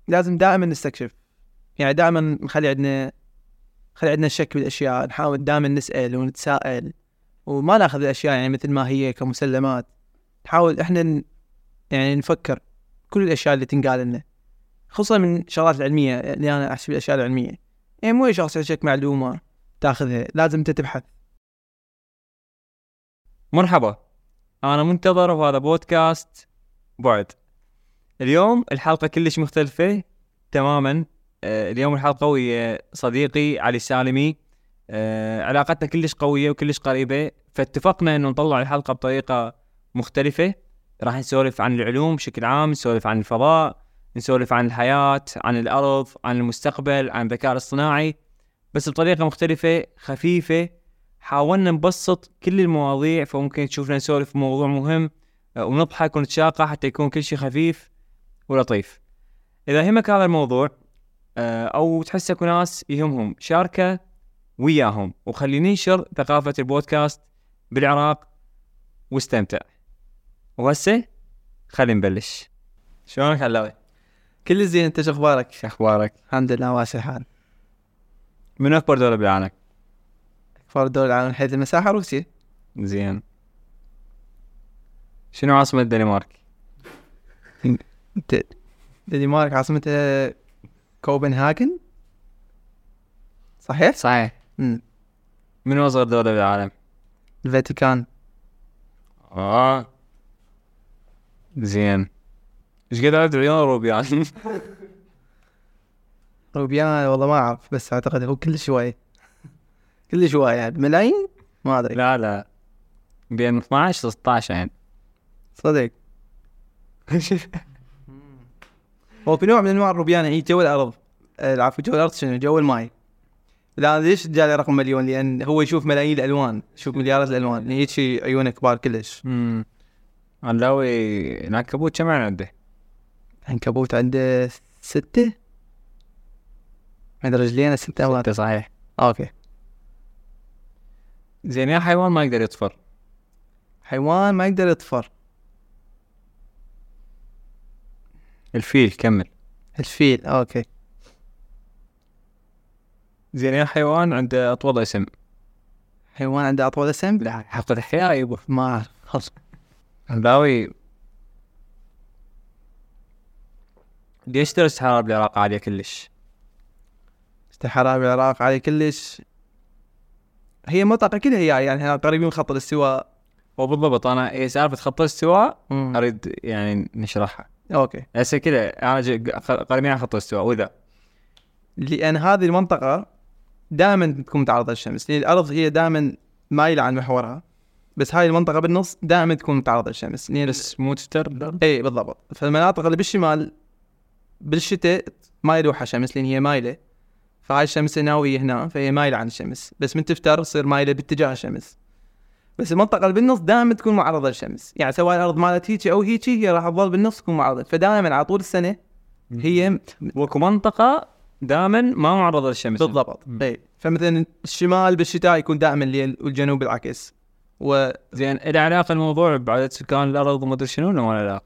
لازم دائما نستكشف، يعني دائما نخلي عندنا الشك بالاشياء، نحاول دائما نسال ونتساءل وما ناخذ الاشياء يعني مثل ما هي كمسلمات. نحاول احنا يعني نفكر كل الاشياء اللي تنقال لنا، خصوصا من الشغلات العلميه اللي انا احسب الاشياء العلميه. يعني مو اي شخص يعطيك معلومه تاخذها، لازم انت تبحث. مرحبا، انا منتظر وهذا بودكاست بعد. اليوم الحلقه كلش مختلفه تماما. اليوم الحلقه ويا صديقي علي السالمي. علاقتنا كلش قويه وكلش قريبه، فاتفقنا انه نطلع الحلقه بطريقه مختلفه. راح نسولف عن العلوم بشكل عام، نسولف عن الفضاء، نسولف عن الحياه، عن الارض، عن المستقبل، عن الذكاء الاصطناعي، بس بطريقه مختلفه خفيفه. حاولنا نبسط كل المواضيع، فممكن تشوفنا نسولف موضوع مهم ونضحك ونتشاقى حتى يكون كل شيء خفيف ولطيف. إذا يهمك هذا الموضوع أو تحس اكو ناس يهمهم، شاركه وياهم وخلي ننشر ثقافة البودكاست بالعراق واستمتع. وهسه خلي نبلش. شلونك علاوي؟ كل زين، انت شو اخبارك؟ شو أخبارك؟ الحمد لله ماشي الحال. من أكبر دولة بالعالم؟ اكبر دولة العالم من حيث المساحة روسيا. زين. شنو عاصمة الدنمارك؟ الدنمارك عاصمتها كوبنهاجن. صحيح؟ صحيح. من أصغر دولة بالعالم؟ الفاتيكان. زين. ايش قد عدد عيون روبيان؟ روبيان والله ما اعرف، بس اعتقد هو كل شوي يعني ملايين، ما ادري. لا بين 12 و 16 يعني. صدق. هو في نوع من انواع الروبيان هي جو الارض، العفو جو الارض، شنو جو الماي. لا ليش جالي رقم مليون؟ لان هو يشوف ملايين الالوان، يشوف مليارات الالوان، هيك عيونه كبار كلش. علاوي العنكبوت كم عين عنده؟ عنكبوت عنده 6. عنده رجلين 6. 6 صحيح. اوكي. زين، يا حيوان ما يقدر يطفر؟ حيوان ما يقدر يطفر. الفيل. كمل. الفيل. اوكي. زين، يا حيوان عنده اطول اسم؟ حيوان عنده اطول اسم؟ لا حق الحياة يبا. ما اعرف خلص. علاوي ليش درجة الحرارة بالعراق عالية كلش؟ الحرارة بالعراق عالية كلش. هي منطقة كلها هي يعني احنا قريبين من خط الاستواء. وبالضبط انا هي سالفة خط الاستواء اريد يعني نشرحها. اوكي. هسه كذا انا قريبين على خط الاستواء، واذا لان هذه المنطقة دائما تكون متعرضة للشمس، لان الارض هي دائما مايلة عن محورها، بس هاي المنطقة بالنص دائما تكون متعرضة للشمس. بس مو تفتر. اي بالضبط. فالمناطق اللي بالشمال بالشتاء ما يروحها شمس لان هي مايلة، فهاي الشمس ناوية هنا فهي مايلة عن الشمس، بس من تفتر تصير مايلة باتجاه الشمس. بس المنطقة اللي بالنص دائما تكون معرضة للشمس، يعني سواء الأرض مالت هيك أو هيك هي راح تظل بالنص تكون معرضة، فدائما على طول السنة هي وكو منطقة دائما ما معرضة للشمس. بالضبط. اي فمثلا الشمال بالشتاء يكون دائما الليل، والجنوب بالعكس. زين، العلاقة الموضوع بعدد سكان الأرض وما أدري شنو ولا ما له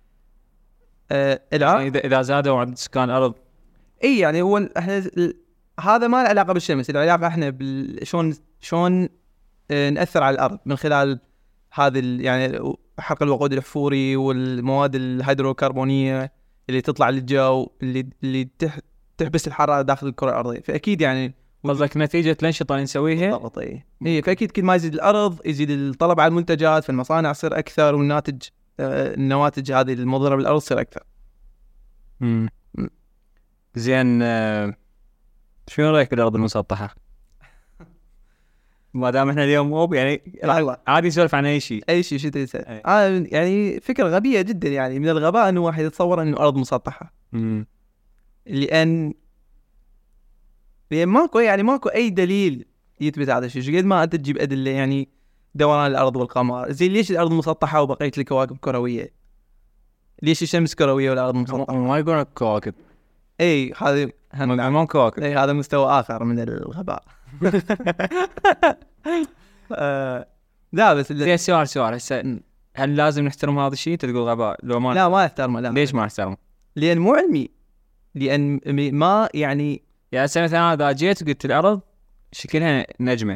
علاقة؟ يعني إذا زادوا عدد سكان الأرض اي يعني هو احنا هذا ما له علاقة بالشمس، العلاقة احنا شلون نأثر على الأرض من خلال هذا يعني حرق الوقود الأحفوري والمواد الهيدروكربونية اللي تطلع للجو اللي تحبس الحرارة داخل الكرة الأرضية. فأكيد يعني قصدك نتيجة الأنشطة اللي نسويها. بالضبط. إيه فأكيد كل ما يزيد الأرض يزيد الطلب على المنتجات، فالمصانع تصير أكثر، والناتج النواتج هذه المضرة بالأرض تصير أكثر. زين، شنو رأيك بالأرض المسطحة؟ ما دام احنا اليوم موب يعني عادي نسولف عن اي شيء شو تسأل. يعني فكرة غبية جدا، يعني من الغباء انه واحد يتصور انه الارض مسطحة. لان ماكو اي دليل يثبت هذا الشيء. قد ما انت تجيب ادلة يعني دوران الارض والقمر، زين ليش الارض مسطحة وبقية الكواكب كروية؟ ليش الشمس كروية والارض مسطحة؟ ما يقولون كواكب. اي هذا ما كواكب. اي هذا مستوى اخر من الغباء. لا بس سؤال هسه، هل لازم نحترم هذا الشيء؟ تقول غباء لو ما لا ما نحترمه. لا ليش ما نحترمه؟ لان مو علمي. لان ما يعني مثلا اذا جيت وقلت الارض شكلها نجمه،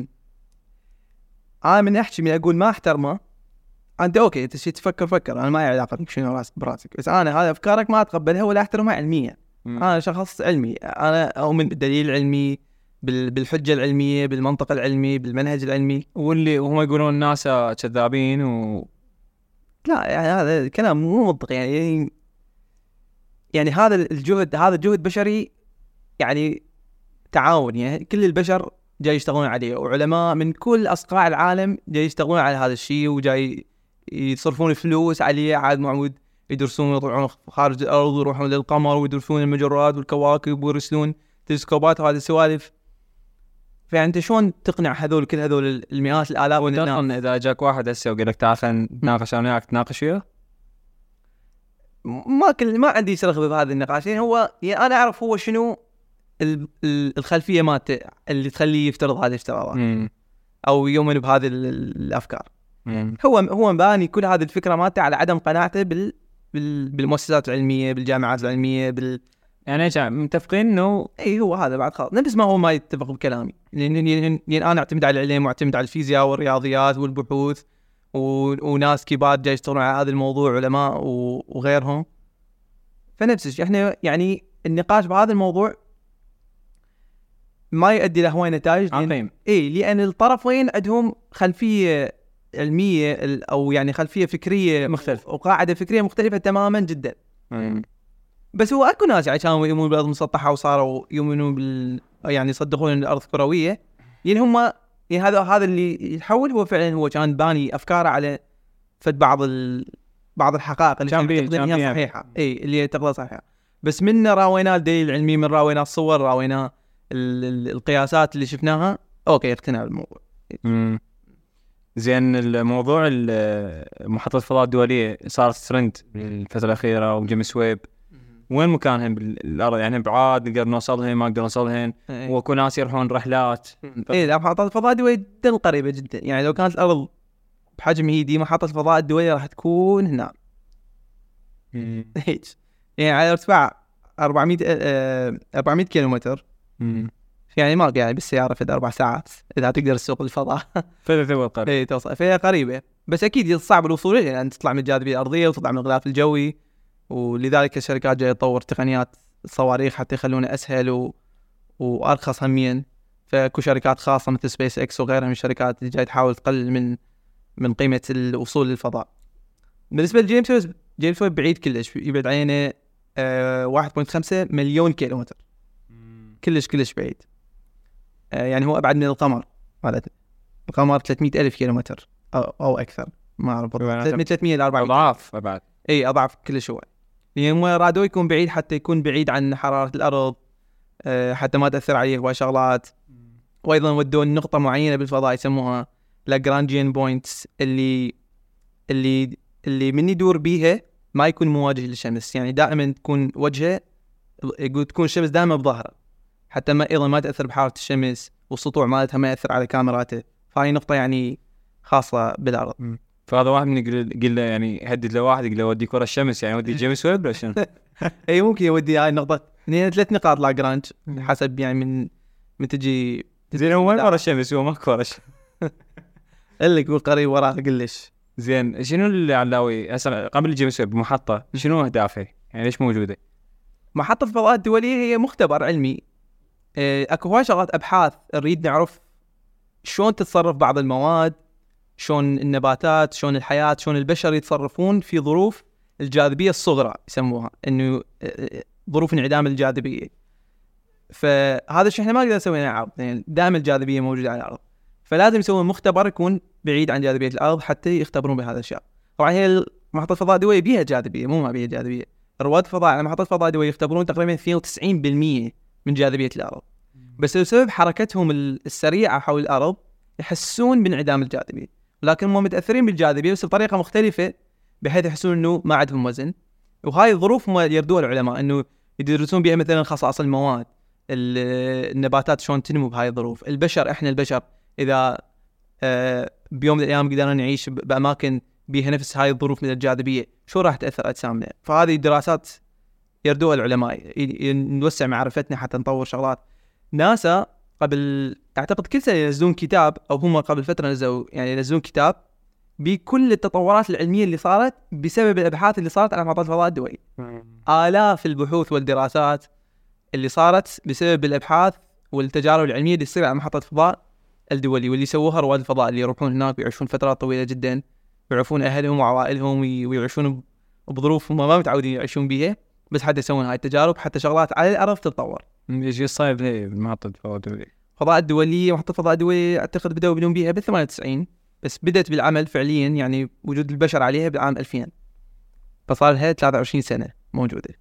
انا من احكي من اقول ما احترمه، انت اوكي انت شي تفكر انا ما لي علاقه بك شنو راسك براسك، بس انا هذه افكارك ما اتقبلها ولا احترمها علميا. انا شخص علمي، انا اؤمن بالدليل العلمي، بالحجه العلميه، بالمنطق العلمي، بالمنهج العلمي. واللي وهم يقولون الناس كذابين لا يعني هذا الكلام مو منطقي. يعني هذا الجهد، هذا جهد بشري يعني تعاون، يعني كل البشر جاي يشتغلون عليه، وعلماء من كل أصقاع العالم جاي يشتغلون على هذا الشيء، وجاي يصرفون فلوس عليه عاد معود يدرسون ويطلعون خارج الأرض ويروحون للقمر ويدرسون المجرات والكواكب ويرسلون تلسكوبات وهذه السوالف. فأنت شلون تقنع كل هذول المئات الآلاف من الناس؟ إذا جاك واحد هسه وقال لك تعال نتناقش أنا وياك، تناقش وياه؟ ما عندي شغف بهذا النقاش. يعني هو يعني أنا أعرف هو شنو الخلفية مالته اللي تخليه يفترض هذه الافتراضات أو يؤمن بهذه الأفكار. هو مباني كل هذه الفكرة مالته على عدم قناعته بالمؤسسات العلمية، بالجامعات العلمية، يعني متفقين إنه هو هذا بعد خالص نفس ما هو ما يتفق بكلامي، لأن أنا أعتمد على العلم واعتمد على الفيزياء والرياضيات والبحوث وناس كبار جاي يشتغلون على هذا الموضوع، علماء وغيرهم. فنفس الشيء احنا يعني النقاش بهذا الموضوع ما يؤدي لهواي نتائج، لأن الطرفين عندهم خلفية علمية أو يعني خلفية فكرية مختلفة وقاعدة فكرية مختلفة تماما جدا. بس هو أكو ناس يعني كانوا يؤمنون بالأرض مسطحة وصاروا يؤمنون يعني يصدقون أن الأرض كروية. يعني هم يعني هذا اللي يتحول هو فعلا هو كان باني أفكاره على فد بعض الحقائق اللي كان هي صحيحة، اللي تقدر صحيحة. بس من راوينا الدليل العلمي، من راوينا الصور، راوينا القياسات اللي شفناها، اوكي اقتنع بالموضوع. زين الموضوع محطة الفضاء الدولية صارت ترند الفترة الأخيرة، وجيمس ويب وين مكانهم بالأرض؟ يعني بعاد نقدر نوصلهن ما نقدر نوصلهن، وكل ناس يروحون رحلات. لا محطة الفضاء الدولية جدا قريبة جدا. يعني لو كانت الأرض بحجم هي دي، محطة الفضاء الدولية راح تكون هنا هيك يعني على ارتفاع 400 كيلومتر. يعني ما يعني بالسيارة في 4 ساعات إذا تقدر تسوق الفضاء. توصل فهي قريبة، بس أكيد صعب الوصول إليها، يعني تطلع من الجاذبية الأرضية وتطلع من الغلاف الجوي، ولذلك الشركات جاية تطور تقنيات الصواريخ حتى يخلونه أسهل وأرخص هميا. فكو شركات خاصة مثل سبيس إكس وغيرها من الشركات اللي جاية تحاول تقلل من قيمة الوصول للفضاء. بالنسبة لجيمس ويب بعيد كلش، يبعد علينا 1.5 مليون كيلومتر، كلش بعيد. يعني هو أبعد من القمر. القمر 300,000 كيلومتر أو أكثر، ما أعرف من 300 إلى 400 أضعاف أبعد. أضعاف كلش هو. يعني هم رادوا يكون بعيد حتى يكون بعيد عن حرارة الأرض، حتى ما تأثر عليه هواي شغلات. وأيضا ودوا نقطة معينة بالفضاء يسموها لاجرانجيان بوينتس، اللي من يدور بيها ما يكون مواجه للشمس، يعني دائما تكون وجهه تكون الشمس دائما بظهره، حتى ما أيضا ما تأثر بحرارة الشمس، والسطوع مالتها ما يأثر على كاميراته. فهي نقطة يعني خاصة بالأرض. فهذا واحد من يقول له يعني هدد له واحد يقول له ودي كرة الشمس، يعني ودي جيمس ويب ولا شنو؟ أي ممكن يودي هاي النقطة. يعني 3 نقاط لاجرانج حسب يعني من تجي. زين هو وين كرة الشمس؟ هو ما كرة اللي يقول قريب وراه قلش. زين شنو اللي علاوي هسه قبل جيمس ويب محطة شنو أهدافه؟ يعني ليش موجودة؟ محطة الفضاء الدولية هي مختبر علمي. اكو هواي شغلات ابحاث نريد نعرف شلون تتصرف بعض المواد، شلون النباتات، شلون الحياة، شلون البشر يتصرفون في ظروف الجاذبية الصغرى، يسموها انه ظروف انعدام الجاذبية. فهذا الشيء احنا ما نقدر نسويه على الارض، يعني دائما الجاذبية موجودة على الارض، فلازم يسوون مختبر يكون بعيد عن جاذبية الارض حتى يختبرون بهذا الشيء. طبعا هي محطة الفضاء الدولية بيها جاذبية، مو ما بيها جاذبية. رواد الفضاء على محطة الفضاء الدولية يختبرون تقريبا 92% من جاذبية الأرض، بس بسبب حركتهم السريعة حول الأرض يحسون بانعدام الجاذبية، لكن هم متأثرين بالجاذبية بس بطريقة مختلفة بحيث يحسون إنه ما عندهم وزن. وهاي الظروف هم يردوها العلماء إنه يدرسون بها مثلا خصائص المواد، النباتات شلون تنمو بهاي الظروف، إحنا البشر إذا بيوم من الأيام قدرنا نعيش بأماكن بيها نفس هاي الظروف من الجاذبية شو راح تأثر أجسامنا. فهذه الدراسات يردوها العلماء، نوسع معرفتنا حتى نطور شغلات. ناسا قبل اعتقد كل سنه ينزلون كتاب، او هم قبل فتره نزلوا يعني ينزلون كتاب بكل التطورات العلميه اللي صارت بسبب الابحاث اللي صارت على محطه الفضاء الدولي. آلاف البحوث والدراسات اللي صارت بسبب الابحاث والتجارب العلميه اللي تصير على محطه الفضاء الدولي، واللي سووها رواد الفضاء اللي يروحون هناك ويعيشون فترات طويله جدا، ويعرفون اهلهم وعوائلهم ويعيشون بظروف هم ما متعودين يعيشون بيها، بس حتى يسوون هاي التجارب، حتى شغلات على الارض تتطور. ايش صاير هي بمحطه الفضاء الدولي؟ الفضاء الدوليه، محطه الفضاء الدوليه اعتقد بدأوا يبنون بيها ب 98، بس بدأت بالعمل فعليا يعني وجود البشر عليها بالعام 2000، فصار لها 23 سنه موجوده.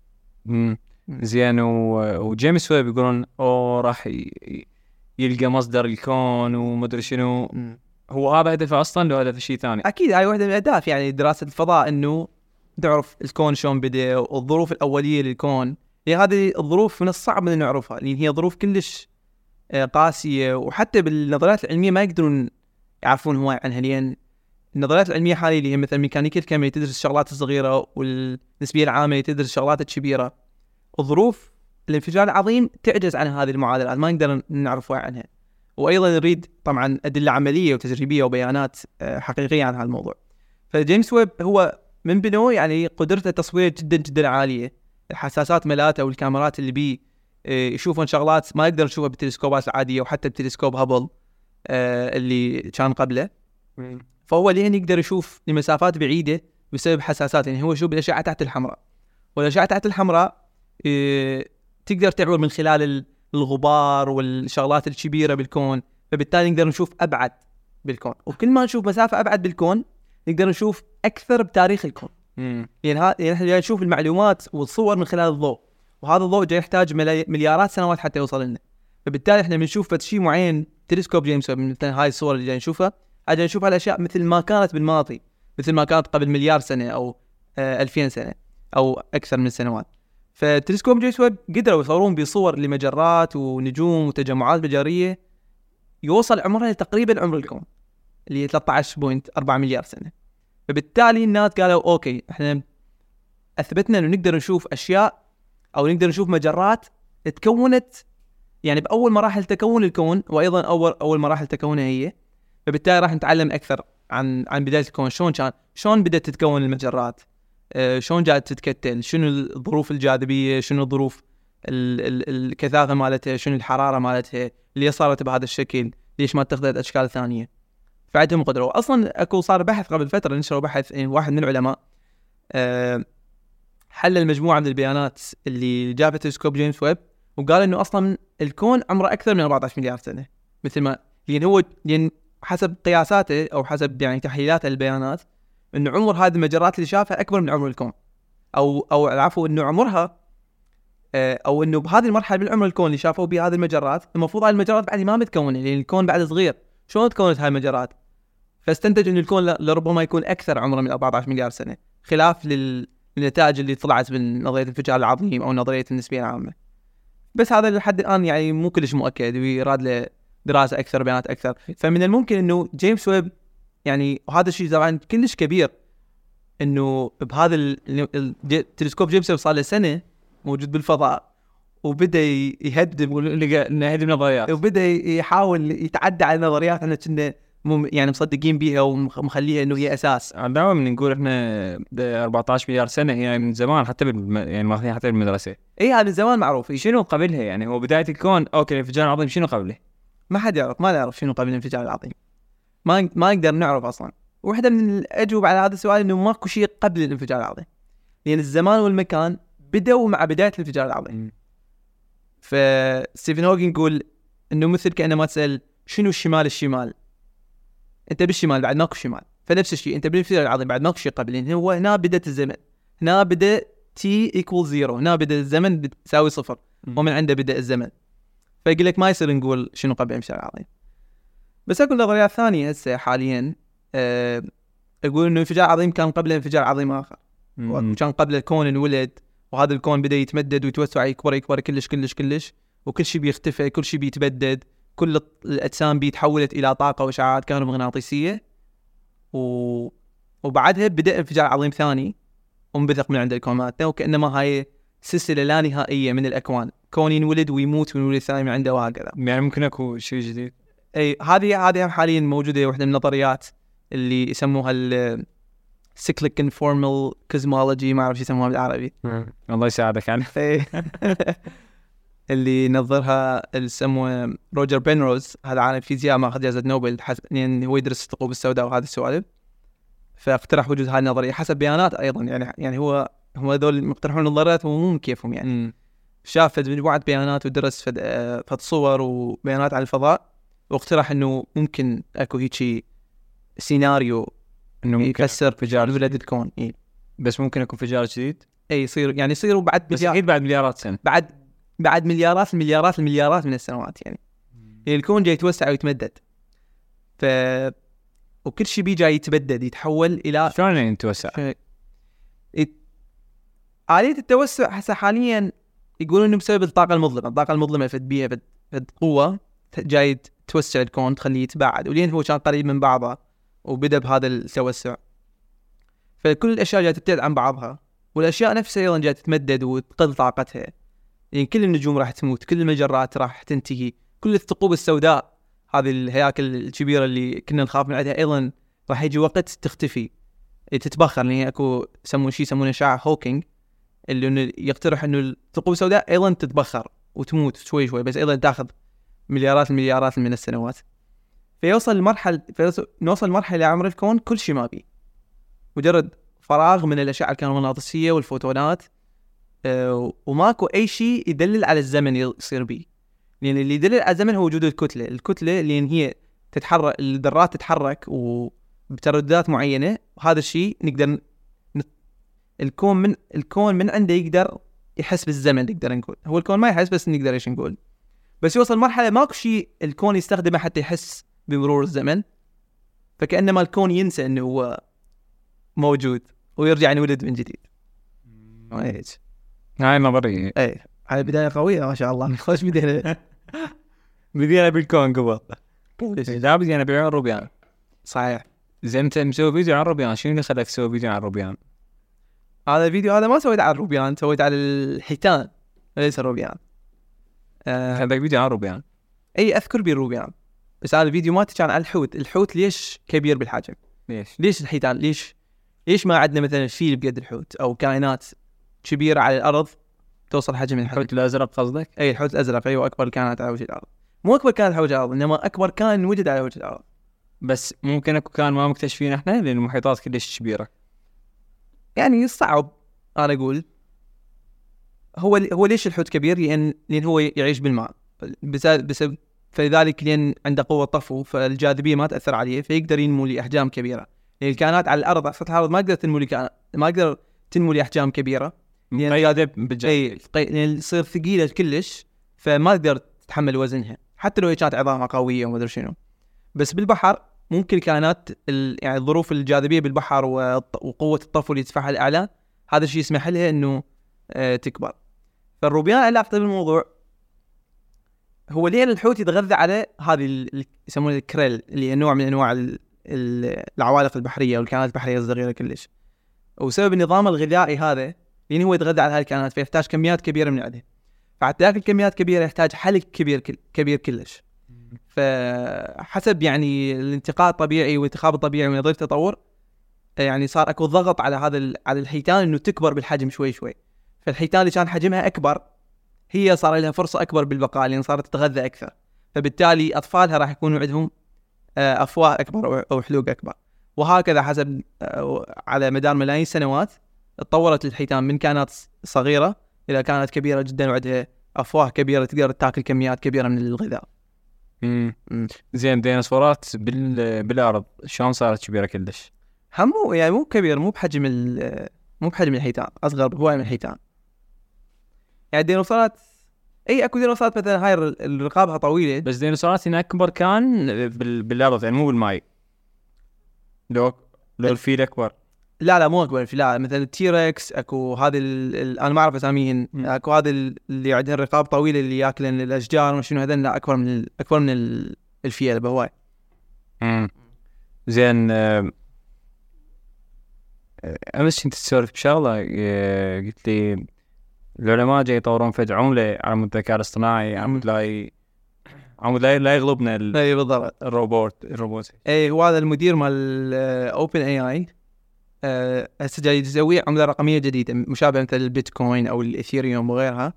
زين. وجيمس ويب يقولون راح يلقى مصدر الكون ومدري شنو. هو هذا هدفه اصلا لو هدف شيء ثاني؟ اكيد هاي واحده من الاهداف، يعني دراسه الفضاء، انه تعرف الكون شلون بدا والظروف الاوليه للكون. يعني هذه الظروف من الصعب ان نعرفها، لان هي ظروف كلش قاسيه، وحتى بالنظريات العلميه ما يقدرون يعرفون هواي عنها، لان النظريات العلميه حاليا اللي هي مثلا ميكانيكيه الكم اللي تدرس الشغلات الصغيره، والنسبيه العامه اللي تدرس الشغلات الكبيره، الظروف الانفجار العظيم تعجز عن هذه المعادلات، ما نقدر نعرف عنها. وايضا نريد طبعا ادله عمليه وتجريبيه وبيانات حقيقيه عن هذا الموضوع. فجيمس ويب هو من بنوه يعني قدرته التصويريه جدا جدا عاليه، الحساسات ملاته والكاميرات اللي بيه يشوفون شغلات ما يقدر نشوفها بالتلسكوبات العاديه، وحتى بتلسكوب هابل اللي كان قبله. فهو لين يقدر يشوف لمسافات بعيده بسبب حساسات، يعني هو يشوف الاشعه تحت الحمراء، والاشعه تحت الحمراء تقدر تعبر من خلال الغبار والشغلات الكبيره بالكون، فبالتالي نقدر نشوف ابعد بالكون، وكل ما نشوف مسافه ابعد بالكون نقدر نشوف اكثر بتاريخ الكون. يعني احنا جاي نشوف المعلومات والصور من خلال الضوء، وهذا الضوء جاي يحتاج مليارات سنوات حتى يوصل لنا، فبالتالي احنا بنشوف شيء معين. تلسكوب جيمس ويب مثلا هاي الصور اللي جاي نشوفها، اجي نشوف الاشياء مثل ما كانت بالماضي، مثل ما كانت قبل مليار سنه او 2000 سنه او اكثر من سنوات. فتلسكوب جيمس ويب قدروا يصورون بصور لمجرات ونجوم وتجمعات مجريه يوصل عمرها تقريبا عمر الكون اللي هي 13.4 مليار سنه. فبالتالي الناس قالوا اوكي احنا اثبتنا انه نقدر نشوف اشياء او نقدر نشوف مجرات تكونت يعني باول مراحل تكون الكون، وايضا اول مراحل تكونها هي. فبالتالي راح نتعلم اكثر عن بدايه الكون، شلون بدات تتكون المجرات، شلون جات تتكتل، شنو الظروف الجاذبيه، شنو الظروف الكثافه مالتها، شنو الحراره مالتها اللي صارت بهذا الشكل، ليش ما اتخذت اشكال ثانيه. فعندهم قدره. اصلا اكو صار بحث قبل فتره نشروا بحث، يعني واحد من العلماء حلل مجموعه من البيانات اللي جابها تلسكوب جيمس ويب، وقال انه اصلا الكون عمره اكثر من 14 مليار سنه، مثل ما لان حسب قياساته او حسب يعني تحليلاته للبيانات انه عمر هذه المجرات اللي شافها اكبر من عمر الكون، او العفو انه عمرها او انه بهذه المرحله من عمر الكون اللي شافوا بها هذه المجرات، المفروض هذه المجرات بعد ما متكونه، لان الكون بعد صغير، شلون تكونت هاي المجرات؟ فاستنتج انه الكون لربما يكون اكثر عمره من 14 مليار سنه، خلاف للنتائج اللي طلعت من نظريه الانفجار العظيم او نظريه النسبيه العامه. بس هذا لحد الان يعني مو كلش مؤكد، ويراد له دراسه اكثر، بيانات اكثر. فمن الممكن انه جيمس ويب يعني، وهذا الشيء طبعا كلش كبير، انه بهذا التلسكوب جيمس ويب صار له سنه موجود بالفضاء، وبدا يهدم نظريات، وبدا يحاول يتعدى على النظريات احنا كنا يعني مصدقين بيها ومخليها انه هي اساس. دائما نقول احنا 14 مليار سنه هي من زمان، حتى يعني ماخذين حتى بالمدرسه. اي هذا من زمان معروف. شنو قبلها يعني؟ هو بدايه الكون اوكي، الانفجار العظيم شنو قبله؟ ما حد يعرف، ما نعرف شنو قبل الانفجار العظيم، ما نقدر نعرف اصلا. واحده من الاجوبه على هذا السؤال انه ماكو شيء قبل الانفجار العظيم، لان الزمان والمكان بدأوا مع بدايه الانفجار العظيم. فستيفن هوكينج يقول انه مثل كأنما تسأل شنو الشمال، انت بالشمال بعد ماكو شمال، فنفس الشيء انت بالانفجار العظيم بعد ماكو شيء قبل، لان هو هنا بدأت الزمن، هنا بدأ t=0، هنا بدأ الزمن بتساوي 0، ومن عنده بدأ الزمن. فيقول لك ما يصير نقول شنو قبل الانفجار العظيم. بس اكو نظريات ثانيه هسه حاليا يقول انه الانفجار العظيم كان قبل انفجار عظيم اخر، وكان قبل الكون انولد، وهذا الكون بدأ يتمدد ويتوسع، يكبر كلش، وكل شيء بيختفي، كل شيء بيتبدد، كل الأجسام بيتحولت إلى طاقة وإشعاعات كانوا مغناطيسية، وبعدها بدأ انفجار عظيم ثاني وانبثق من عند الكون مالتنا، وكأنما هاي سلسله لا نهائيه من الاكوان، كون ينولد ويموت وينولد ثاني من عنده وهكذا. يعني ممكن اكو شيء جديد. اي هذه حاليا موجوده واحده من النظريات اللي يسموها السيكليك انفورمال كوزمولوجي، ما اعرف شو يسموها بالعربي. الله يساعدك يعني. اللي نظرها اللي يسموه روجر بنروز، هذا عالم فيزياء ماخذ جائزة نوبل يعني هو يدرس الثقوب السوداء وهذه السوالف، فاقترح وجود هذه النظرية حسب بيانات أيضا. يعني هو ذول مقترحون النظريات ومو من كيفهم يعني. شاف مجموعة بيانات ودرس فد صور وبيانات عن الفضاء، واقترح إنه ممكن أكو هيك سيناريو انه يكسر انفجار ولد الكون. بس ممكن يكون انفجار جديد. يصيروا بعد بس أكيد بعد مليارات سنة، بعد مليارات من السنوات يعني. الكون جاي يتوسع ويتمدد، وكل شيء بيه جاي يتبدد يتحول إلى شلون يتوسع؟ آلية التوسع هسه حاليا يقولون إنه بسبب الطاقة المظلمة فد بيها فد قوة جاي توسع الكون تخليه يتباعد، ولين هو كان قريب من بعضه وبدأ بهذا التوسع، فكل الأشياء جاي تبتعد عن بعضها، والأشياء نفسها أيضا جاي تتمدد وتقل طاقتها. يعني كل النجوم راح تموت، كل المجرات راح تنتهي، كل الثقوب السوداء هذه الهياكل الكبيرة اللي كنا نخاف من عندها أيضا راح يجي وقت تختفي، تتبخر. لأن أكو يسمونه أشعة هوكينج، اللي يقترح إنه الثقوب السوداء أيضا تتبخر وتموت شوي شوي، بس أيضا تأخذ مليارات من السنوات. نوصل مرحلة عمر الكون كل شيء ما بيه، مجرد فراغ من الأشعة الكهرومغناطيسية والفوتونات، وماكو أي شيء يدلل على الزمن يصير بيه. لأن اللي يدلل على الزمن هو وجود الكتلة اللي هي تتحرك، الذرات تتحرك وبترددات معينة، وهذا الشيء نقدر الكون من عنده يقدر يحس بالزمن. نقدر نقول هو الكون ما يحس، بس نقدر ايش نقول، بس يوصل مرحلة ماكو شيء الكون يستخدمه حتى يحس بمرور الزمن، فكأنما الكون ينسى انه هو موجود ويرجع ينولد من جديد. هاي النظرية. هاي بداية قوية ما شاء الله. خوش بدينا بالكون قبل. لا بدينا بعيون الروبيان. صحيح. زين انت مسوي فيديو عن الروبيان، شنو اللي خلاك تسوي فيديو عن الروبيان؟ هذا الفيديو هذا ما سويت على الروبيان، سويت على الحيتان ليس الروبيان. هذاك فيديو عن الروبيان. اي اذكر بالروبيان، بس هذا الفيديو ما كان على الحوت ليش كبير بالحجم؟ ليش الحيتان؟ ليش ما عندنا مثلا فيل بقد الحوت او كائنات كبيرة على الارض توصل حجم الحوت الازرق قصدك؟ اي الحوت الازرق، ايوه، اكبر كائنات على وجه الارض، مو اكبر كائنات على وجه الارض، انما اكبر كائن وجد على وجه الارض. بس ممكن اكو كان ما مكتشفين احنا، لان المحيطات كلش كبيره. يعني صعب انا اقول هو ليش الحوت كبير؟ لان هو يعيش بالماء، بسبب فلذلك لان عنده قوه طفو، فالجاذبيه ما تاثر عليه، فيقدر ينمو لاحجام كبيره. لان الكائنات على الارض، على سطح الارض، ما تقدر تنمو لاحجام كبيره، مقيده بالجاذبيه، لان تصير ثقيله كلش، فما تقدر تتحمل وزنها حتى لو كانت عظامها قويه وما ادري شنو. بس بالبحر ممكن كائنات يعني ظروف الجاذبيه بالبحر وقوه الطفو اللي تدفعها الاعلى، هذا الشيء يسمح لها انه تكبر. فالروبيان علاقته بالموضوع هو لين الحوت يتغذى على هذه يسمونه الكريل، اللي هي نوع من انواع العوالق البحريه والكائنات البحريه الصغيره كلش. وسبب النظام الغذائي هذا، لان هو يتغذى على هذه الكائنات، فيحتاج كميات كبيره من عندها، فحتى ياكل كميات كبيره يحتاج حلق كبير كلش. فحسب يعني الانتقاء الطبيعي والانتخاب الطبيعي ونظريه التطور، يعني صار اكو ضغط على على الحيتان انه تكبر بالحجم شوي شوي. فالحيتان اللي كان حجمها اكبر هي صار لها فرصه اكبر بالبقاء، لان صارت تتغذى اكثر، فبالتالي اطفالها راح يكونوا عندهم افواه اكبر او حلوق اكبر. وهكذا حسب على مدار ملايين السنوات تطورت الحيتان من كانت صغيره الى كانت كبيره جدا وعندها افواه كبيره تقدر تاكل كميات كبيره من الغذاء. زين الديناصورات بالارض شلون صارت كبيره كلش؟ همو يعني مو كبير، مو بحجم الحيتان، اصغر بهواي من الحيتان. يعني الديناصورات اكو ديناصورات مثلا هاي الرقابها طويله، بس ديناصورات هنا اكبر كان بالارض، يعني مو بالماي. لو الفيل اكبر. لا مو اكبر الفيل، لا، مثلا التيركس، اكو هذه انا ما اعرف اساميهن، اكو هذا اللي عندهم رقاب طويله اللي ياكلن الاشجار وشنو هذول، لا اكبر من الفيل بهواي. زين امس كنت تسولف بشغله، قلت لي العلماء جاي يطورون فد عمله على مود الذكاء الاصطناعي عمود لا يغلبنا اي بالضبط الروبوت. اي هو هذا المدير مال اوبن اي اي هسه جاي يسوي عمله رقميه جديده مشابهه مثل البيتكوين او الاثيريوم وغيرها،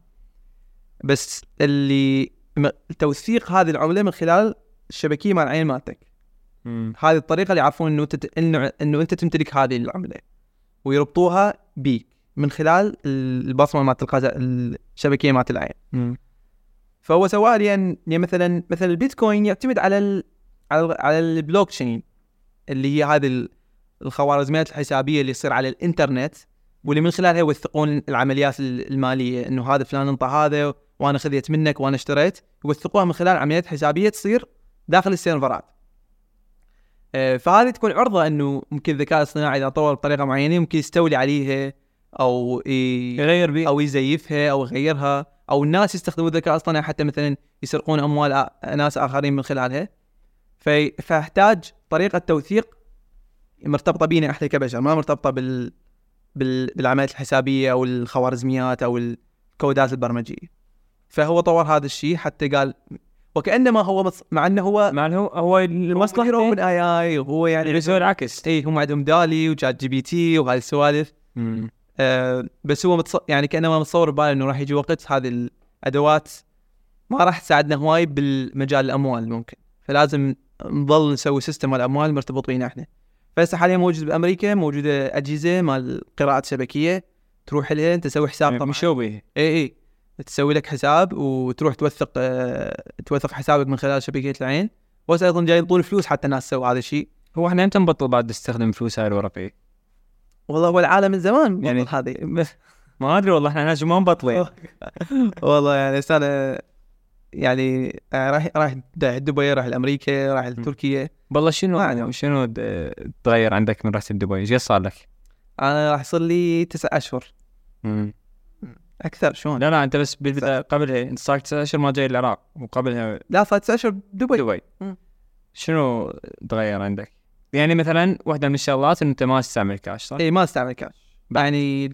بس اللي توثيق هذه العمله من خلال الشبكيه مال العين مالتك. هذه الطريقه اللي يعرفون انه انت تمتلك هذه العمله، ويربطوها بيك من خلال البصمه مالت الشبكيه مالت العين. فهو سواء يعني مثلا البيتكوين يعتمد على البلوك تشين اللي هي هذه الخوارزميات الحسابيه اللي يصير على الانترنت، واللي من خلالها يوثقون العمليات الماليه، انه هذا فلان انطى هذا وانا خذيت منك وانا اشتريت، يوثقوها من خلال عمليات حسابيه تصير داخل السيرفرات. فهذه تكون عرضه انه ممكن الذكاء الاصطناعي اذا طور بطريقه معينه ممكن يستولي عليها او يغير بيه او يزيفها او يغيرها، او الناس يستخدمون الذكاء الاصطناعي حتى مثلا يسرقون اموال ناس اخرين من خلالها. فيحتاج طريقه توثيق مرتبطه بينا احنا كبشر، ما مرتبطه بالعمليات الحسابيه او الخوارزميات او الكودات البرمجيه. فهو طور هذا الشيء حتى قال وكانما هو مع انه هو المصلحه من اي وهو يعني يسوي العكس. اي هم عندهم دالي وشات جي بي تي وهذه السوالف. بس هو يعني كانما متصور بباله انه راح يجي وقت هذه الادوات ما راح تساعدنا هواي بالمجال الاموال ممكن، فلازم نظل نسوي سيستم الاموال مرتبط بينا احنا. فهسه حاليا موجود بامريكا، موجوده اجهزه مال قراءه شبكيه تروح لها انت تسوي حساب طبعا مشوبه اي تسوي لك حساب وتروح توثق حسابك من خلال شبكيه العين. وهسه ايضا جاي يطول فلوس حتى الناس تسوي هذا الشيء. هو احنا امتى نبطل بعد نستخدم فلوس هاي الورقيه؟ والله هو العالم من زمان يعني هذه ما ادري والله احنا ناس ما مبطلين والله يعني سنه يعني راح دبي، راح لامريكا، راح لتركيا. والله شنو تغير عندك من رحت دبي؟ ايش صار لك؟ انا راح يصير لي 9 أشهر. اكثر شلون؟ لا انت بس قبلها انت صار 9 أشهر ما جاي العراق، وقبلها لا صار 9 أشهر دبي. شنو تغير عندك؟ يعني مثلا واحده من الشغلات انه انت ما تستعمل كاش صح؟ اي ما استعمل كاش، يعني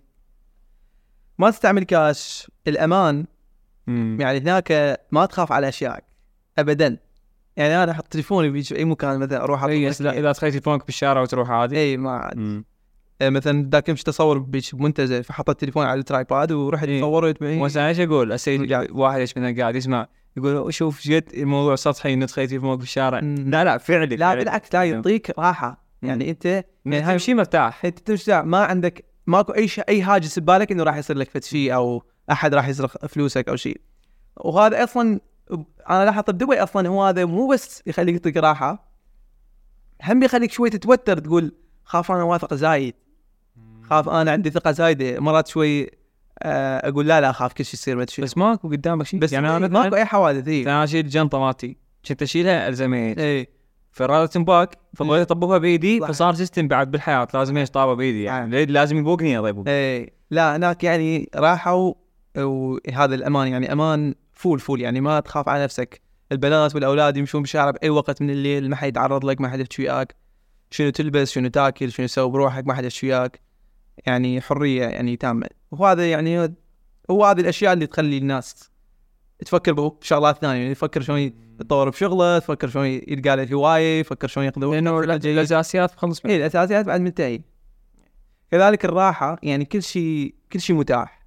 ما تستعمل كاش. الامان يعني هناك ما تخاف على اشياء ابدا. يعني انا احط تليفوني في اي مكان، مثلا اروح اذا تخيل تليفونك بالشارع وتروح عادي اي ما عاد. مثلا ذاك مش تصور بمنتزه فحط التليفون على الترايباد ورحت صورت معي. مثلا ايش اقول واحد ايش مثلا قاعد يسمع يقول شوف جد الموضوع سطحي انه تخيل تليفونك بالشارع. لا فعلي لا بالعكس، لا يعطيك راحه. يعني انت يعني شيء مرتاح، انت تمشي ما عندك ماكو اي هاجس ببالك انه راح يصير لك شيء او احد راح يسرق فلوسك او شيء. وهذا اصلا انا لاحظت بدبي اصلا هو هذا مو بس يخليك يعطيك راحه، هم يخليك شوي تتوتر، تقول خاف انا واثق زايد، خاف انا عندي ثقه زايده. مرات شوي اقول لا اخاف كل شيء يصير بس ماكو قدامك شيء. بس يعني انا ماكو اي حوادث. انا اشيل الجنطه مالتي كنت اشيلها الزميت فرادة باك فبغيت اطبقها بايدي فصار سيستم بعد بالحياه لازم يطابه بايدي يعني لازم يبوقني يضيبه. لا هناك يعني راحه وهذا الامان، يعني امان فول يعني ما تخاف على نفسك. البنات والاولاد يمشون بالشارع باي وقت من الليل، ما حد يتعرض لك، ما حد يحكي وياك شنو تلبس شنو تاكل شنو تسوي بروحك، ما حد يحكي وياك، يعني حريه يعني تامه. وهذا يعني هو هذه الاشياء اللي تخلي الناس تفكر بشغلات ثانيه، يعني يفكر شلون يتطور بشغله، يفكر شلون يلقى له هوايه، يفكر شلون يقدر لانه الاساسيات خلص الاساسيات بعد منتهي. كذلك الراحه، يعني كل شيء متاح.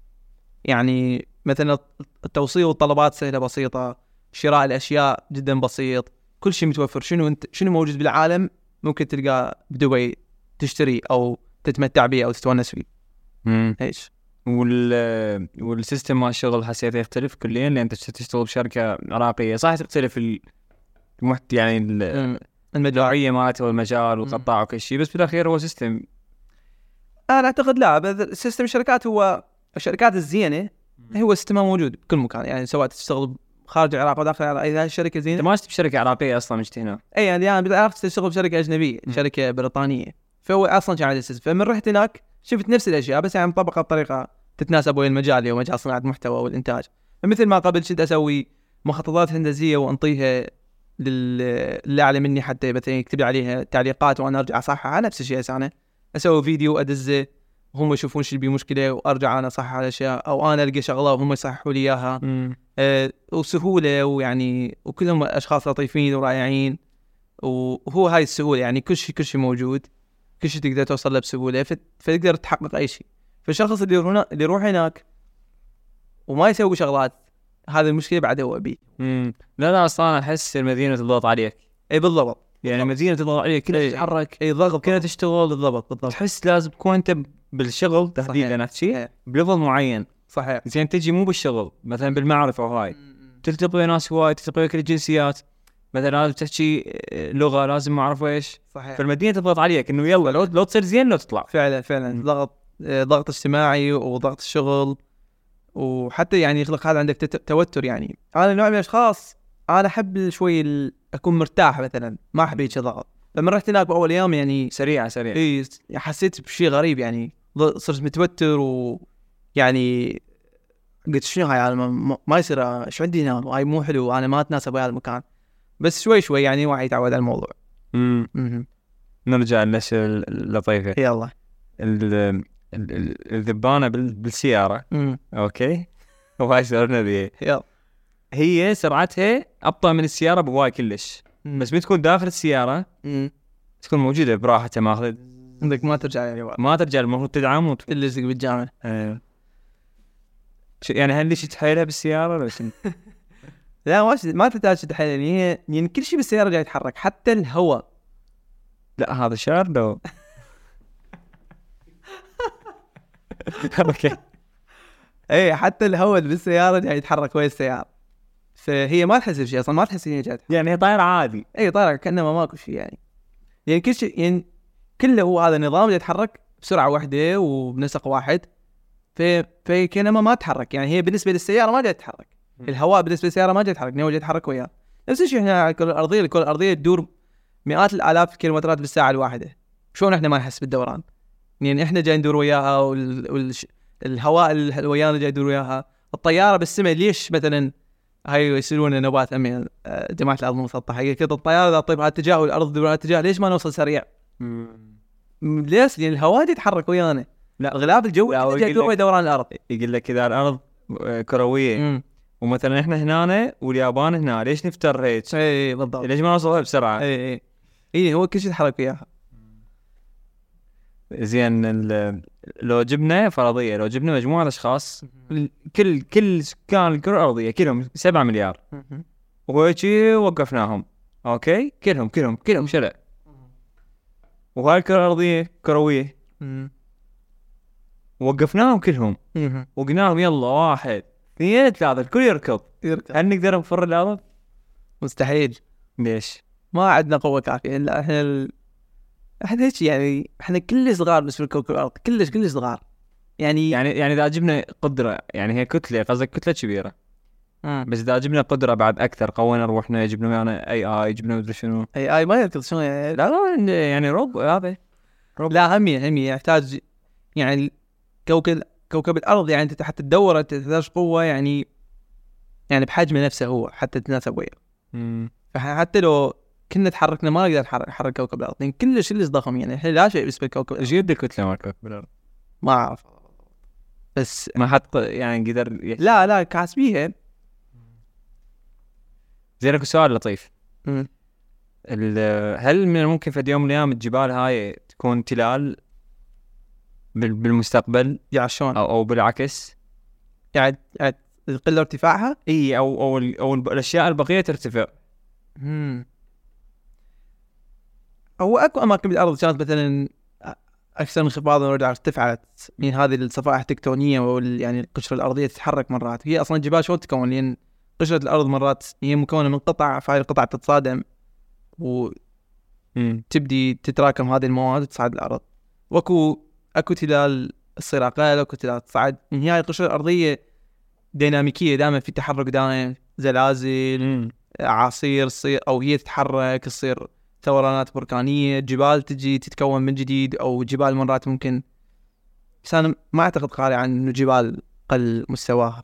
يعني مثلا التوصيل والطلبات سهله بسيطه، شراء الاشياء جدا بسيط، كل شيء متوفر. شنو موجود بالعالم ممكن تلقاه بدبي تشتري او تتمتع به او تتونس فيه. ايش والسيستم مال الشغل حسيته يختلف كليا، لان انت تشتغل بشركه عراقيه صح تختلف يعني المدعويه مالته والمجال والقطاع وكل شيء، بس بالاخير هو سيستم. انا اعتقد لا، سيستم الشركات هو الشركات الزينه هو سيستمها موجود بكل مكان، يعني سواء تشتغل خارج العراق او داخل العراق، اذا الشركه زينه. انت ما تشتغل بشركه عراقيه اصلا مش هنا. اي يعني انا بالعراق تشتغل بشركه اجنبيه، شركه بريطانيه، فهو اصلا كان على السيستم. فمن رحت هناك شفت نفس الاشياء بس يعني مطبقه بطريقه تتناسب ويا المجال ومجال صناعه المحتوى والانتاج. فمثل ما قبل كنت اسوي مخططات هندسيه وانطيها للي اعلى مني حتى مثلا يكتب عليها تعليقات وانا ارجع اصححها، نفس الشيء انا اسوي فيديو ادزه وهم يشوفون شو اللي بيه مشكله وارجع انا اصحح الاشياء، او انا القى شغله وهم يصححوا لي اياها. وسهوله، ويعني وكلهم اشخاص لطيفين ورائعين، وهو هاي السهوله يعني كل شيء موجود، كل شيء تقدر توصل له بسهوله، فتقدر تحقق اي شيء. فالشخص اللي يروح هناك وما يسوي شغلات، هذه المشكله بعد هو بيه. لا اصلا احس المدينه تضغط عليك. اي بالضبط، يعني المدينه تضغط عليك، كلها تتحرك، اي ضغط، كلها تشتغل. بالضبط. تحس لازم تكون انت بالشغل تحديدا نفسي بليفل معين. صحيح. زين تجي مو بالشغل، مثلا بالمعرفه وهاي تلتقي ويا ناس هواي، تلتقي كل الجنسيات، مثلا لازم تحكي لغه، لازم ما اعرف ايش. صحيح. فالمدينه تضغط عليك انه يلا لو تصير زين لو تطلع. فعلا ضغط اجتماعي وضغط الشغل، وحتى يعني يخلق هذا عندك توتر. يعني انا نوع من الاشخاص انا احب شوي اكون مرتاح مثلا، ما احب هيك ضغط. لما رحت هناك باول ايام يعني سريعه اي حسيت بشيء غريب، يعني صرت متوتر، ويعني قلت شنو هاي، انا ما يصير، شو عندي هنا، هاي مو حلو، انا ما اتناسب ويا المكان. بس شوي يعني واحد يتعود على الموضوع. نرجع للاشياء اللطيفه. يلا. الذبانه بالسياره. اوكي. وهاي سرنا بيه. يلا. هي سرعتها ابطأ من السياره بواي كلش. بس بتكون داخل السياره تكون موجوده براحتها، ماخذ عندك ما ترجع يعني ما ترجع، المفروض تدعم وتلزق بالجامع. يعني هل ليش تحيلها بالسياره ولا شنو؟ لا ما تحتاج تحيل، يعني كل شيء بالسياره جاي يتحرك، حتى الهواء. لا هذا شعر لو اوكي. اي حتى الهواء اللي بالسياره جاي يتحرك ويا السياره، فهي ما تحس بشيء اصلا، ما تحس ان هي جات، يعني هي طايره عادي. اي طايره كانما ماكو شيء يعني كل شيء يعني كله هو هذا النظام يتحرك بسرعه واحده وبنسق واحد، في كانما ما تحرك. يعني هي بالنسبه للسياره ما جاي تتحرك، الهواء بالنسبه للسياره ما جاي يتحرك، هو جاي يتحرك وياه. نفس الشيء احنا على الكره الارضيه تدور مئات الالاف الكيلومترات بالساعه الواحده، شلون احنا ما نحس بالدوران؟ يعني احنا جاي ندور وياها، والهواء اللي ويانا جاي يدور وياها. الطياره بالسماء ليش مثلا هاي يصيرون نوبات امين جماعه الارض المسطحه كذا، الطياره اذا طيب هالاتجاه والارض تدور هالاتجاه، ليش ما نوصل سريع؟ ليش؟ لان الهواء يتحرك ويانا، لا الغلاف الجوي جاي يدور دوران الارض. يقول لك اذا الارض كرويه ومثلا احنا هنا واليابان هنا، ليش نفتر هيك؟ اي بالضبط، ليش ما نوصلها بسرعه؟ اي هو كل شيء يتحرك وياها. زين لو جبنا فرضيه، لو جبنا مجموعه اشخاص كل سكان الكره الارضيه كلهم 7 مليار وهيك وقفناهم، اوكي، كلهم شلع، وهاي الكره الارضيه كرويه، وقفناهم كلهم وقلنا لهم يلا 1 2 3 الكل يركض. هل نقدر نفر الارض؟ مستحيل. ليش؟ ما عندنا قوه كافيه. لا احنا هيك يعني، احنا كل صغار بالنسبه لكوكب الارض، كلش صغار. يعني اذا جبنا قدره، يعني هي كتله، قصدك كتله كبيره. بس اذا جبنا قدره بعد اكثر، قوينا روحنا، جبنا معنا اي جبنا مدري شنو، اي ما يركض شلون يعني. لا يعني روب هذا لا همي يحتاج يعني كوكب الارض، يعني انت حتى تدور تحتاج قوه يعني بحجم نفسه هو حتى تتناسب وياه. فحتى لو كنا تحركنا ما نقدر نحرك كوكب الارض، لان كلش ضخم. يعني احنا لا شيء بالنسبه لكوكب الارض. ايش قد الكتله مال كوكب الارض؟ ما اعرف، بس ما حد يعني قدر لا كاسبيها. زين لك سؤال لطيف. هل من الممكن في يوم من الايام الجبال هاي تكون تلال بالمستقبل؟ يعني شلون؟ او بالعكس، يعني تقل ارتفاعها؟ اي او الاشياء البقيه ترتفع. هو اكو اماكن بالارض كانت مثلا اكثر انخفاضا ورجعت ارتفعت من هذه الصفائح التكتونيه، يعني القشره الارضيه تتحرك مرات. هي اصلا الجبال شلون تتكون؟ لان قشره الارض مرات هي مكونه من قطع، فهذه القطع تتصادم وتبدي تتراكم هذه المواد وتصعد الارض. اكو تلال تصير اقل، اكو تلال تصعد. من هي القشره الارضيه ديناميكيه، دائما في تحرك دائم، زلازل اعاصير تصير، او هي تتحرك تصير ثورانات بركانيه، جبال تجي تتكون من جديد، او جبال مرات ممكن، بس انا ما اعتقد قارئ عن انه جبال قل مستواها.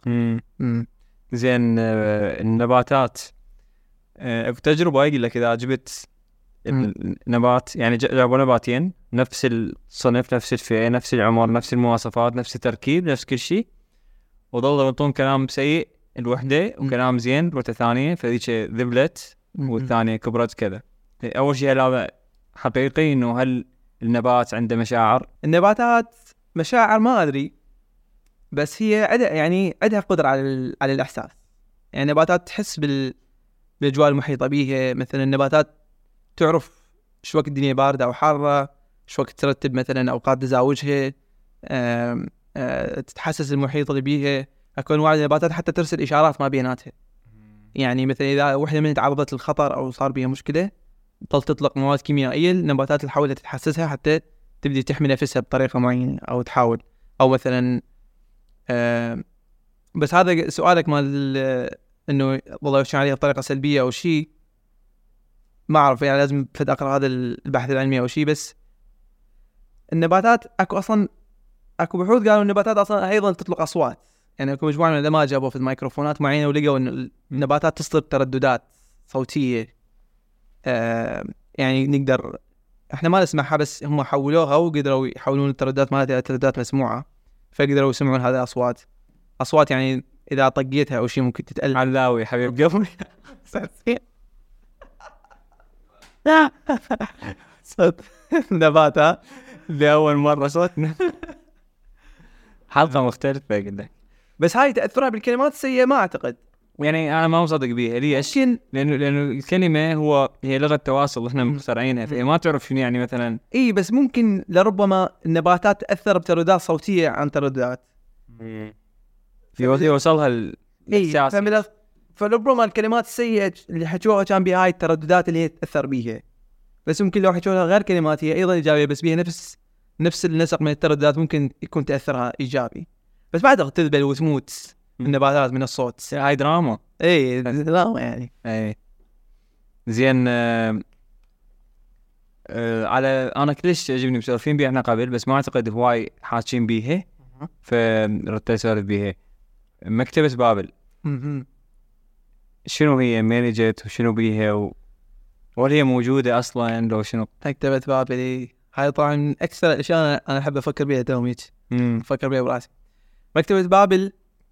زين النباتات، تجربه يقول لك اذا جبت النبات، يعني جابوا نباتين نفس الصنف نفس الفئة نفس العمر نفس المواصفات نفس التركيب نفس كل شيء، وظلوا يعطون كلام سيء الوحدة وكلام زين الوحدة الثانية، فذيك ذبلت والثانية كبرت كذا. أول شيء هل هذا حقيقي إنه هل النبات عنده مشاعر؟ النباتات مشاعر ما أدري، بس هي عندها قدرة على الإحساس. يعني النباتات تحس بالأجواء المحيطة بيها. مثلا النباتات تعرف شو وقت الدنيا باردة أو حارة، شو وقت ترتب مثلا أوقات تزاوجها، تتحسس المحيط اللي بيها. أكو أنواع النباتات حتى ترسل إشارات ما بيناتها. يعني مثلا إذا وحدة منها تعرضت للخطر أو صار بيها مشكلة تظل تطلق مواد كيميائية، النباتات اللي حاولت تتحسسها حتى تبدي تحمي نفسها بطريقة معينة أو تحاول. أو مثلا بس هذا سؤالك مال إنه والله يشون عليها بطريقة سلبية أو شيء، ما أعرف. يعني لازم فد أقرأ هذا البحث العلمي أو شيء. بس النباتات أكو بحوث قالوا النباتات أصلا أيضا تطلق أصوات. يعني أكو مجموعة من العلماء جابوا في الميكروفونات معينة ولقوا إن النباتات تصدر ترددات صوتية. يعني نقدر إحنا ما نسمعها، بس هم حولوها وقدروا يحولون الترددات مالتها إلى ترددات مسموعة، فقدروا يسمعون هذه أصوات يعني إذا طقيتها أو شيء ممكن تتألم. علاوي حبيب قلبي. صوت نباتة لأول مرة صوتنا حلقة مختلفة قلنا. بس هاي تأثرها بالكلمات السيئة ما أعتقد. يعني أنا ما مصدق بيها. ليش؟ لأنه الكلمة هي لغة تواصل إحنا مخترعينها، فهي ما تعرف شنو يعني مثلا. إيه بس ممكن لربما النباتات تأثر بترددات صوتية عن ترددات يوصلها الإحساس. إيه فلربما الكلمات السيئة اللي حكوها كان بها هاي الترددات اللي هي تأثر بيها. بس ممكن لو حكوها غير كلمات هي أيضا إيجابية بس بيها نفس النسق من الترددات ممكن يكون تأثرها إيجابي. بس بعد تذبل وتموت النباتات من الصوت. هاي دراما. ايه دراما يعني. ايه زين. على انا كلش عجبني مسولفين بيها احنا قبل، بس ما اعتقد هواي حاكين بيها، فردت اسولف بيها. مكتبة بابل شنو هي مانجت وشنو بيها وهل هي موجودة اصلا لو شنو؟ مكتبة بابل هاي طبعا من اكثر الاشياء انا احب افكر بيها دوميت. افكر بيها براسي. مكتبة بابل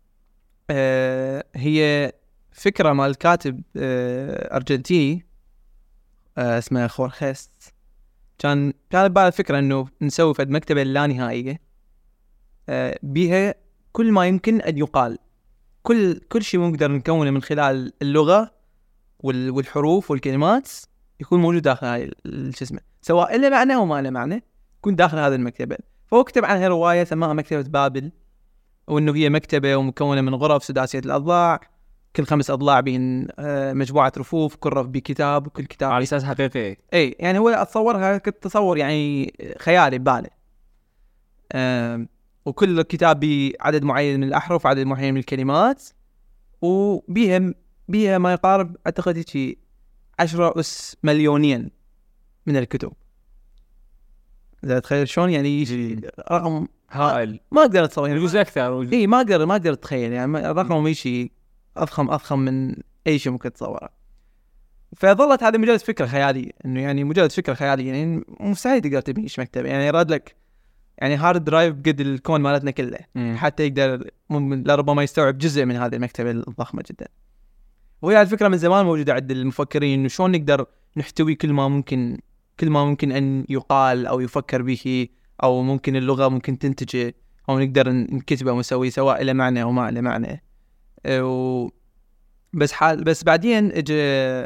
هي فكرة مال الكاتب أرجنتيني اسمه خورخيس. كان بباله الفكرة إنه نسوي فد مكتبة لا نهائية بها كل ما يمكن أن يقال، كل شيء نقدر نكونه من خلال اللغة والحروف والكلمات يكون موجود داخل هاي الجسم، سواء له معنى أو ما له معنى يكون داخل هذه المكتبة. فهو كتب عنها رواية سماها مكتبة بابل، وإنه هي مكتبة ومكونة من غرف سداسية الأضلاع، كل 5 أضلاع بين مجموعة رفوف، كل رف بكتاب وكل كتاب على أساس حقيقي. أي يعني هو أتصورها كتصور يعني خيالي بباله. وكل كتاب بعدد معين من الأحرف، عدد معين من الكلمات، وبيها ما يقارب أعتقد شيء 10 أس مليونين من الكتب. إذا تخيل شلون يعني يجي رقم هائل ما أقدر أتصور يعني يجوز أكثر. إيه ما أقدر أتخيل يعني الرقم يشي أضخم من أي شيء ممكن تتصوره. فظلت هذه مجرد فكرة خيالية، إنه يعني مجرد فكرة خيالية يعني مستحيل تقدر تبني إيش مكتبة. يعني يراد لك يعني هارد درايف قد الكون مالتنا كله حتى يقدر لربما يستوعب جزء من هذه المكتبة الضخمة جدا. وهي الفكرة من زمان موجودة عند المفكرين، إنه شلون نقدر نحتوي كل ما ممكن أن يقال أو يفكر به، أو ممكن اللغة ممكن تنتجه، أو نقدر نكتبه ونسويه سواء له معنى أو ما له معنى. بس بعدين اجى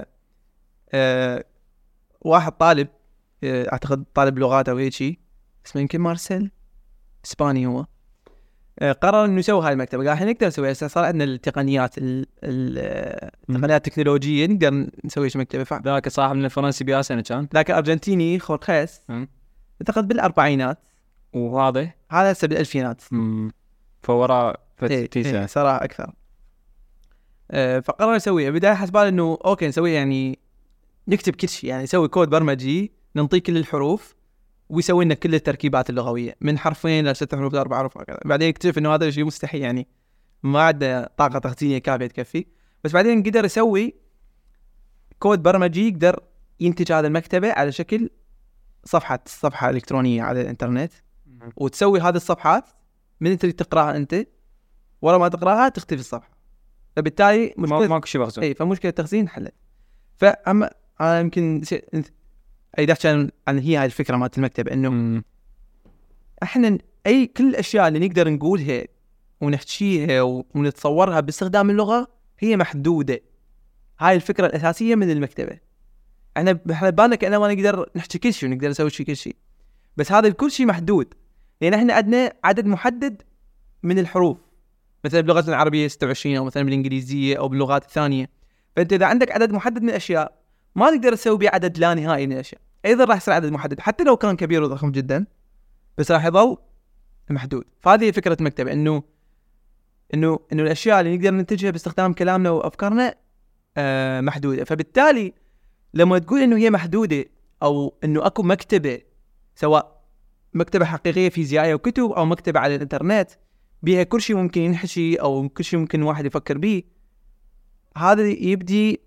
واحد طالب اعتقد طالب لغات او هيك شيء اسمه يمكن مارسيل، اسباني هو، قرر انه يسوي هاي المكتبه. قال احنا نقدر نسويها، صار عندنا التقنيات التقنيات التكنولوجيه نقدر نسوي مكتبه. ذاك صاحب من الفرنسي بيا سنه كان ذاك ارجنتيني خورخيس اعتقد بالاربعينات، وهذا هسه بالالفينات. فورا فتيسه صراحه اكثر. فقرر يسويها. بداية حسبال انه اوكي نسوي يعني نكتب كل شيء، يعني نسوي كود برمجي ننطيه كل الحروف ويسوي لنا كل التركيبات اللغوية من حرفين ل6 حروف ل4 حروف وكذا. بعدين اكتشف انه هذا شيء مستحيل، يعني ما عنده طاقة تخزينية كافية تكفي. بس بعدين قدر يسوي كود برمجي يقدر ينتج هذا المكتبه على شكل صفحه الكترونيه على الانترنت، وتسوي هذه الصفحات من تريد تقراها انت، ورا ما تقراها تختفي الصفحه، فبالتالي ماكو شيء مخزون. اي فمشكله التخزين حلت. فاما انا يمكن اذا كان عن هي هاي الفكره مالت المكتبه، انه احنا كل الاشياء اللي نقدر نقولها ونحكيها ونتصورها باستخدام اللغه هي محدوده. هاي الفكره الاساسيه من المكتبه. احنا بالنا كأننا ما نقدر نحكي كل شيء ونقدر نسوي كل شيء، بس هذا كل شيء محدود، لان احنا عندنا عدد محدد من الحروف، مثلا بلغتنا العربيه 26 او مثلا بالانجليزيه او باللغات الثانيه. فانت اذا عندك عدد محدد من الاشياء ما تقدر تسوي به عدد لا نهائي من الاشياء، ايضا راح يصير عدد محدد حتى لو كان كبير وضخم جدا، بس راح يظل محدود. فهذه فكره المكتبه، انه الاشياء اللي نقدر ننتجها باستخدام كلامنا وافكارنا محدوده. فبالتالي لما تقول انه هي محدوده، او انه اكو مكتبه، سواء مكتبه حقيقيه فيزيائيه وكتب، او مكتبه على الانترنت بيها كل شيء ممكن ينحشي او كل شيء ممكن واحد يفكر به، هذا يبدي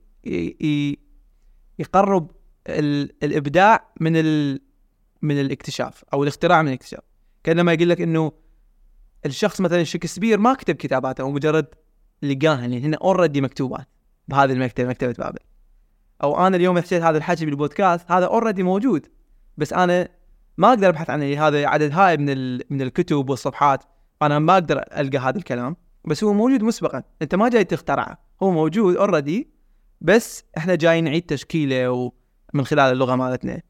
يقرب الابداع من الاكتشاف، او الاختراع من الاكتشاف. كانما يقول لك انه الشخص مثلا شكسبير ما كتب كتاباته، او مجرد لقاها، يعني هنا اوريدي مكتوبات بهذه المكتبه، مكتبه بابل. او انا اليوم حكيت هذا الحكي بالبودكاست، هذا اوريدي موجود، بس انا ما اقدر ابحث عنه. هذا عدد هائل من الكتب والصفحات، انا ما اقدر القى هذا الكلام، بس هو موجود مسبقا، انت ما جاي تخترعه، هو موجود اوريدي، بس احنا جايين نعيد تشكيله من خلال اللغه مالتنا.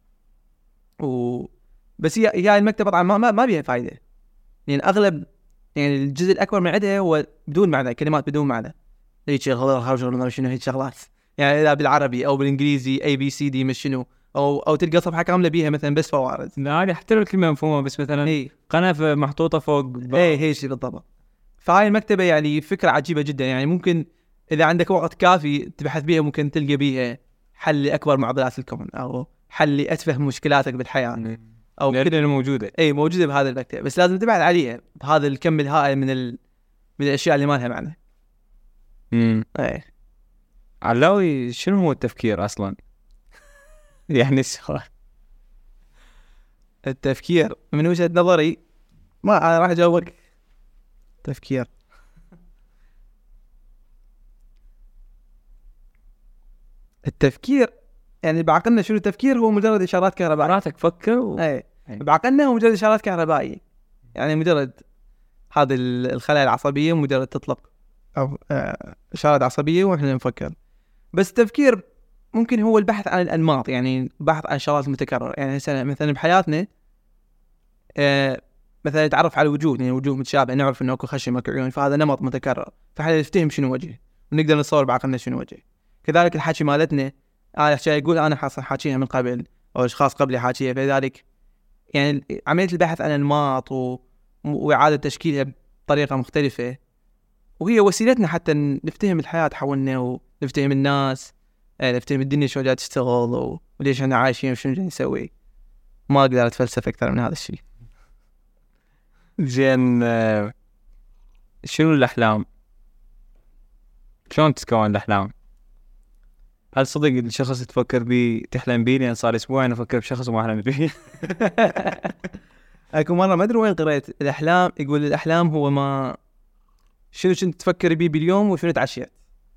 بس هي المكتبه طبعا ما بيها فايده، يعني اغلب، يعني الجزء الاكبر من عندها هو بدون معنى، كلمات بدون معنى، هيك شنو هيك شغلات، يعني اذا بالعربي او بالانجليزي ABCD مش شنو، او تلقى صفحه كامله بيها مثلا بس فوارد. لا حتى لو الكلمه مفهومه، بس مثلا قناه محطوطه فوق هي شيء بالضبط. فهاي المكتبه يعني فكره عجيبه جدا، يعني ممكن اذا عندك وقت كافي تبحث بيها، ممكن تلقى بيها حل لاكبر معضلات الكون، او حل لاتفه مشكلاتك بالحياه، او كلها موجوده. موجوده بهذا المكتبه، بس لازم تبحث عليها بهذا الكم الهائل من الاشياء اللي ما لها معنى. علاوي، شنو هو التفكير اصلا؟ يعني السؤال، التفكير من وجهة نظري، ما انا راح اجاوبك. التفكير يعني بعقلنا شنو التفكير؟ هو مجرد اشارات كهربائيه. راتك فكر بعقلنا هو مجرد اشارات كهربائيه، يعني مجرد هذه الخلايا العصبيه مجرد تطلق او اشارات عصبيه واحنا نفكر. بس التفكير ممكن هو البحث عن الانماط، يعني بحث عن شغلات متكرره. يعني مثلا بحياتنا مثلا نتعرف على الوجوه، يعني وجوه متشابهه، نعرف انه اكو خشم اكو عيون، فهذا نمط متكرر، فاحنا نفتهم شنو وجه ونقدر نتصور بعقلنا شنو وجه. كذلك الحكي مالتنا، الاشياء يقول انا حاصل من قبل، او اشخاص قبلي حاكيها، فلذلك يعني عمليه البحث عن انماط واعاده تشكيلها بطريقه مختلفه، وهي وسيلتنا حتى نفتهم الحياه حولنا، ونفتهم الناس، نفتهم الدنيا شو جاي تشتغل، وليش احنا عايشين وشنو جاي نسوي. ما اقدر اتفلسف اكثر من هذا الشيء. زين، شنو الاحلام؟ شلون تتكون الاحلام؟ هل صدق الشخص تفكر بيه تحلم بيه؟ لان صار اسبوعين افكر بشخص وما احلم بيه. اكو مره ما ادري وين قريت الاحلام، يقول الاحلام هو ما شنو كنت تفكر بيه باليوم وشنو تعشيت.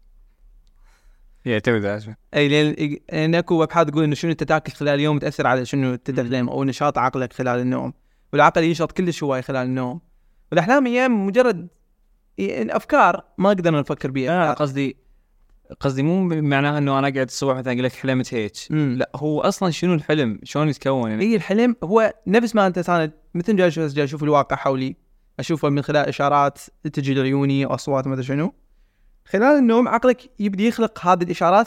يعتمد على لان اكو ابحاث تقول انه شنو انت تاكل خلال اليوم تاثر على شنو تحلم، او نشاط عقلك خلال النوم، والعقل ينشط كلش هواي خلال النوم. والاحلام هي مجرد افكار ما قدرنا نفكر بيها. قصدي مو معناها انه انا قاعد الصبح مثلا اقول لك حلمت هيك، لا هو اصلا شنو الحلم، شلون يتكون يعني؟ هي الحلم هو نفس ما انت انا مثل جاي اشوف الواقع حولي، اشوفه من خلال اشارات تجي لعيوني او اصوات ما ادري شنو. خلال النوم عقلك يبدي يخلق هذه الاشارات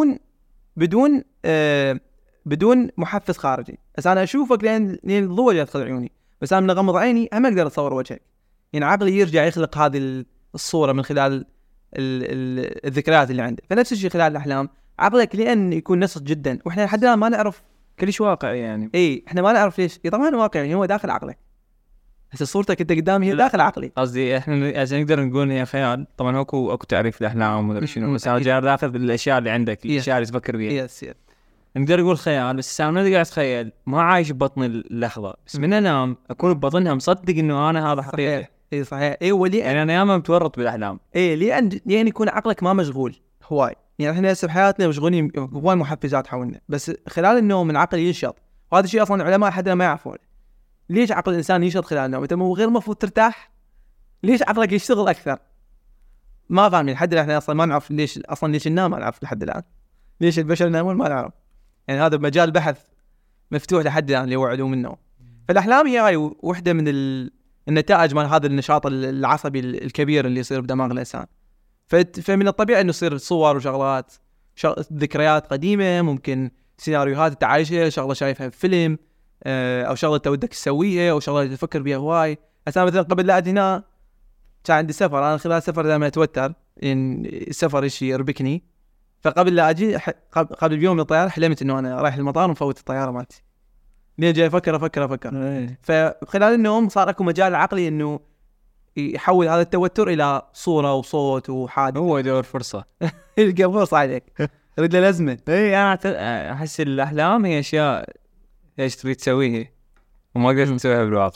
بدون محفز خارجي. بس انا اشوفك لان الضوء يدخل عيوني، بس انا من اغمض عيني ما اقدر اتصور وجهك. يعني عقلي يرجع يخلق هذه الصوره من خلال الذكريات اللي عنده. فنفس الشيء خلال الاحلام، عقلك لان يكون نسق جدا، واحنا لحد الان ما نعرف كلش واقعي يعني. احنا ما نعرف ليش. طبعا واقعي، يعني هو داخل عقلك، هسه صورتك انت قدامي هي داخل عقلي. قصدي احنا عشان نقدر نقول هي خيال. طبعا اكو تعريف الاحلام ولا شنو، بس انا جاي اخذ الاشياء اللي عندك، الاشياء اللي تفكر بيها. يس نقدر نقول خيال، بس انا قاعد اتخيل ما عايش ببطن اللحظه، بس من انام اكون ببطنها مصدق انه انا هذا حقيقي. اي صحيح. اي ولي يعني انا ياما متورط بالاحلام. اي لان يكون عقلك ما مشغول هواي. يعني احنا هسه بحياتنا مشغولين هواي محفزات حولنا، بس خلال النوم العقل ينشط، وهذا الشيء اصلا العلماء حتى ما يعرفون ليش عقل الانسان ينشط خلال النوم. انت مو غير مفروض ترتاح، ليش عقلك يشتغل اكثر؟ ما فاهمين لحد الان. احنا اصلا ما نعرف ليش ننام، ما نعرف لحد الان ليش البشر ينامون، ما نعرف. يعني هذا مجال بحث مفتوح لحد الان اللي هو علوم النوم. فالاحلام هي هاي وحده من النتائج مال هذا النشاط العصبي الكبير اللي يصير بدماغ الانسان. فمن الطبيعي انه يصير صور وشغلات، ذكريات قديمه، ممكن سيناريوهات تعايشها، شغله شايفها بفيلم، او شغله انت ودك تسويها، او شغله تفكر بيها هواي. هسه مثلا قبل لا هنا كان عندي سفر، انا خلال السفر دائما اتوتر ان السفر شيء يربكني. فقبل لا اجي قبل بيوم من الطياره حلمت انه انا رايح المطار ومفوت الطياره مالتي. لين جاي افكر فخلال النوم صار اكو مجال عقلي انه يحول هذا التوتر الى صوره وصوت وحادث. هو يدور فرصه يلقى فرصه عليك، يريد له لازمه. اي انا احس الاحلام هي اشياء ايش تريد تسويها وما قدرت تسويها بالواقع.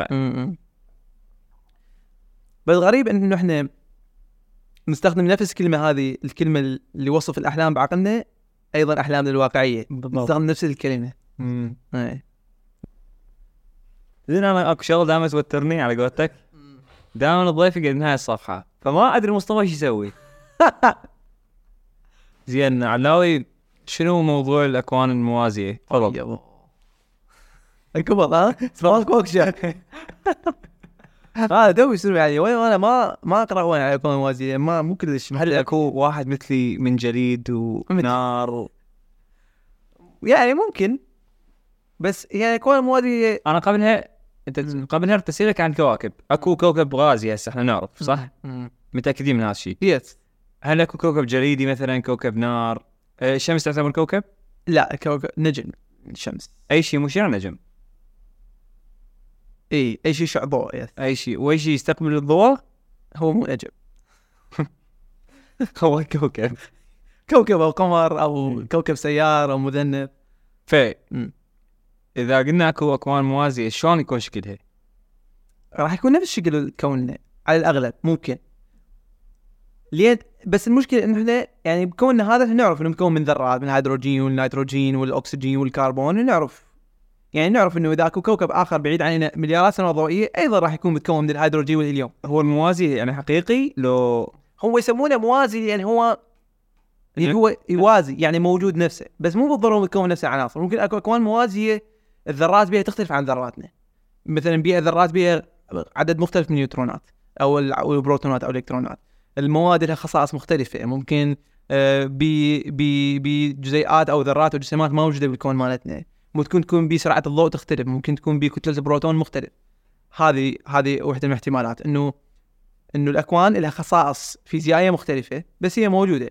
بس غريب انه احنا نستخدم نفس الكلمه هذه، الكلمه اللي وصف الاحلام بعقلنا ايضا احلامنا الواقعيه، نستخدم نفس الكلمه. اي زين انا اكو شغله دائما توترني على قولتك، دائما الضيف يقعد نهاية الصفحه فما ادري مصطفى ايش يسوي. زين علاوي، شنو موضوع الاكوان الموازيه؟ تفضل. الكبر سمارت كوكشن. دوي يصير يعني وانا ما اقرا وين على الاكوان الموازيه، ما مو كلش. هل اكو واحد مثلي من جليد ونار يعني ممكن، بس يعني الاكوان الموازيه انا قبلها ارتسلك عن كواكب. اكو كوكب غازي هسه احنا نعرف صح؟ متاكدين من هذا الشيء؟ يس. هل اكو كوكب جليدي مثلا، كوكب نار؟ الشمس تعتبر كوكب؟ لا، كوكب نجم الشمس. اي شيء مو شنو نجم. اي شيء شع ضوء. يس. اي شيء واي شيء يستقبل الضوء هو مو نجم. هو كوكب او قمر او كوكب سيارة او مذنب. اذا قلنا اكو اكوان موازيه شلون يكون شكلها؟ راح يكون نفس شكل كوننا على الاغلب ممكن. ليه؟ بس المشكله انه احنا يعني بكوننا هذا نعرف انه مكون من ذرات، من الهيدروجين والنيتروجين والاكسجين والكربون. نعرف انه اذا اكو كوكب اخر بعيد عننا مليارات سنوات ضوئيه ايضا راح يكون متكون من الهيدروجين والهيليوم. هو الموازي يعني حقيقي؟ لو هو يسمونه موازي يعني هو يوازي يعني موجود نفسه، بس مو بالضروره متكون نفس العناصر. ممكن اكو اكوان موازيه الذرات بها تختلف عن ذراتنا، مثلا بيها ذرات بها عدد مختلف من النيوترونات او البروتونات او الالكترونات. المواد لها خصائص مختلفه، ممكن بجزيئات او ذرات او جسيمات ما موجوده بالكون مالتنا. ممكن تكون بسرعه الضوء تختلف، ممكن تكون بكتله البروتون مختلف. هذه واحده من الاحتمالات انه الاكوان لها خصائص فيزيائيه مختلفه بس هي موجوده.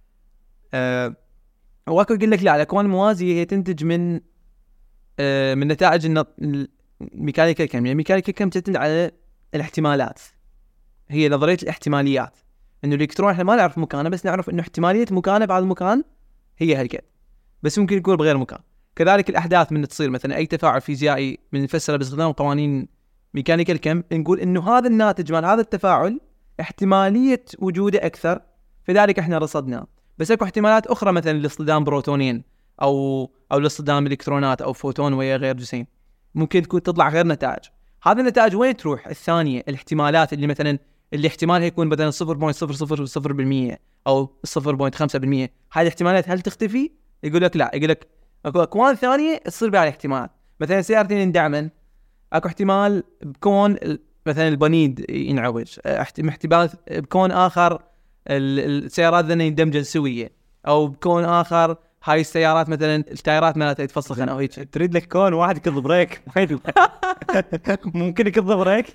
واكو يقول لك لا، الاكوان الموازيه هي تنتج من نتائج الميكانيكا الكم. يعني الميكانيكا الكم تعتمد على الاحتمالات، هي نظريه الاحتماليات. انه الالكترون احنا ما نعرف مكانه، بس نعرف انه احتماليه مكانه بعض المكان هي هالقد، بس ممكن يكون بغير مكان. كذلك الاحداث من تصير مثلا اي تفاعل فيزيائي من نفسره باستخدام قوانين ميكانيكا الكم، نقول انه هذا الناتج مال هذا التفاعل احتماليه وجوده اكثر، فذلك احنا رصدناه. بس اكو احتمالات اخرى مثلا لاصطدام بروتونين او لاصطدام الكترونات او فوتون ويا غير جسيم، ممكن تكون تطلع غير نتائج. هذه النتائج وين تروح؟ الثانيه الاحتمالات اللي مثلا اللي احتمالها يكون بدل 0.000% او 0.5%، هاي الاحتمالات هل تختفي؟ يقول لك لا، يقول لك اكو اكوان ثانيه تصير بها الاحتمال. مثلا سيارتين يندعمن، اكو احتمال بكون مثلا البنيد ينعوج، احتمال بكون اخر السيارات ذن يندمجن سويا، او بكون اخر هاي السيارات مثلا التايرات مالتها يتفسخن او هيك. تريد لك كون واحد يكذ بريك ممكن يكذ بريك.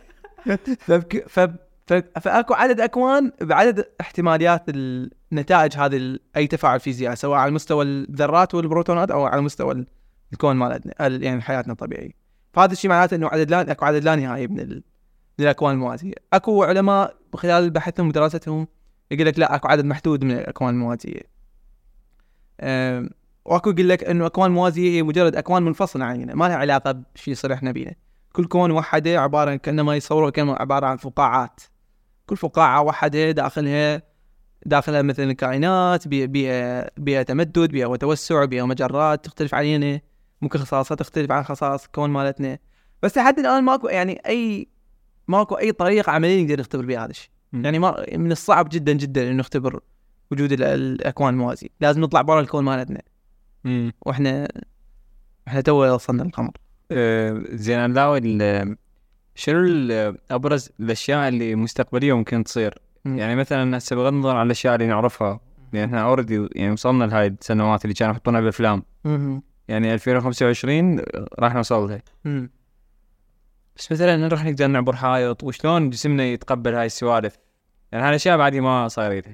فاكو عدد اكوان بعدد احتماليات النتائج هذه اي تفاعل فيزيائي، سواء على مستوى الذرات والبروتونات او على مستوى الكون مالتنا يعني حياتنا الطبيعيه. فهذا الشيء معناته انه اكو عدد لا نهائي من الاكوان الموازيه. اكو علماء خلال بحثهم ودراستهم يقول لك لا، اكو عدد محدود من الاكوان الموازيه. واكو يقول لك انه اكوان موازيه هي مجرد اكوان منفصله عننا، ما لها علاقه بشيء يصير احنا بينا. كل كون وحده عباره كانما يصوروا كانوا عباره عن فقاعات، كل فقاعه وحده داخلها مثلا كائنات، بيئه تمدد، بيئه وتوسع، بيئه ومجرات تختلف علينا، ممكن خصائصها تختلف عن خصائص الكون مالتنا. بس لحد الان ماكو اي طريقه عمليه نقدر نختبر بها هذا الشيء. يعني ما من الصعب جدا جدا انه نختبر وجود الاكوان الموازيه، لازم نطلع برا الكون مالتنا. واحنا تو وصلنا للقمر. زين نلاوي شنو ابرز الاشياء اللي مستقبليه ممكن تصير؟ يعني مثلا هسه بغض النظر عن الاشياء اللي نعرفها، يعني احنا اوريدي يعني وصلنا لهاي السنوات اللي كانوا يحطونها بالافلام، يعني 2025 راح نوصل لها. بس مثلا راح نقدر نعبر حائط، وشلون جسمنا يتقبل هاي السوالف؟ يعني هالاشياء بعدي ما صايرين.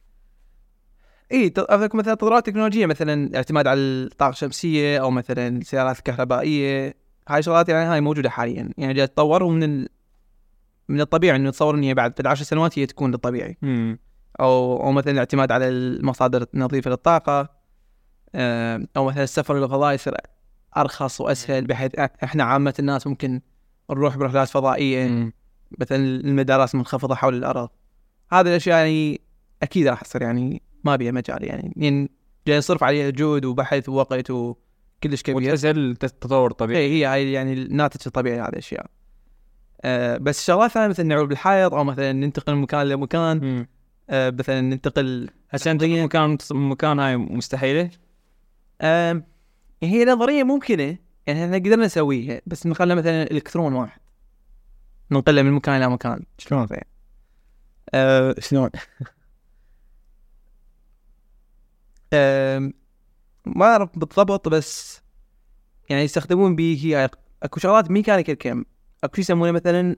قصدك مثلا تطورات تكنولوجيه، مثلا الاعتماد على الطاقه الشمسيه او مثلا السيارات الكهربائيه، هاي شغلات يعني هاي موجوده حاليا، يعني جاي تتطور، ومن الطبيعي انه نتصور ان هي بعد 10 سنوات هي تكون للطبيعي. او مثلا الاعتماد على المصادر النظيفه للطاقه، او مثلا السفر للفضاء يصير ارخص واسهل، بحيث احنا عامه الناس ممكن نروح برحلات فضائيه، مثلا المدارات منخفضه حول الارض. هذه الاشياء يعني اكيد راح تصير، يعني ما بيها مجال، يعني جاي يصرف عليها جهد وبحث ووقت وكلش كبير، وتسهل التطور الطبيعي. هي يعني الناتج الطبيعي هذه الاشياء. بس شغلات ثانيه مثل نعبر بالحائط، او مثلا ننتقل من مكان لمكان، مثلا ننتقل. هسه مكان هاي مستحيله. هي نظريه ممكنه، يعني احنا قدرنا نسويها، بس نخلي مثلا الكترون واحد ننقله من مكان الى مكان. شلون فيه؟ شلون؟ ما أعرف بالضبط، بس يعني يستخدمون به هي أكو شغلات ميكانيكال كم، أكو شيء يسمونه مثلا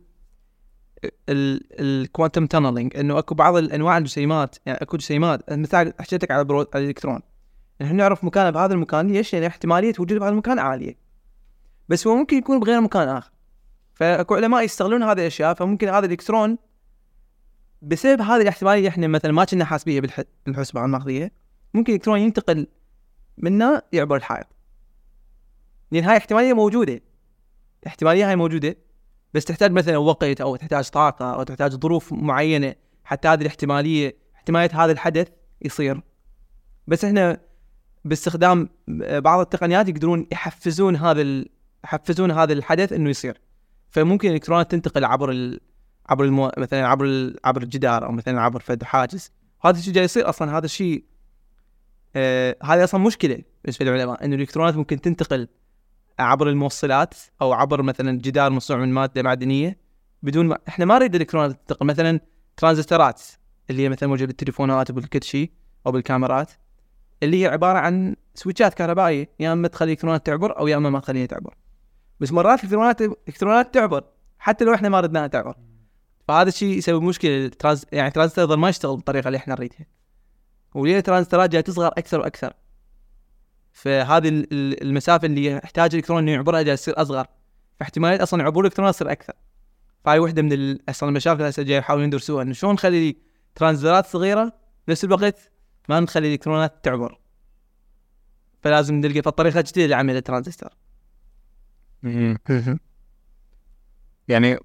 الكوانتم تانلينج، إنه أكو بعض الأنواع الجسيمات، يعني أكو جسيمات مثلا حكيتك على الإلكترون، نحن نعرف مكانه بهذا المكان، ليش؟ يعني احتمالية وجوده بهذا المكان عالية، بس هو ممكن يكون بغير مكان آخر. فأكو علماء يستغلون هذه الأشياء، فممكن هذا الإلكترون بسبب هذه الاحتمالية إحنا مثلا ما كنا حاسبيها بالحسبة النقدية، ممكن الإلكترون ينتقل منه يعبر الحائط، لأن هاي احتمالية موجودة، الاحتمالية هاي موجودة، بس تحتاج مثلا وقت أو تحتاج طاقة أو تحتاج ظروف معينة حتى هذه احتمالية هذا الحدث يصير. بس احنا باستخدام بعض التقنيات يقدرون يحفزون هذا الحدث إنه يصير. فممكن الإلكترونات تنتقل مثلا عبر الجدار، أو مثلا عبر فد حاجز. هذا الشيء جاي يصير أصلا، هذا الشيء هذا أصلا مشكلة بالنسبة للعلماء، إنه الإلكترونات ممكن تنتقل عبر الموصلات أو عبر مثلا جدار مصنوع من مادة معدنية بدون ما إحنا ما نريد الإلكترونات تنتقل. مثلا ترانزستورات اللي هي مثلا موجودة بالتليفونات وبالكتشي أو بالكاميرات، اللي هي عبارة عن سويتشات كهربائية، يا إما تخلي الإلكترونات تعبر أو يا إما ما تخليها تعبر. بس مرات الإلكترونات تعبر حتى لو إحنا ما ردناها تعبر، فهذا الشيء يسبب مشكلة. يعني الترانزستور ما يشتغل بالطريقة اللي إحنا نريدها، وليه الترانزستورات جاي تصغر أكثر وأكثر، فهذه المسافة اللي يحتاج الإلكترون إنه يعبرها جاي تصير أصغر، فاحتمالية أصلاً عبور الإلكترونات تصير أكثر. فهاي واحدة من أصلاً المشاكل اللي جاي يحاولون يدرسوها، إنه شلون نخلي ترانزستورات صغيرة بنفس الوقت ما نخلي الإلكترونات تعبر. فلازم نلقى طريقة جديدة لعمل الترانزستور. يعني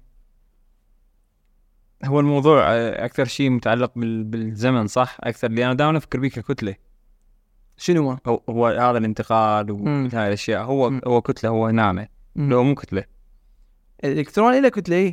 هو الموضوع أكثر شيء متعلق بالزمن، صح؟ أكثر اللي أنا دائما أفكر بيه ككتلة. شنو هو هذا الانتقال وهاي الأشياء، هو كتلة، هو ناعمة، لو مو كتلة. الإلكترون إله كتلة،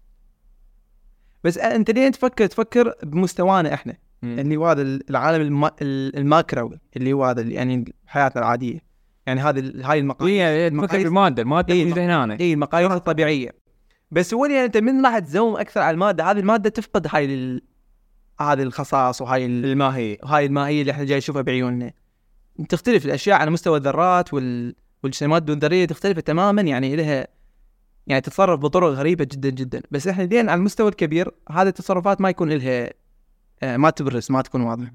بس أنت ليه تفكر بمستوانا إحنا، اللي هو هذا العالم الماكرو، اللي هو هذا يعني حياتنا العادية، يعني هاي المقاييس. تفكر بالمادة موجودة هنا، المقاييس الطبيعية. بس هو يعني أنت من راح تزوم أكثر على المادة، هذه المادة تفقد هذه الخصائص وهاي الماهية اللي إحنا جاي نشوفها بعيوننا. تختلف الأشياء على مستوى الذرات والجسيمات دون ذرية، تختلف تماما، يعني لها يعني تتصرف بطرق غريبة جدا جدا. بس إحنا دين على المستوى الكبير هذه التصرفات ما يكون لها ما تبرز، ما تكون واضحة.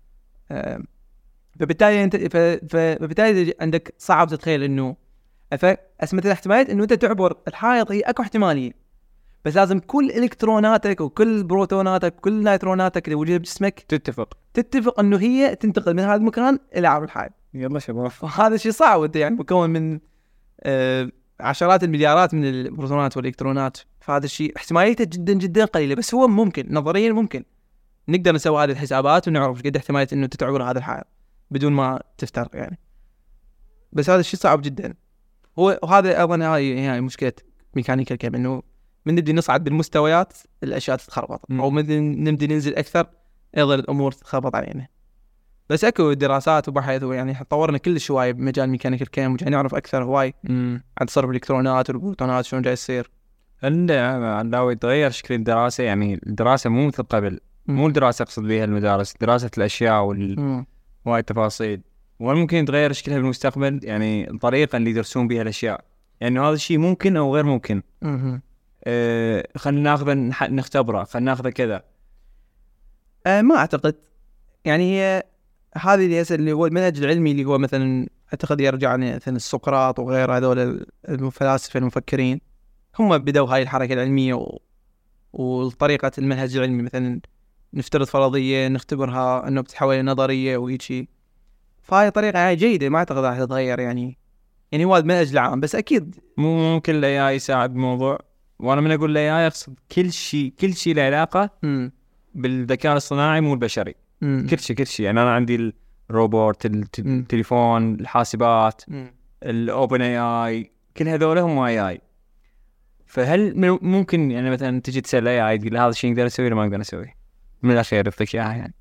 فبالتالي عندك صعب تتخيل إنه مثل احتمالية إنه أنت تعبر الحائط هي أكو احتمالية، بس لازم كل إلكتروناتك وكل بروتوناتك وكل نيوتروناتك اللي موجودة بجسمك تتفق إنه هي تنتقل من هذا المكان إلى عبر الحائط. يلا شباب. وهذا شيء صعب، انت يعني مكون من عشرات المليارات من البروتونات والالكترونات، فهذا الشيء احتماليته جدا جدا قليله، بس هو ممكن نظريا ممكن نقدر نسوي هذه الحسابات ونعرف قد احتماليه انه تتعور هذا الحائط بدون ما تفترق يعني. بس هذا الشيء صعب جدا. وهذا اظن هاي مشكله ميكانيكا الكم، انه من نبدي نصعد بالمستويات الاشياء تتخربط، او من نبدي ننزل اكثر ايضا الامور تتخربط علينا. بس اكو دراسات وبحث، ويعني طورنا كل شوي بمجال ميكانيكا الكم، وجاي نعرف اكثر هواي عن تصرف الالكترونات والبروتونات شلون جاي يصير. لو يتغير شكل الدراسه، يعني الدراسه مو مثل قبل، مو الدراسه اقصد بها المدارس، دراسه الاشياء وهاي التفاصيل، وممكن يتغير شكلها بالمستقبل، يعني الطريقه اللي يدرسون بها الاشياء، يعني هذا الشيء ممكن او غير ممكن. خلينا ناخذه نختبره، خلينا ناخذه كذا. ما اعتقد يعني هي هذه اللي هو المنهج العلمي، اللي هو مثلا اعتقد يرجع مثلا سقراط وغيره، هذول الفلاسفه المفكرين هم بدوا هاي الحركه العلميه والطريقه المنهج العلمي، مثلا نفترض فرضيه نختبرها انه بتتحول الى نظريه وهيك شيء. فهاي طريقه يعني جيده، ما اعتقد راح تتغير يعني هو المنهج العام. بس اكيد ممكن الاي يساعد بالموضوع، وانا من اقول الاي اقصد كل شيء له علاقه بالذكاء الاصطناعي مو البشري. كل شيء يعني انا عندي الروبوت، التليفون، الحاسبات، الاوبن اي، كل هذول هم اي. فهل ممكن يعني مثلا تجي تسال اي تقول هذا الشيء نقدر نسويه ولا ما نقدر نسويه؟ من الاخير يفتك اياها يعني.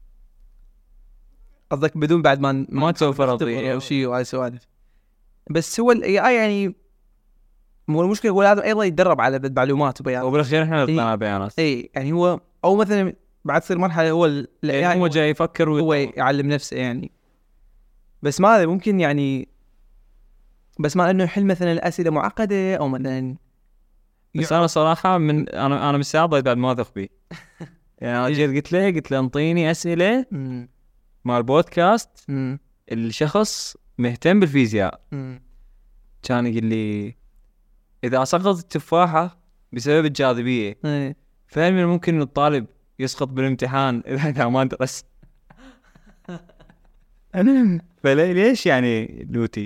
قصدك بدون بعد ما تسوي فرضيه او شيء وهاي سوالف. بس هو الاي يعني مو المشكله، هو لازم ايضا يتدرب على المعلومات وبيانات، وبالاخير احنا نطلع بيانات. يعني هو او مثلا بعد تصير مرحله هو يعني هو جاي يفكر هو يعلم نفسه يعني. بس ما ممكن يعني، بس ما انه يحل مثلا الاسئله معقده او مثلا. بس انا صراحه انا من ساعه بعد ما اثق بيه. يعني انا جيت قلت له انطيني اسئله مال بودكاست الشخص مهتم بالفيزياء. كان يقول لي اذا سقط التفاحه بسبب الجاذبيه، فهل من ممكن الطالب يسقط بالامتحان اذا ما درس؟ فليش يعني لوتي؟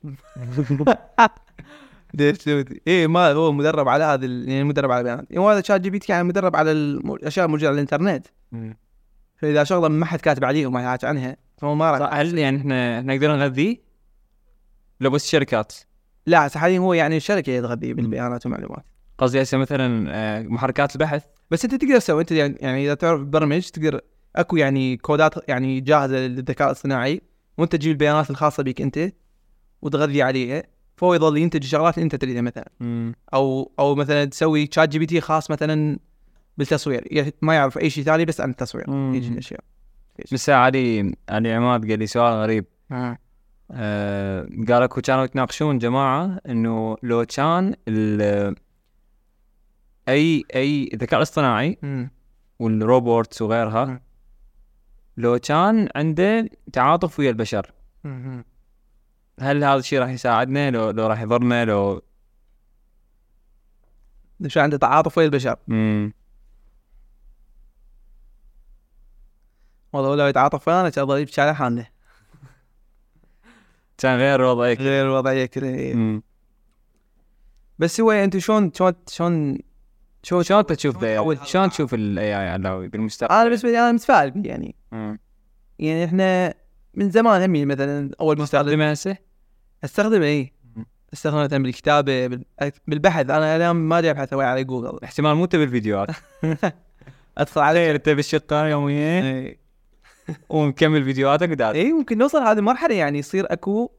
ليش لوتي؟ ما هو مدرب على هذا يعني مدرب على البيانات، يعني هذا شات جي بي تي يعني مدرب على الاشياء الموجوده على الانترنت. فاذا شغله ما حد كاتب عليه وما يحكي عنها فهو ما راح. هل يعني احنا نقدر نغذيه لو بس شركات؟ لا حاليا هو يعني الشركه يتغذي بالبيانات والمعلومات. قصدي هسه مثلا محركات البحث. بس انت تقدر تسوي، انت يعني اذا تعرف برمج تقدر اكو يعني كودات يعني جاهزه للذكاء الاصطناعي، وانت تجيب البيانات الخاصه بك انت وتغذي عليها، فهو يظل ينتج الشغلات اللي انت تريدها مثلا. او مثلا تسوي شات جي بي تي خاص مثلا بالتصوير، ما يعرف اي شيء ثاني بس عن التصوير يجي الاشياء. بس علي عماد قال لي سؤال غريب. قال لك كانوا يتناقشون جماعه انه لو كان اي ذكاء الاصطناعي والروبوتس وغيرها لو كان عنده تعاطف ويا البشر، هل هذا الشيء راح يساعدنا لو راح يضرنا لو عنده تعاطف ويا البشر؟ والله لو يتعاطف ويانا كان ضريب شارع حالنا، كان غير وضعية كذا. بس هو انت شلون تشوف شلون تشوف الاي اي علاوي بالمستقبل؟ انا بالنسبه لي انا متفائل بيه يعني. يعني احنا من زمان همي مثلا اول ما استخدمه استخدمه مثلا بالكتابه بالبحث. انا اليوم ما جاي ابحث على جوجل، احتمال مو تبي الفيديوهات ادخل عليه انت بالشقه يوميا ونكمل فيديوهاتك وداد. ممكن نوصل هذه المرحله، يعني يصير اكو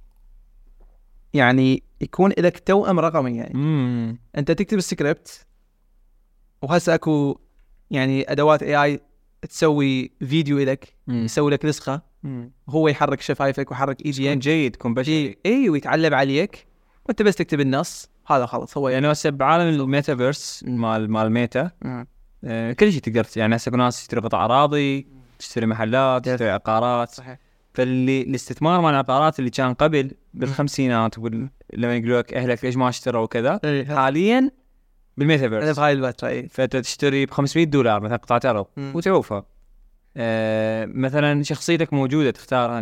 يعني يكون لك توأم رقمي يعني. انت تكتب السكريبت وهسه اكو يعني ادوات اي اي تسوي فيديو لك، يسوي لك نسخه، هو يحرك شفايفك ويحرك ايديك جيد يكون بشري ويتعلم عليك، وانت بس تكتب النص هذا خلص. هو يعني هسه بعالم الميتافيرس مال ميتا كل شيء تقدر يعني هسه ناس تشتري قطع اراضي، تشتري محلات، تشتري عقارات. صحيح. الاستثمار مال العقارات اللي كان قبل بالخمسينات لما يقولوا لك اهلك ليش ما اشتروا وكذا، حاليا بالميتافيرس بهاي الفتره فانت تشتري ب$500 مثلا قطعه ارض وتعوفها. مثلا شخصيتك موجوده تختارها انت.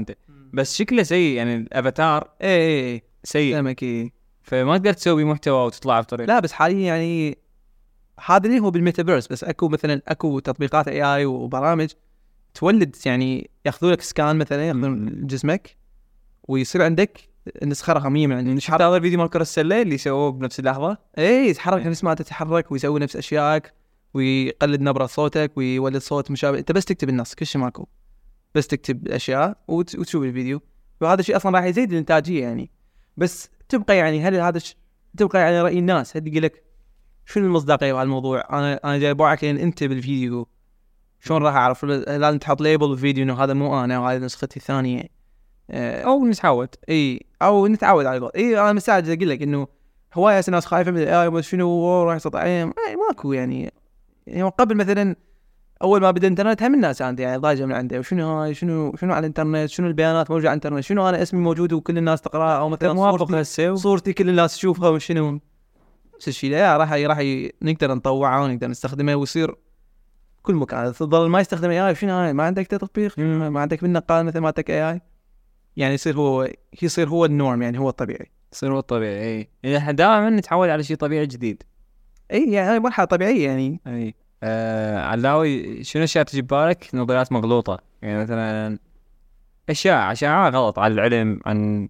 بس شكله سيء يعني الافاتار ايه سيء فهمك ايه. فما تقدر تسوي محتوى وتطلع بطريقه. لا بس حاليا يعني هذا اللي هو بالميتافيرس، بس اكو تطبيقات اي اي وبرامج تولد يعني ياخذوا لك سكان مثلا، ياخذون جسمك ويصير عندك نسخه رقميه من عندك. شفت هذا الفيديو مال كرة السله اللي سووه بنفس اللحظه؟ ايه يتحرك نفس ما تتحرك ويسوي نفس اشيائك ويقلد نبره صوتك ويولد صوت مشابه. انت بس تكتب النص كل شيء ماكو، بس تكتب الاشياء وتشوف الفيديو. وهذا الشيء اصلا راح يزيد الانتاجيه يعني. بس تبقى يعني هل هذا تبقى يعني راي الناس، هل يقول لك شنو المصداقيه بهالموضوع؟ انا جاي ابوعك لان انت بالفيديو، شلون راح اعرف؟ لازم تحط ليبل بالفيديو انه هذا مو انا وهذه نسختي الثانيه. او نتعود او نتعود على الوضع. انا مساعد اقول لك انه هوايه ناس خايفه من الاي اي شنو راح يسيطر عليهم. ماكو يعني قبل مثلا اول ما بدا الانترنت هم الناس عندي يعني ضايجه من عنده وشنو هاي شنو على الانترنت، شنو البيانات موجوده على الانترنت، شنو انا اسمي موجود وكل الناس تقراها، او مثلا صورتي كل الناس تشوفها وشنو نفس الشيء. لا راح نقدر نطوعه ونقدر نستخدمه ويصير كل مكان. تظل ما يستخدم اي اي شنو هاي ما عندك تطبيق، ما عندك من نقال مثل ما عندك اي اي يعني يصير هو النورم يعني هو الطبيعي. يصير هو الطبيعي. اي يعني احنا دائما نتعود على شيء طبيعي جديد. اي يعني هاي مرحله طبيعيه يعني. اي علاوي شنو اشياء تجي ببالك؟ نظريات مغلوطه يعني مثلا اشياء غلط على العلم عن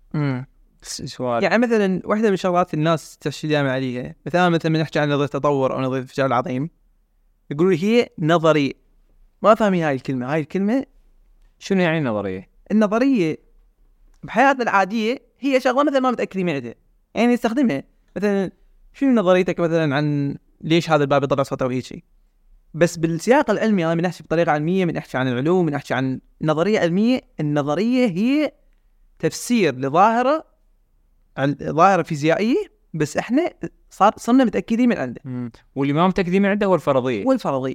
سؤال. يعني مثلا واحده من الشغلات الناس تشتي دائما عليها مثلا من نحكي عن نظريه التطور او نظريه الانفجار العظيم، يقولوا هي نظريه. ما فاهمين هاي الكلمه شنو يعني نظريه؟ النظريه بحياتنا العاديه هي شغله مثلا ما متاكدين منها يعني نستخدمها. مثلا شنو نظريتك مثلا عن ليش هذا الباب يطلع صوته وهيك شيء؟ بس بالسياق العلمي انا من احكي بطريقه علميه، من احكي عن العلوم، من احكي عن نظريه علميه. النظريه هي تفسير لظاهره فيزيائيه بس احنا صرنا متاكدين من عنده. واللي ما متاكدين من عنده هو الفرضيه.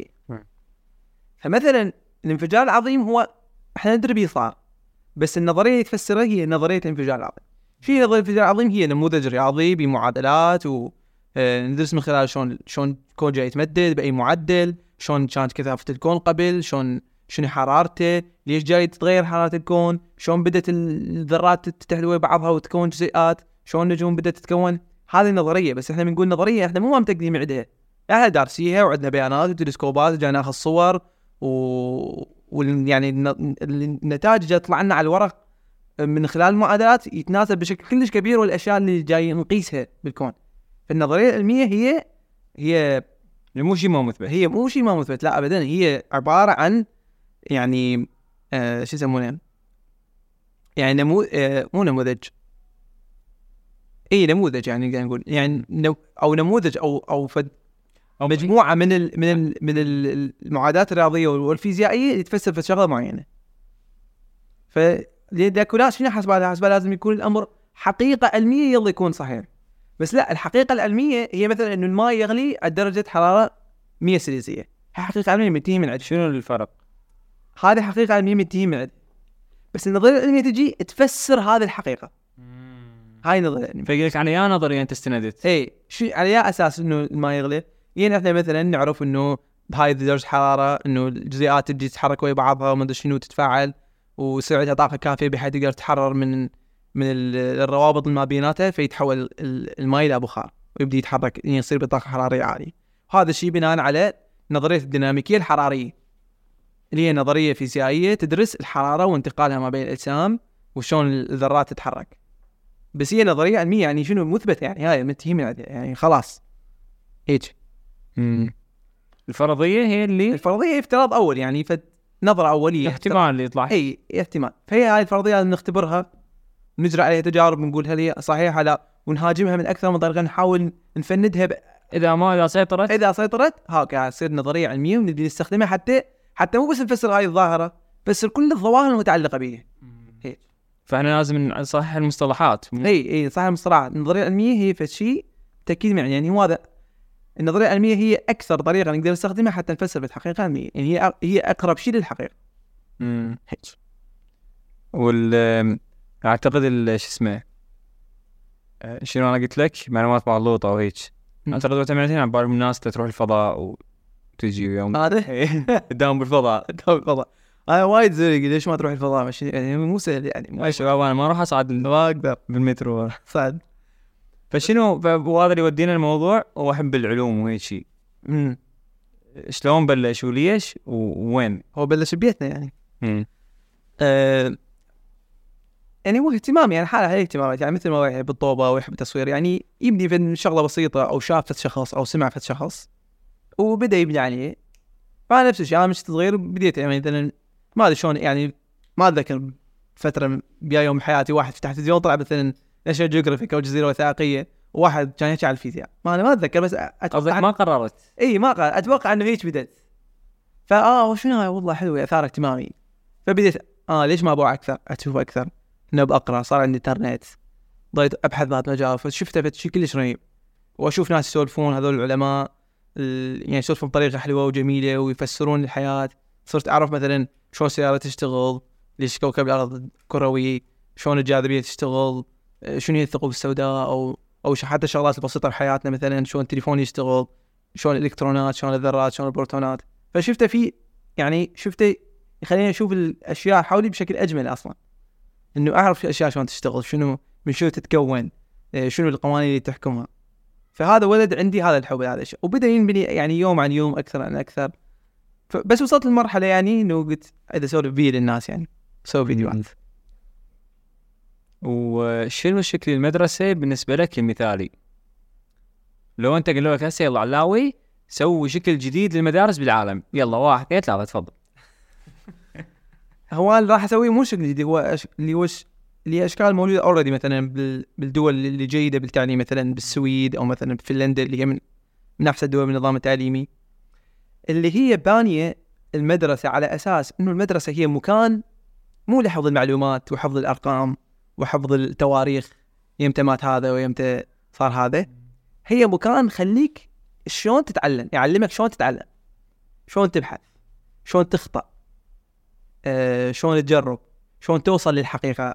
فمثلا الانفجار العظيم هو احنا ندري بيه صار، بس النظريه اللي تفسرها هي نظريه الانفجار العظيم. في نظريه الانفجار العظيم هي نموذج رياضي بمعادلات وندرس من خلال شلون الكون جاي يتمدد باي معدل، شلون كانت كثافه الكون قبل، شنو حرارته، ليش جاي تتغير حراره الكون، شلون بدت الذرات تتحلوي بعضها وتكون جزيئات، شلون النجوم بدت تتكون. هذه النظريه. بس احنا بنقول نظريه احنا مو متاكدين من عندها، احنا دارسيها وعندنا بيانات وتلسكوبات وجاي ناخذ صور يعني النتائج جاي تطلع لنا على الورق من خلال المعادلات يتناسب بشكل كلش كبير والاشياء اللي جاي نقيسها بالكون. فالنظريه العلميه هي مو شيء ما مثبت. هي مو شيء ما مثبت، لا ابدا. هي عباره عن يعني شو يسمونه يعني مو نموذج. اي نموذج يعني نقدر نقول يعني او نموذج او مجموعه من المعادلات الرياضيه والفيزيائيه اللي تفسر في شغله معينه. فلذلك ناس شنو حسبها لازم يكون الامر حقيقه علميه يلا يكون صحيح. بس لا، الحقيقه العلميه هي مثلا انه الماء يغلي على درجه حراره 100 سلسيه. حقيقه علميه منتهي من عندها. شنو الفرق؟ هذه حقيقه علميه منتهي من عندها، بس النظريه العلميه تجي تفسر هذه الحقيقه. هاي نظريه علميه. فيقول لك على يا نظريه انت استندت. اي شو على يا اساس انه الماء يغلي؟ يعني احنا مثلا نعرف انه بهاي درجه حراره انه الجزيئات تجي تتحرك ويا بعضها وما ادري شنو تتفاعل ويصير عندها طاقه كافيه بحيث تقدر تحرر من الروابط اللي ما بيناتها، فيتحول الماء الى بخار ويبدا يتحرك يعني يصير بطاقه حراريه عاليه. هذا الشيء بناء على نظريه الديناميكيه الحراريه اللي هي نظريه فيزيائيه تدرس الحراره وانتقالها ما بين الاجسام وشون الذرات تتحرك. بس هي نظريه علميه يعني شنو مثبت يعني هاي منتهي من عندها يعني خلاص هيك. الفرضيه هي اللي الفرضيه افتراض اول يعني نظره اوليه احتمال اللي يطلع. اي احتمال. فهي هاي الفرضيه لازم نختبرها، نجري عليها تجارب، نقول هل هي صحيحه لا، ونهاجمها من اكثر من طريقه، نحاول نفندها اذا سيطرت هاك تصير نظريه علميه ونبي نستخدمها حتى مو بس نفسر هاي الظاهره، بس كل الظواهر المتعلقه بها. هيك فاحنا لازم نصحح المصطلحات. اي صحيح المصطلحات. النظريه العلميه هي فشي تاكيد يعني هو هذا. النظريه العلميه هي اكثر طريقه نقدر نستخدمها حتى نفسر بالحقيقه العلميه، يعني هي اقرب شيء للحقيقه. هيك. اعتقد شو اسمه شنو انا قلت لك معلومات مغلوطه وهيك. اعتقد تعتمدين عن بعض الناس تروح الفضاء وتجي يوم هذا تداوم بالفضاء. انا وايد زوري ليش ما تروح الفضاء ماشي يعني مو سهل يعني يا شباب انا ما اروح اصعد ما اقدر بالمترو. صعد. فشنو وهذا اللي يودينا الموضوع، واحب العلوم وهيك شيء. شلون بلش وليش ووين؟ هو بلش ببيتنا يعني. يعني هو اهتمام يعني حاله هي اهتمامات يعني مثل ما هو يحب الطوبه ويحب التصوير يعني يبني في شغله بسيطه او شاف شخص او سمع شخص وبدا يبني عليه. فانا نفس الشيء انا مش صغير بديت يعني مثلا ما ادري شلون يعني ما اتذكر فتره بيا يوم بحياتي واحد فتح تلفزيون طلع مثلا ناشونال جيوغرافيك او جزيره وثائقيه وواحد كان يحكي على الفيزياء ما اتذكر بس اتوقع ما قررت ما قررت اتوقع انه هيك بدت وشنو هاي والله حلوه اثار اهتمامي. فبديت ليش ما ابغى اكثر اشوف اكثر انه بقرا صار عندي انترنت ضيت ابحث بهذا المجال فشفته شيء كلش رهيب واشوف ناس يسولفون هذول العلماء يعني يسولفون بطريقه حلوه وجميله ويفسرون الحياه. صرت اعرف مثلا شلون السياره تشتغل ليش كوكب الارض كروي شلون الجاذبيه تشتغل شنو هي الثقوب السوداء او حتى الشغلات البسيطه بحياتنا مثلا شلون التليفون يشتغل شلون الالكترونات شلون الذرات شلون البروتونات. فشفته في يعني شفته يخليني اشوف الاشياء حولي بشكل اجمل اصلا انه اعرف الاشياء شلون تشتغل شنو من شنو تتكون شنو القوانين اللي تحكمها. فهذا ولد عندي هذا الحب هذا الشيء وبدا ينبني يعني يوم عن يوم اكثر عن اكثر. بس وصلت للمرحله يعني انه قلت اذا اسولف بيه للناس يعني سوي فيديوهات. وشنو شكل المدرسه بالنسبه لك المثالي؟ لو انت قالوا لك هسه يلا علاوي سوي شكل جديد للمدارس بالعالم يلا 1 2 3 تفضل. هو اللي راح اسويه مو شكل جديد هو اللي اشكال موجوده اوريدي مثلا بالدول اللي جيده بالتعليم مثلا بالسويد او مثلا بفنلندا اللي هي من احسن الدول من النظام التعليمي اللي هي بانيه المدرسه على اساس انه المدرسه هي مكان مو لحفظ المعلومات وحفظ الارقام وحفظ التواريخ يمتى مات هذا ويمتى صار هذا. هي مكان خليك شلون تتعلم يعلمك شلون تتعلم شلون تبحث شلون تخطأ شلون تجرب شلون توصل للحقيقة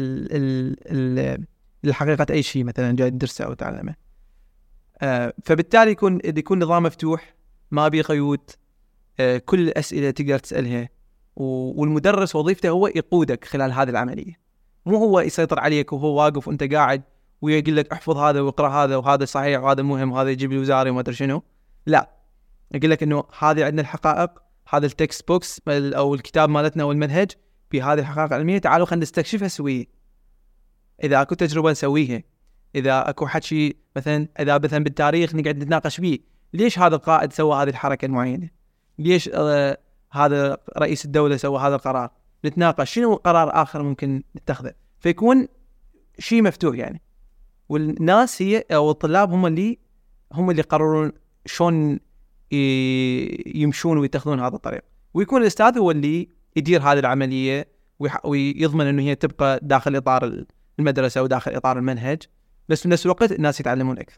الحقيقة أي شيء مثلا جاي تدرسه أو تعلمه. فبالتالي يكون نظام مفتوح ما بيه قيود كل الأسئلة تقدر تسألها والمدرس وظيفته هو يقودك خلال هذه العملية مو هو يسيطر عليك وهو واقف وانت قاعد ويقول لك احفظ هذا واقرأ هذا وهذا صحيح وهذا مهم وهذا يجيب الوزاري وما أدري شنو. لا يقول لك انه هذه عندنا الحقائق هذا التكست بوكس او الكتاب مالتنا او المنهج بهذه الحقائق العلميه تعالوا خلينا نستكشفها سويه. اذا اكو تجربه نسويها اذا اكو حكي مثلا اذا مثلا بالتاريخ نقعد نتناقش فيه ليش هذا القائد سوى هذه الحركه المعينه ليش هذا رئيس الدوله سوى هذا القرار نتناقش شنو قرار اخر ممكن نتخذه. فيكون شيء مفتوح يعني والناس هي او الطلاب هم اللي يقررون شلون يمشون ويتخذون هذا الطريق ويكون الاستاذ هو اللي يدير هذه العمليه ويضمن انه هي تبقى داخل اطار المدرسه وداخل اطار المنهج بس في نفس الوقت الناس يتعلمون اكثر.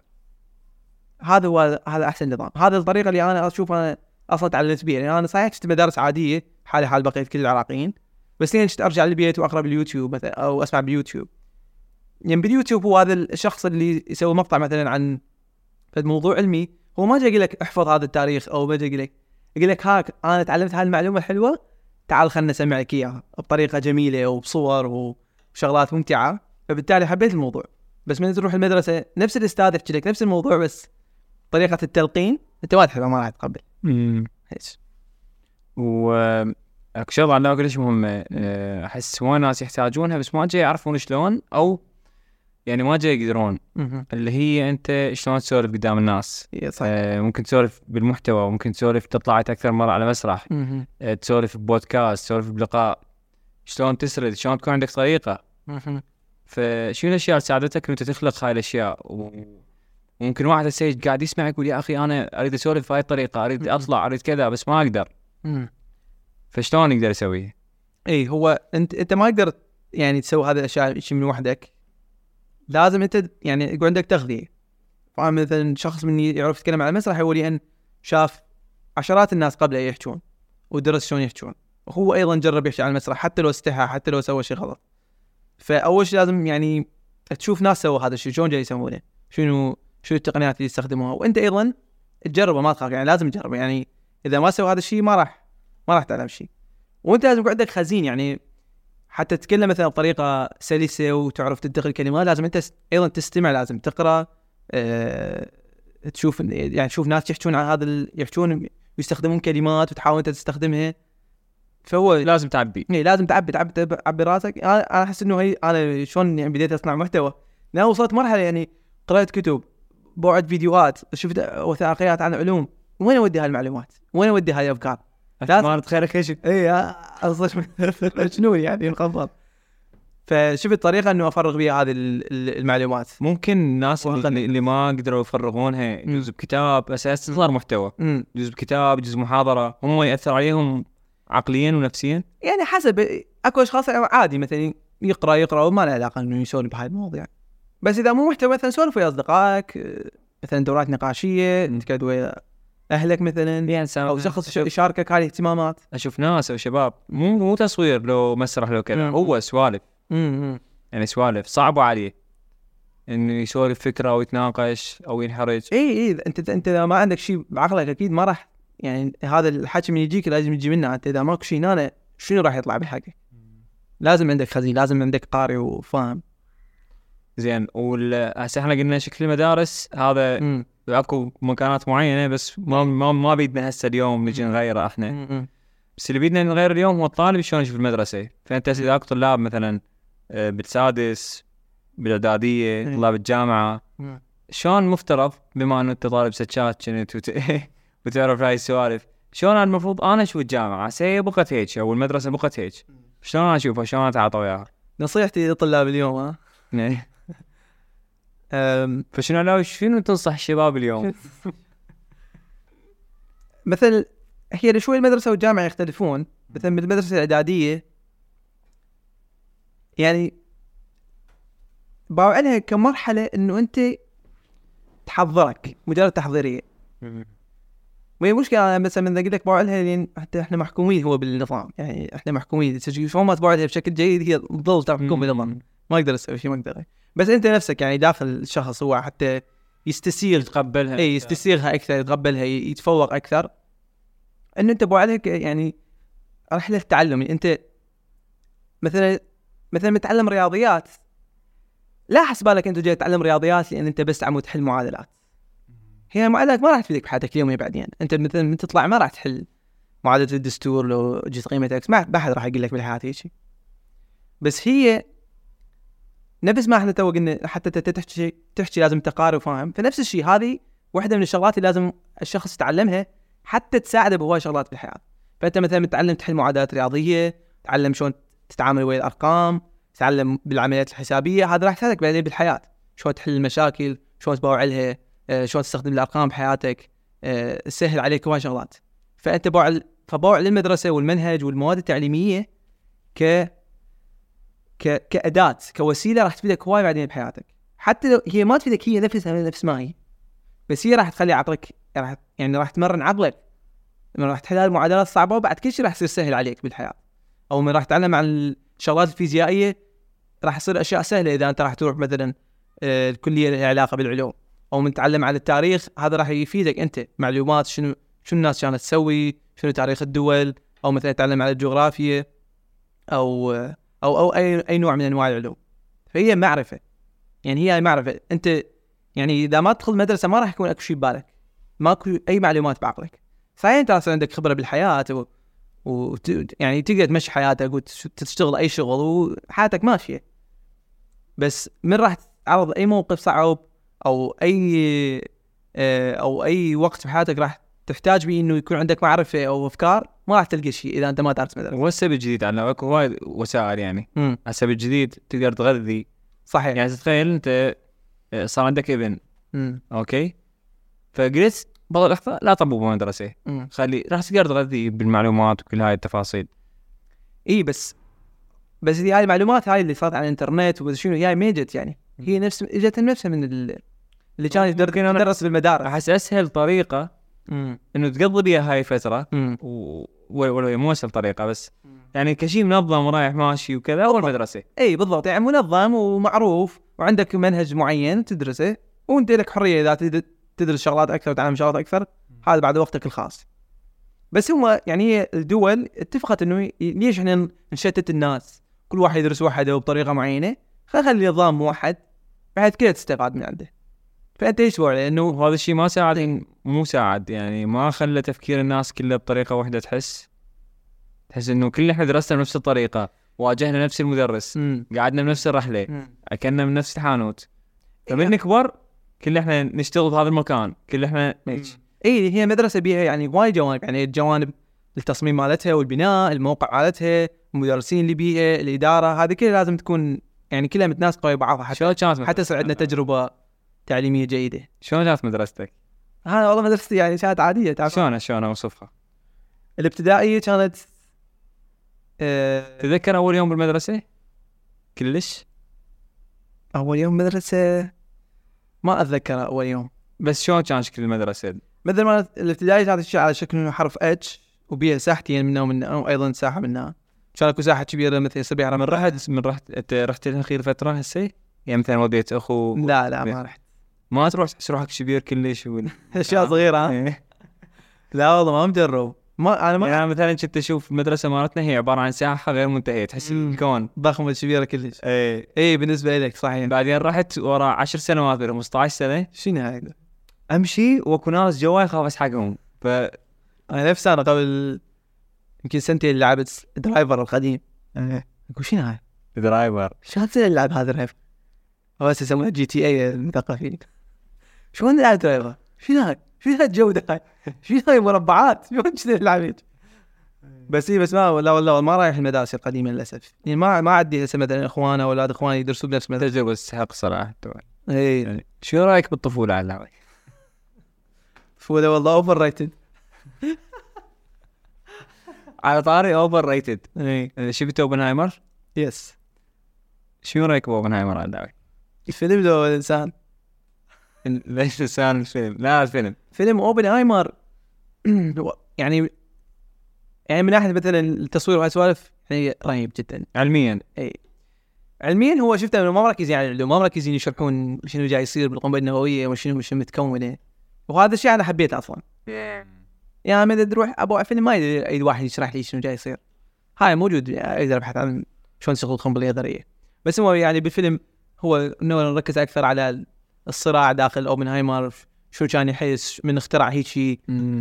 هذا احسن نظام. هذا الطريقه اللي انا اشوف انا اصلا تعلمت بيها يعني انا صحيح كنت مدارس عاديه حالي حال بقيه كل العراقيين بس لين كنت ارجع للبيت واقرا باليوتيوب مثلا او اسمع باليوتيوب يعني باليوتيوب هو هذا الشخص اللي يسوي مقطع مثلا عن موضوع علمي هو ما جاي يقول لك احفظ هذا التاريخ او ما جاي يقول لك هاك انا تعلمت هاي المعلومه الحلوه تعال خلنا نسمع لك اياها بطريقه جميله وبصور وشغلات ممتعه. فبالتالي حبيت الموضوع. بس من تروح المدرسه نفس الاستاذ يحكي لك نفس الموضوع بس طريقه التلقين انت ما تحبها ما راح تقبل. هيك اكو شغله عندنا كلش مهمه احس وايد ناس يحتاجونها بس ما جاي يعرفون شلون او يعني ما جاي يقدرون اللي هي انت شلون تسولف قدام الناس. ممكن تسولف بالمحتوى ممكن تسولف تطلعت اكثر مره على مسرح تسولف ببودكاست تسولف بلقاء شلون تسرد شلون تكون عندك طريقه. فشنو الاشياء اللي ساعدتك انت تخلق هاي الاشياء وممكن واحد السيد قاعد يسمع يقول يا اخي انا اريد اسولف بهاي الطريقه اريد اطلع اريد كذا بس ما اقدر. فشلون يقدر يسويه؟ اي هو انت ما تقدر يعني تسوي هذه الاشياء شيء من وحدك لازم انت يعني يكون عندك تغذيه. فمثلا شخص مني يعرف يتكلم على المسرح هو لان شاف عشرات الناس قبله يحكون ودرس شلون يحكون وهو ايضا جرب يحكي على المسرح حتى لو استحى حتى لو سوى شيء غلط. فاول شيء لازم يعني تشوف ناس سووا هذا الشيء شلون جاي يسوونه شنو التقنيات اللي يستخدموها وانت ايضا تجربه ما تخاف يعني لازم تجربه يعني اذا ما سوى هذا الشيء ما راح تعلم شيء. وانت لازم يكون عندك خزين، يعني حتى تتكلم مثلا بطريقه سلسه وتعرف تدخل كلمات، لازم انت ايضا تستمع، لازم تقرا، تشوف يعني تشوف ناس يحكون عن هذا يحكون ويستخدمون كلمات وتحاول انت تستخدمها. فهو لازم تعبي. لازم تعبي راسك. انا احس انه هي انا شلون يعني بديت اصنع محتوى، لأن وصلت مرحله يعني قرأت كتب، بعد فيديوهات، شفت وثائقيات عن علوم، وين اودي هالمعلومات؟ وين اودي هاي الافكار؟ ما تخيلك ايش شنو يعني نخبط. فشفت طريقه انه افرغ بها هذه المعلومات. ممكن الناس اللي ما قدروا يفرغونها يجوز بكتاب اساس تصدر محتوى، يجوز بكتاب، يجوز محاضره، هم ياثر عليهم عقليا ونفسيا. يعني حسب، اكو اشخاص عادي مثلا يقرا وما له علاقه انه يسولف بهاي المواضيع. بس اذا مو محتوى مثلا سولف ويا اصدقائك، مثلا دورات نقاشيه، نتكلم ويا اهلك مثلا، يعني او شخص يشاركك هاي الاهتمامات. اشوف ناس او شباب مو تصوير لو مسرح لو كذا، هو سوالف، يعني سوالف صعبه عليه انه يسولف فكره او يتناقش او ينحرج. اي انت اذا ما عندك شيء بعقلك اكيد ما راح، يعني هذا الحكي من يجيك لازم يجي منه. انت اذا ماكو شيء هنا شنو راح يطلع بالحكي؟ لازم عندك خزين، لازم عندك قارئ وفاهم. زين. هسه احنا قلنا شكل المدارس هذا اكو مكانات معينه، بس ما بيدنا هسه اليوم نجي نغيره احنا. بس اللي بيدنا نغير اليوم هو الطالب شلون يشوف المدرسه. فانت اذا اكو طلاب مثلا بالسادس، بالاعداديه، طلاب الجامعه، شلون مفترض بما انه انت طالب سكات كنت وتعرف هاي السوالف، شلون المفروض انا اشوف الجامعه سي بقت هيك او المدرسه بقت هيك؟ شلون انا اشوفها؟ شلون اتعاطى وياها؟ نصيحتي للطلاب اليوم فشنو لو شنو تنصح الشباب اليوم؟ مثل هي شوي المدرسه والجامعه يختلفون. مثلا بالمدرسه الاعداديه يعني باوع لها كمرحله انه انت تحضرك، مجرد تحضيريه. وهي مشكله مثلا من اقول لك باوع لها، لان حتى احنا محكومين هو بالنظام، يعني احنا محكومين. شلون ما تباوع لها بشكل جيد هي تظل تحكم بالنظام، ما اقدر اسوي شيء، ما اقدر. بس انت نفسك يعني داخل الشخص هو حتى يستسيغ، يتقبلها، يستسيغها اكثر، يتقبلها، يتفوق اكثر. انه انت باوع لك يعني رحله التعلم. يعني انت مثلا متعلم رياضيات، لا حس بالك انت جاي تتعلم رياضيات لان انت بس عمود تحل معادلات. هي معادلات ما راح تفيدك بحياتك اليوميه بعدين. انت مثلا من تطلع ما راح تحل معادله الدستور لو جيت قيمه اكس، ما حد راح يقول لك بالحياه هيك. بس هي نفس ما احنا تو قلنا، حتى تحكي لازم تقارب وفاهم. فنفس الشيء هذه واحده من الشغلات اللي لازم الشخص يتعلمها حتى تساعده بهواي شغلات بالحياه. فانت مثلا متعلم تحل معادلات رياضيه، تعلم شلون تتعامل ويا الارقام، تتعلم بالعمليات الحسابيه، هذا راح يساعدك بعدين بالحياه. شلون تحل المشاكل، شلون تباوع لها، شلون تستخدم الارقام بحياتك، تسهل عليك هواي شغلات. فانت باوع للمدرسه والمنهج والمواد التعليميه كأداة، كوسيله راح تفيدك هواي بعدين بحياتك. حتى لو هي ما تفيدك هي نفس ما هي، بس هي راح تخلي عقلك راح تمرن عقلك. لما راح تحل المعادلات الصعبه وبعد كل شيء راح يصير سهل عليك بالحياه. او من راح تتعلم عن الشغلات الفيزيائيه راح يصير اشياء سهله اذا انت راح تروح مثلا الكليه لها علاقه بالعلوم. او من تتعلم عن التاريخ، هذا راح يفيدك انت معلومات شنو الناس كانت تسوي، شنو تاريخ الدول. او مثلا تتعلم عن الجغرافيا او اي نوع من انواع العلوم. فهي معرفه، يعني هي معرفه. انت يعني اذا ما تدخل مدرسه ما راح يكون اكو شيء ببالك، ماكو اي معلومات بعقلك. صحيح انت اصلا عندك خبره بالحياه يعني تقدر تمشي حياتك وتشتغل اي شغل وحياتك ماشيه. بس من راح تتعرض اي موقف صعب او اي وقت بحياتك راح تحتاج بيه انه يكون عندك معرفه او افكار، ما راح تلقى شيء اذا انت ما تعرف مدرسه. والسبب الجديد عندنا اكو هواي وسائل، يعني السبب الجديد تقدر تغذي. صحيح. يعني تتخيل انت صار عندك ابن، اوكي، فقلت بعض اللحظه لا طبوا بمدرسه، خلي راح تقدر تغذي بالمعلومات وكل هاي التفاصيل. اي بس هاي المعلومات هاي اللي صارت على الانترنت وشنو هي ما جت، يعني هي اجت نفسها من اللي كان يدرس بالمدارس. احس اسهل طريقه انه تقضي بيها هاي الفتره ولا مو اسهل طريقه، بس يعني كشيء منظم ورايح ماشي وكذا، اول مدرسه. اي بالضبط، يعني منظم ومعروف وعندك منهج معين تدرسه، وانت لك حريه اذا تدرس شغلات اكثر وتعلم شغلات اكثر، هذا بعد وقتك الخاص. بس هم يعني هي الدول اتفقت انه ليش احنا نشتت الناس، كل واحد يدرس وحده وبطريقه معينه، خلينا نخلي نظام موحد بحيث كلها تستفاد من عنده. فانت ايش تقول انه هذا الشيء ما ساعد، مو ساعد يعني، ما خلى تفكير الناس كله بطريقه واحده. تحس انه كل احنا درسنا بنفس الطريقه، واجهنا نفس المدرس، قعدنا بنفس الرحله، اكلنا من نفس الحانوت، فمن نكبر كل احنا نشتغل بهذا المكان، كل احنا اي هي مدرسه بيها يعني وايد جوانب، يعني الجوانب التصميم مالتها والبناء، الموقع مالتها، المدرسين اللي بيها، الاداره، هذه كلها لازم تكون يعني كلها متناسقه ويا بعضها حتى يصير عندنا تجربه تعليميه جيده. شلون كانت مدرستك؟ ها والله مدرستي يعني كانت عاديه. تعرف شلون اوصفها؟ الابتدائيه كانت تذكر اول يوم بالمدرسه؟ كلش اول يوم مدرسه ما اتذكر اول يوم. بس شلون كان شكل المدرسه؟ مثل ما الابتدائي كانت على شكل حرف اتش، وبيها ساحتين منها وايضا ساحه منها، كان اكو ساحه كبيره مثل سبيعه. من رحت انت رحت الاخير فتره هسه يعني مثلا وديت اخو؟ لا ما رحت. ما تروح تحس روحك كبير كلش اشياء صغيره. لا والله ما مجرب. ما يعني مثلا كنت اشوف المدرسه مالتنا هي عباره عن ساحه غير منتهيه، تحس الكون ضخمه كبيره كلش. اي بالنسبه لك صحيح. بعدين رحت ورا 10 سنوات 15 سنه. شنو هذا؟ امشي واكو ناس جوا يخاف اسحقهم. انا نفس انا قبل يمكن سنتين اللي لعبت درايفر القديم. اقول شنو هاي درايفر؟ شلون تلعب هذا درايفر؟ هو يسمونه جي تي اي المثقفين. شلون نلعب درايفر؟ شنو هاي الجوده هاي؟ شنو هاي مربعات؟ شلون كذا نلعب؟ بس ما لا والله ما رايح المدارس القديمه للاسف. يعني ما عندي هسه مثلا اخواني اولاد اخواني يدرسوا بنفس المدرسه. تجربه تستحق صراحه. اي يعني شو رايك بالطفوله على اللعبه؟ طفوله والله اوفر ريتد. على طاري اوفر ريتد. شفت اوبنهايمر؟ يس. شو رايك باوبنهايمر على اللعبه؟ الفيلم لو الانسان؟ ليش الانسان الفيلم؟ لا الفيلم فيلم اوبنهايمر يعني من ناحيه مثلا التصوير والسوالف يعني رهيب جدا علميا. علميا هو شفته انه ما مركزين على ما مركزين يشرحون شنو جاي يصير بالقنبله النوويه وشنو متكونه، وهذا الشيء انا حبيته اصلا. يعني اذا تروح ابو فيلم ما اي واحد يشرح لي شنو جاي يصير، هاي موجود اقدر ابحث عن شلون تشتغل القنبله الذريه. بس هو يعني بالفيلم هو انه نركز اكثر على الصراع داخل اوبنهايمر، شو كان يحس من اختراع هيك شيء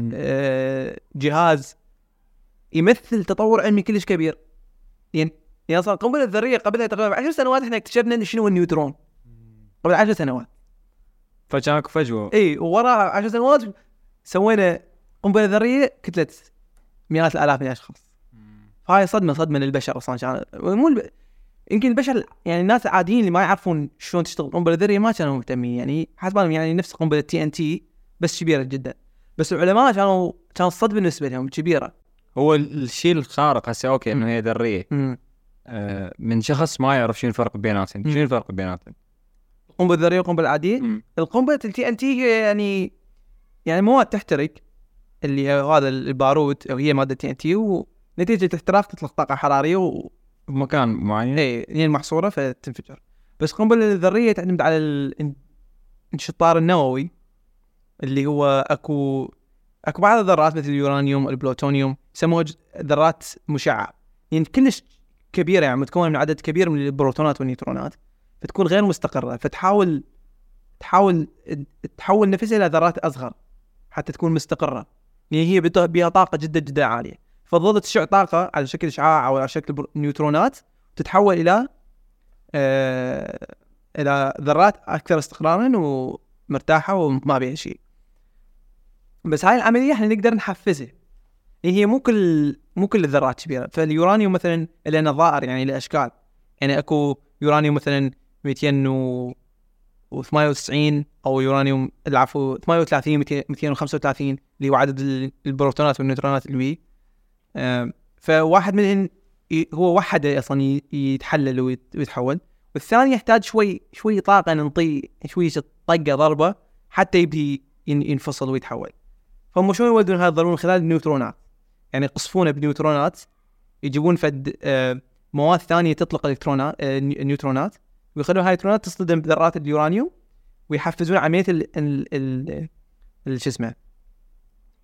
جهاز يمثل تطور علمي كلش كبير. يعني اصلا القنبله الذريه قبلها تقريبا 10 سنوات احنا اكتشفنا شنو النيوترون قبل 10 سنوات، فكان فجوه. ووراها 10 سنوات سوينا قنبله ذريه كتله مئات الالاف من الاشخاص. هاي صدمه للبشر اصلا. كان يمكن البشر يعني الناس العاديين اللي ما يعرفون شلون تشتغل قنبله ذريه ما كانوا مهتمين، يعني حسبالهم يعني نفس قنبله TNT بس كبيره جدا. بس العلماء كان الصدمه بالنسبه لهم كبيره. هو الشيء الخارق هسه اوكي انه هي ذريه، من شخص ما يعرف شنو الفرق بيناتهم. شنو الفرق بيناتهم؟ القنبله الذريه والقنبله العاديه. القنبله TNT هي يعني مواد تحترق، اللي هذا البارود او هي ماده TNT، ونتيجه الاحتراق تطلق طاقه حراريه بمكان معين هي محصوره فتنفجر. بس القنبله الذريه تعتمد على الانشطار النووي، اللي هو اكو بعض الذرات مثل اليورانيوم والبلوتونيوم يسموها ذرات مشعه، يعني كلش كبيره، يعني متكونه من عدد كبير من البروتونات والنيوترونات، فتكون غير مستقره، فتحاول تحول نفسها الى ذرات اصغر حتى تكون مستقره. يعني هي بها طاقه جدا جدا عاليه، فظلت تشع طاقه على شكل اشعاع او على شكل نيوترونات، تتحول الى ذرات اكثر استقرارا ومرتاحه وما بيها شيء. بس هاي العمليه احنا نقدر نحفزها، هي مو كل الذرات كبيره. فاليورانيوم مثلا له نظائر، يعني له اشكال، يعني اكو يورانيوم مثلا 298 او يورانيوم 38 235 اللي هو عدد البروتونات والنيوترونات اللي فواحد منهم هو وحده اصلا يتحلل ويتحول، والثاني يحتاج شوي طاقه ننطيه شوي طقه ضربه حتى يبدي ينفصل ويتحول. فهم شلون يولدون هذا الضروري؟ خلال النيوترونات، يعني يقصفونه بنيوترونات، يجيبون فد مواد ثانيه تطلق النيوترونات، ويخلون هاي النيوترونات تصطدم بذرات اليورانيوم، ويحفزون عمليه شو اسمه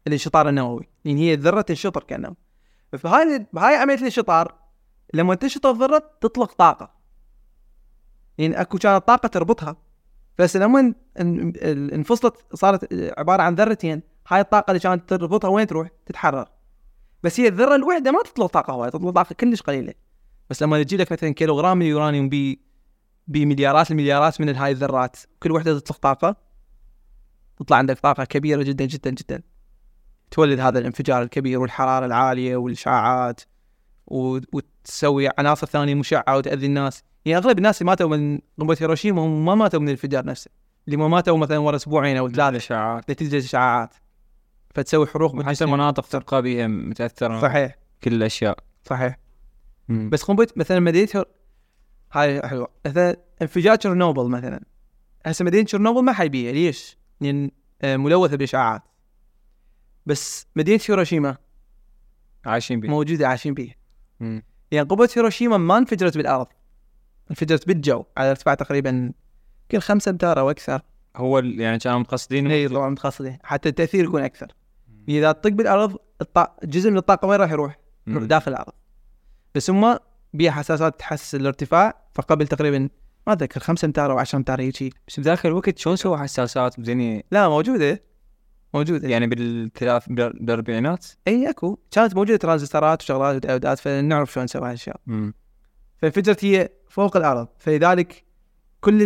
الانشطار النووي، يعني هي الذره تنشطر كانه. بهاي عمليه الانشطار لما تنشط الذره تطلق طاقه، يعني اكو كانت طاقه تربطها، بس لما انفصلت صارت عباره عن ذرتين، هاي الطاقه اللي كانت تربطها وين تروح؟ تتحرر. بس هي الذره الوحده ما تطلق طاقه هواي، تطلق طاقه كلش قليله. بس لما يجي لك مثلا كيلوغرام من اليورانيوم بمليارات المليارات من هاي الذرات، كل وحده تطلق طاقه، تطلع عندك طاقه كبيره جدا جدا جدا، تولد هذا الانفجار الكبير والحراره العاليه والاشعاعات، وتسوي عناصر ثانيه مشعه وتاذي الناس. يعني اغلب الناس اللي ماتوا من قنبله هيروشيما هم ما ماتوا من الانفجار نفسه، اللي ما ماتوا مثلا ورا اسبوعين او 3 اشعاعات نتيجه اشعاعات، فتسوي حروق حتى المناطق تبقى بها متاثره. صحيح كل الاشياء صحيح. بس قنبله مثلا مدينه هاي حلوه، مثلا انفجار تشيرنوبل مثلا، هسه مدينه تشيرنوبل ما حيبيها، ليش؟ لان ملوثه بالاشعاعات. بس مدينه هيروشيما عايشين بيه، موجوده عايشين بيها. يعني قنبله هيروشيما ما انفجرت بالارض، انفجرت بالجو على ارتفاع تقريبا يمكن 5 أمتار او اكثر. هو يعني كانوا متقصدين. اي طبعا متقصدين حتى التاثير يكون اكثر. اذا تطق بالارض جزء من الطاقه وين راح يروح؟ يروح داخل الارض. بس هم بيها حساسات تحسس الارتفاع، فقبل تقريبا ما اتذكر 5 أمتار او 10 أمتار هيك. بس بذاك الوقت شلون سووا حساسات بزينية؟ لا موجوده يعني بالاربعينات اي اكو كانت موجوده ترانزستورات وشغلات وديودات، فنعرف شلون نسوي هالاشياء. فانفجرت هي فوق الارض، فلذلك كل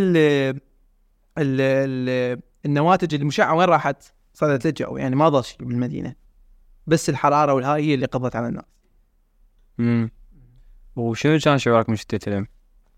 ال النواتج المشعه وين راحت؟ صارت للجو، يعني ما ضل شيء بالمدينه، بس الحراره والهاي هي اللي قضت على الناس. وشنو كان شعورك من شتيت الهم؟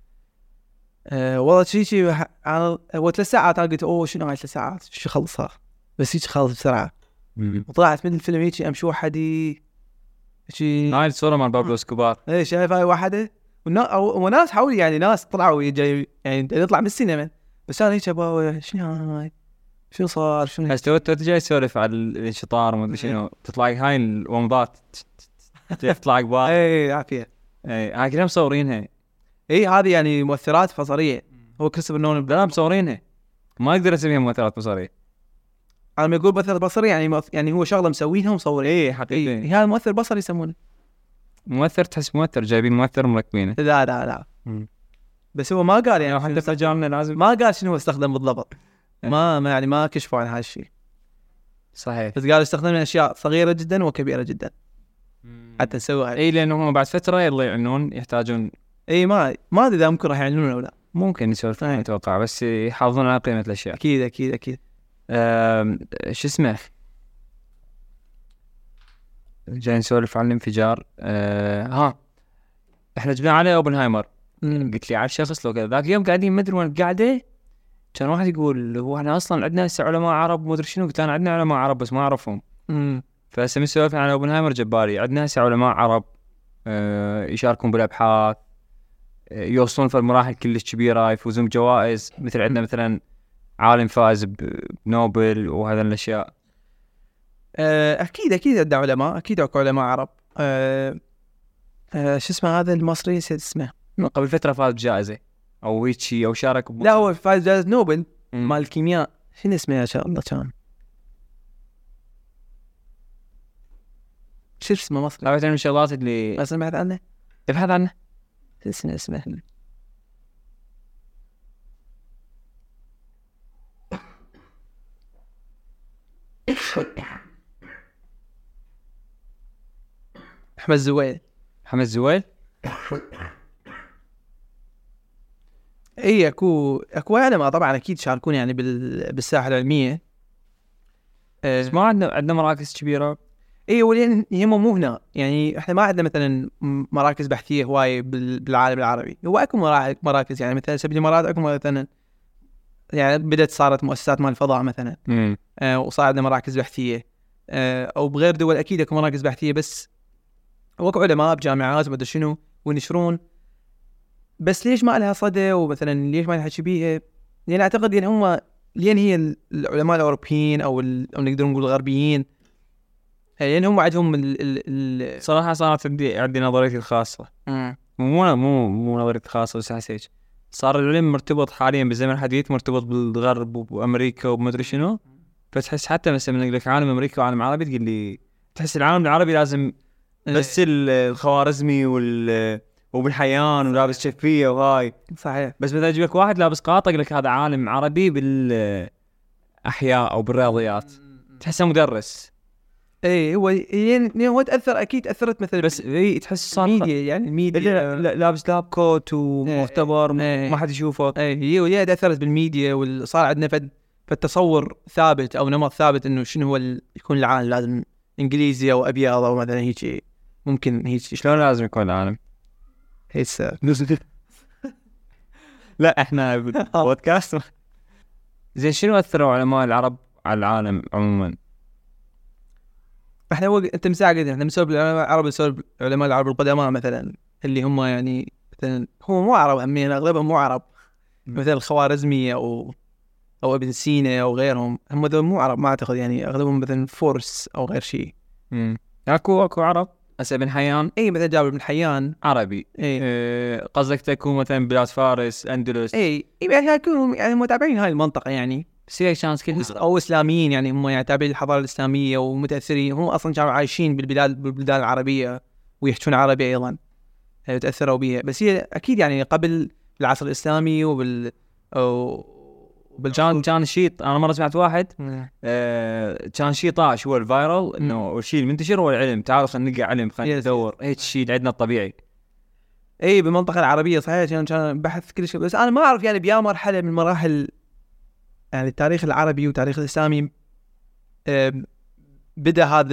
والله شيء هو 3 ساعات. انا قلت اوه شنو هاي 3 ساعات شو خلصها، بس هيك خلص بسرعه. وطلعت من الفيلم هيك امشي وحدي شيء. هاي الصوره مال بابلو اسكوبار، ايه شايف هاي واحده وناس حولي، يعني ناس طلعوا جاي يعني نطلع من السينما، بس انا هيك ابا شنو هاي شو صار شنو. هسه انت جاي تسولف على الانشطار وما ادري شنو، تطلع هاي الومضات تطلع قبال. اي عافيه. اي هاي كلها مصورينها. اي هذه يعني مؤثرات بصريه. هو كريستوفر نولان لا مصورينها، ما اقدر اسميها مؤثرات بصريه. انا يقول مؤثر بصري يعني هو شغله مسوينها ومصورينها. اي حقيقي هذا مؤثر بصري يسمونه. مؤثر، تحس مؤثر جايبين مؤثر مركبينه. لا بس هو ما قال يعني حتى مجالنا لازم ما قال شنو هو استخدم بالضبط. ما يعني ما كشفوا عن هالشيء. صحيح. بس قال استخدمنا اشياء صغيره جدا وكبيره جدا حتى نسويها. اي لانه بعد فتره يلا يعلنون يحتاجون. اي ما ادري اذا ممكن راح يعلنون او لا، ممكن يسولف اتوقع، بس يحافظون على قيمه الاشياء. اكيد. شو اسمه، جاي نسولف عن الانفجار. احنا جبنا عليه اوبنهايمر. قلت لي على الشخص لو كذا ذاك اليوم قاعدين ما ادري وين قاعده، كان واحد يقول هو احنا اصلا عندنا هسه علماء عرب ما ادري شنو. قلت انا عندنا علماء عرب بس ما اعرفهم. فهسه من سولفنا عن اوبنهايمر جباري، عندنا هسه علماء عرب يشاركون بالابحاث، يوصلون في المراحل كلش كبيره، يفوزون بجوائز، مثل عندنا مثلا عالم فاز بنوبل وهذا الاشياء. اكيد عندنا علماء، اكيد اكو علماء عرب. شو اسمه هذا المصري نسيت اسمه، من قبل فتره فاز بجائزه او هيك شيء او شارك لا هو فاز جائزه نوبل مال الكيمياء. شنو اسمه يا شاء الله كان شو اسمه مصري. لا من الشغلات اللي ما سمعت عنه، ابحث عنه. اسمه أحمد زويل. اي اكو علماء طبعا اكيد شاركون يعني بالساحه العلميه. بس ما عندنا مراكز كبيره. اي ولين هم مو هنا، يعني احنا ما عندنا مثلا مراكز بحثيه هواي بالعالم العربي. هو اكو مراكز يعني مثلا سبيل الامارات اكو مثلا يعني صارت مؤسسات مال الفضاء مثلا. وصار عندنا مراكز بحثيه. او بغير دول اكيد اكو مراكز بحثيه، بس وكو علماء بجامعات وما ادري شنو وينشرون. بس ليش ما لها صدى ومثلا ليش ما نحكي بيها؟ لان اعتقد يعني هم لين هي العلماء الاوروبيين او نقدر نقول الغربيين، لان هم عندهم صراحه صارت عندي نظريتي الخاصه. مو نظريتي الخاصه، بس هيك صار العلم مرتبط حاليا بالزمن الحديث، مرتبط بالغرب وامريكا وما ادري شنو، فتحس حتى مثلا من لك عالم امريكا وعالم عربي تقول لي تحس العالم العربي لازم بس الخوارزمي وبالحيان ولابس شفيه وهاي صحيح. بس مثلا يجيب لك واحد لابس قاطع يقول لك هذا عالم عربي بالاحياء او بالرياضيات تحسه مدرس. اي هو يعني هو تاثر اكيد تاثرت مثلا بس اي تحس صار الميديا يعني الميديا لابس لاب كوت ومختبر ما حد يشوفه. اي هي تاثرت بالميديا وصار عندنا فالتصور ثابت او نمط ثابت انه شنو هو يكون العالم لازم انجليزي او ابيض او مثلا هيك ممكن هيك. شلون لازم يكون العالم هيك لا احنا بودكاست. زين شنو اثروا علماء العرب على العالم عموما؟ احنا انت مساعد احنا نسولف العلماء العرب نسولف علماء العرب القدماء مثلا اللي هم يعني مثلا هم مو عرب همين اغلبهم مو عرب مثل الخوارزمي او ابن سينا او غيرهم هم ذول مو عرب ما اعتقد يعني اغلبهم مثلا فورس او غير شيء. اكو عرب هسه ابن حيان اي مثلا جابر بن حيان عربي. قصدك تكون مثلا بلاد فارس اندلس اي يعني يكونوا يعني متابعين هاي المنطقه يعني بس هي شانس كل او اسلاميين يعني هم يعني تابعين الحضاره الاسلاميه ومتاثرين هم اصلا كانوا عايشين بالبلدان العربيه ويحكون عربي ايضا تاثروا بها. بس هي اكيد يعني قبل العصر الاسلامي كان شيء انا مره سمعت واحد كان شيء طاش هو الفايرال انه الشيء المنتشر هو العلم تعالوا خلينا نلقى علم خلينا ندور هيك الشيء عندنا الطبيعي. اي بالمنطقه العربيه صحيح كان بحث كل شيء. بس انا ما اعرف يعني بيا مرحله من مراحل يعني التاريخ العربي والتاريخ الاسلامي بدا هذا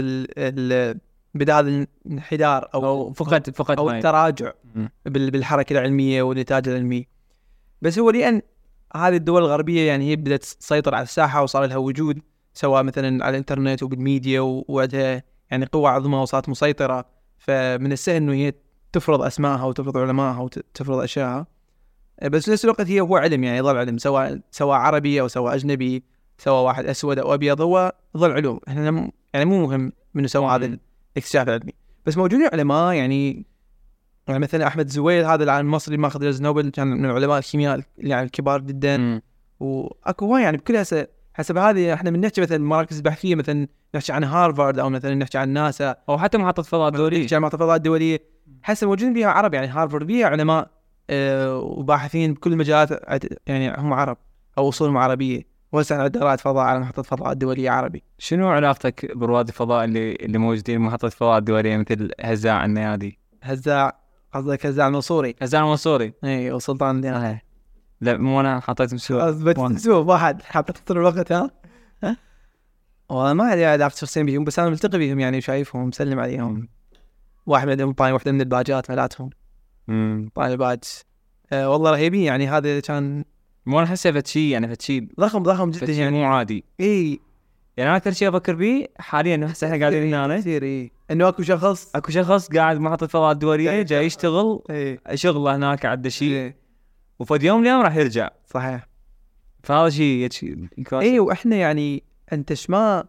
الانحدار او فقد او التراجع بالحركه العلميه والنتاج العلمي. بس هو لان هذه الدول الغربيه يعني هي بدات تسيطر على الساحه وصار لها وجود سواء مثلا على الانترنت وبالميديا وعندها يعني قوه عظمى وصارت مسيطره فمن السهل انه هي تفرض اسمائها وتفرض علمائها وتفرض اشيائها. بس نفس الوقت هو علم يعني يظل علم سواء عربي او سواء اجنبي سواء واحد اسود او ابيض هو ظل علوم. احنا يعني مو مهم من سوى هذا الاكتشاف العلمي بس موجودين علماء يعني مثلا احمد زويل هذا العالم المصري ماخذ جائزة نوبل كان من علماء الكيمياء يعني الكبار جدا. واكو هواي يعني بكل حسب هذه احنا بنحكي مثلا مراكز بحثيه مثلا نحكي عن هارفارد او مثلا نحكي عن ناسا او حتى محطه فضاء دوليه نحكي عن محطه فضاء دوليه حسب موجودين بها عرب يعني هارفارد بها علماء وباحثين بكل المجالات يعني هم عرب او اصولهم عربيه وهسه عندنا دورات فضاء على محطه فضاء الدوليه عربي. شنو علاقتك برواد الفضاء اللي موجودين محطه فضاء الدوليه مثل هزاع النيادي؟ هزاع قصدك هزاع المنصوري؟ هزاع المنصوري اي وسلطان الدين. لا مو انا حطيت مسوق واحد حابب تطر الوقت ها والله ما عندي علاقه شخصيا بيهم بس انا ملتقي بيهم يعني وشايفهم مسلم عليهم. واحد منهم طاي واحده من الباجات مالتهم طاي الباج والله رهيبين يعني. هذا كان مو انا احسه فتشي يعني فتشي ضخم جدا يعني مو عادي. اي يعني انا اكثر شيء افكر به حاليا هسه احنا قاعدين هنا كثير انه اكو شخص قاعد محطه فضاء الدوليه جاي يشتغل شغله هناك عنده شيء وفد يوم اليوم راح يرجع. صحيح. فهذا شيء اي واحنا يعني انت ما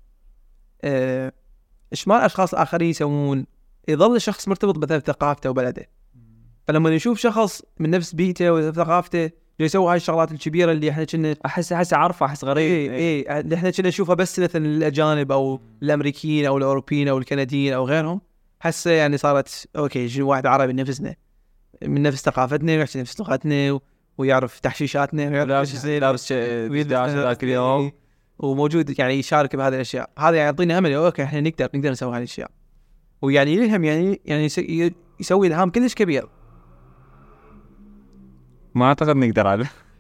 اشخاص اخرين يسوون يظل الشخص مرتبط مثلا بثقافته وبلده. فلما نشوف شخص من نفس بيئته وثقافته يسوي هاي الشغلات الكبيره اللي احنا كنا احس عارفه احس غريب اللي احنا كنا نشوفها بس مثلا الاجانب او الامريكيين او الاوروبيين او الكنديين او غيرهم حسه يعني صارت اوكي شنو واحد عربي نفسنا من نفس ثقافتنا ويحكي نفس لغتنا ويعرف تحشيشاتنا لابس ذاك اليوم وموجود يعني يشارك بهذه الاشياء. هذا يعني يعطينا امل اوكي احنا نقدر نسوي هذه الاشياء ويعني يلهم يعني يسوي الهام كلش كبير. ما اعتقد نقدر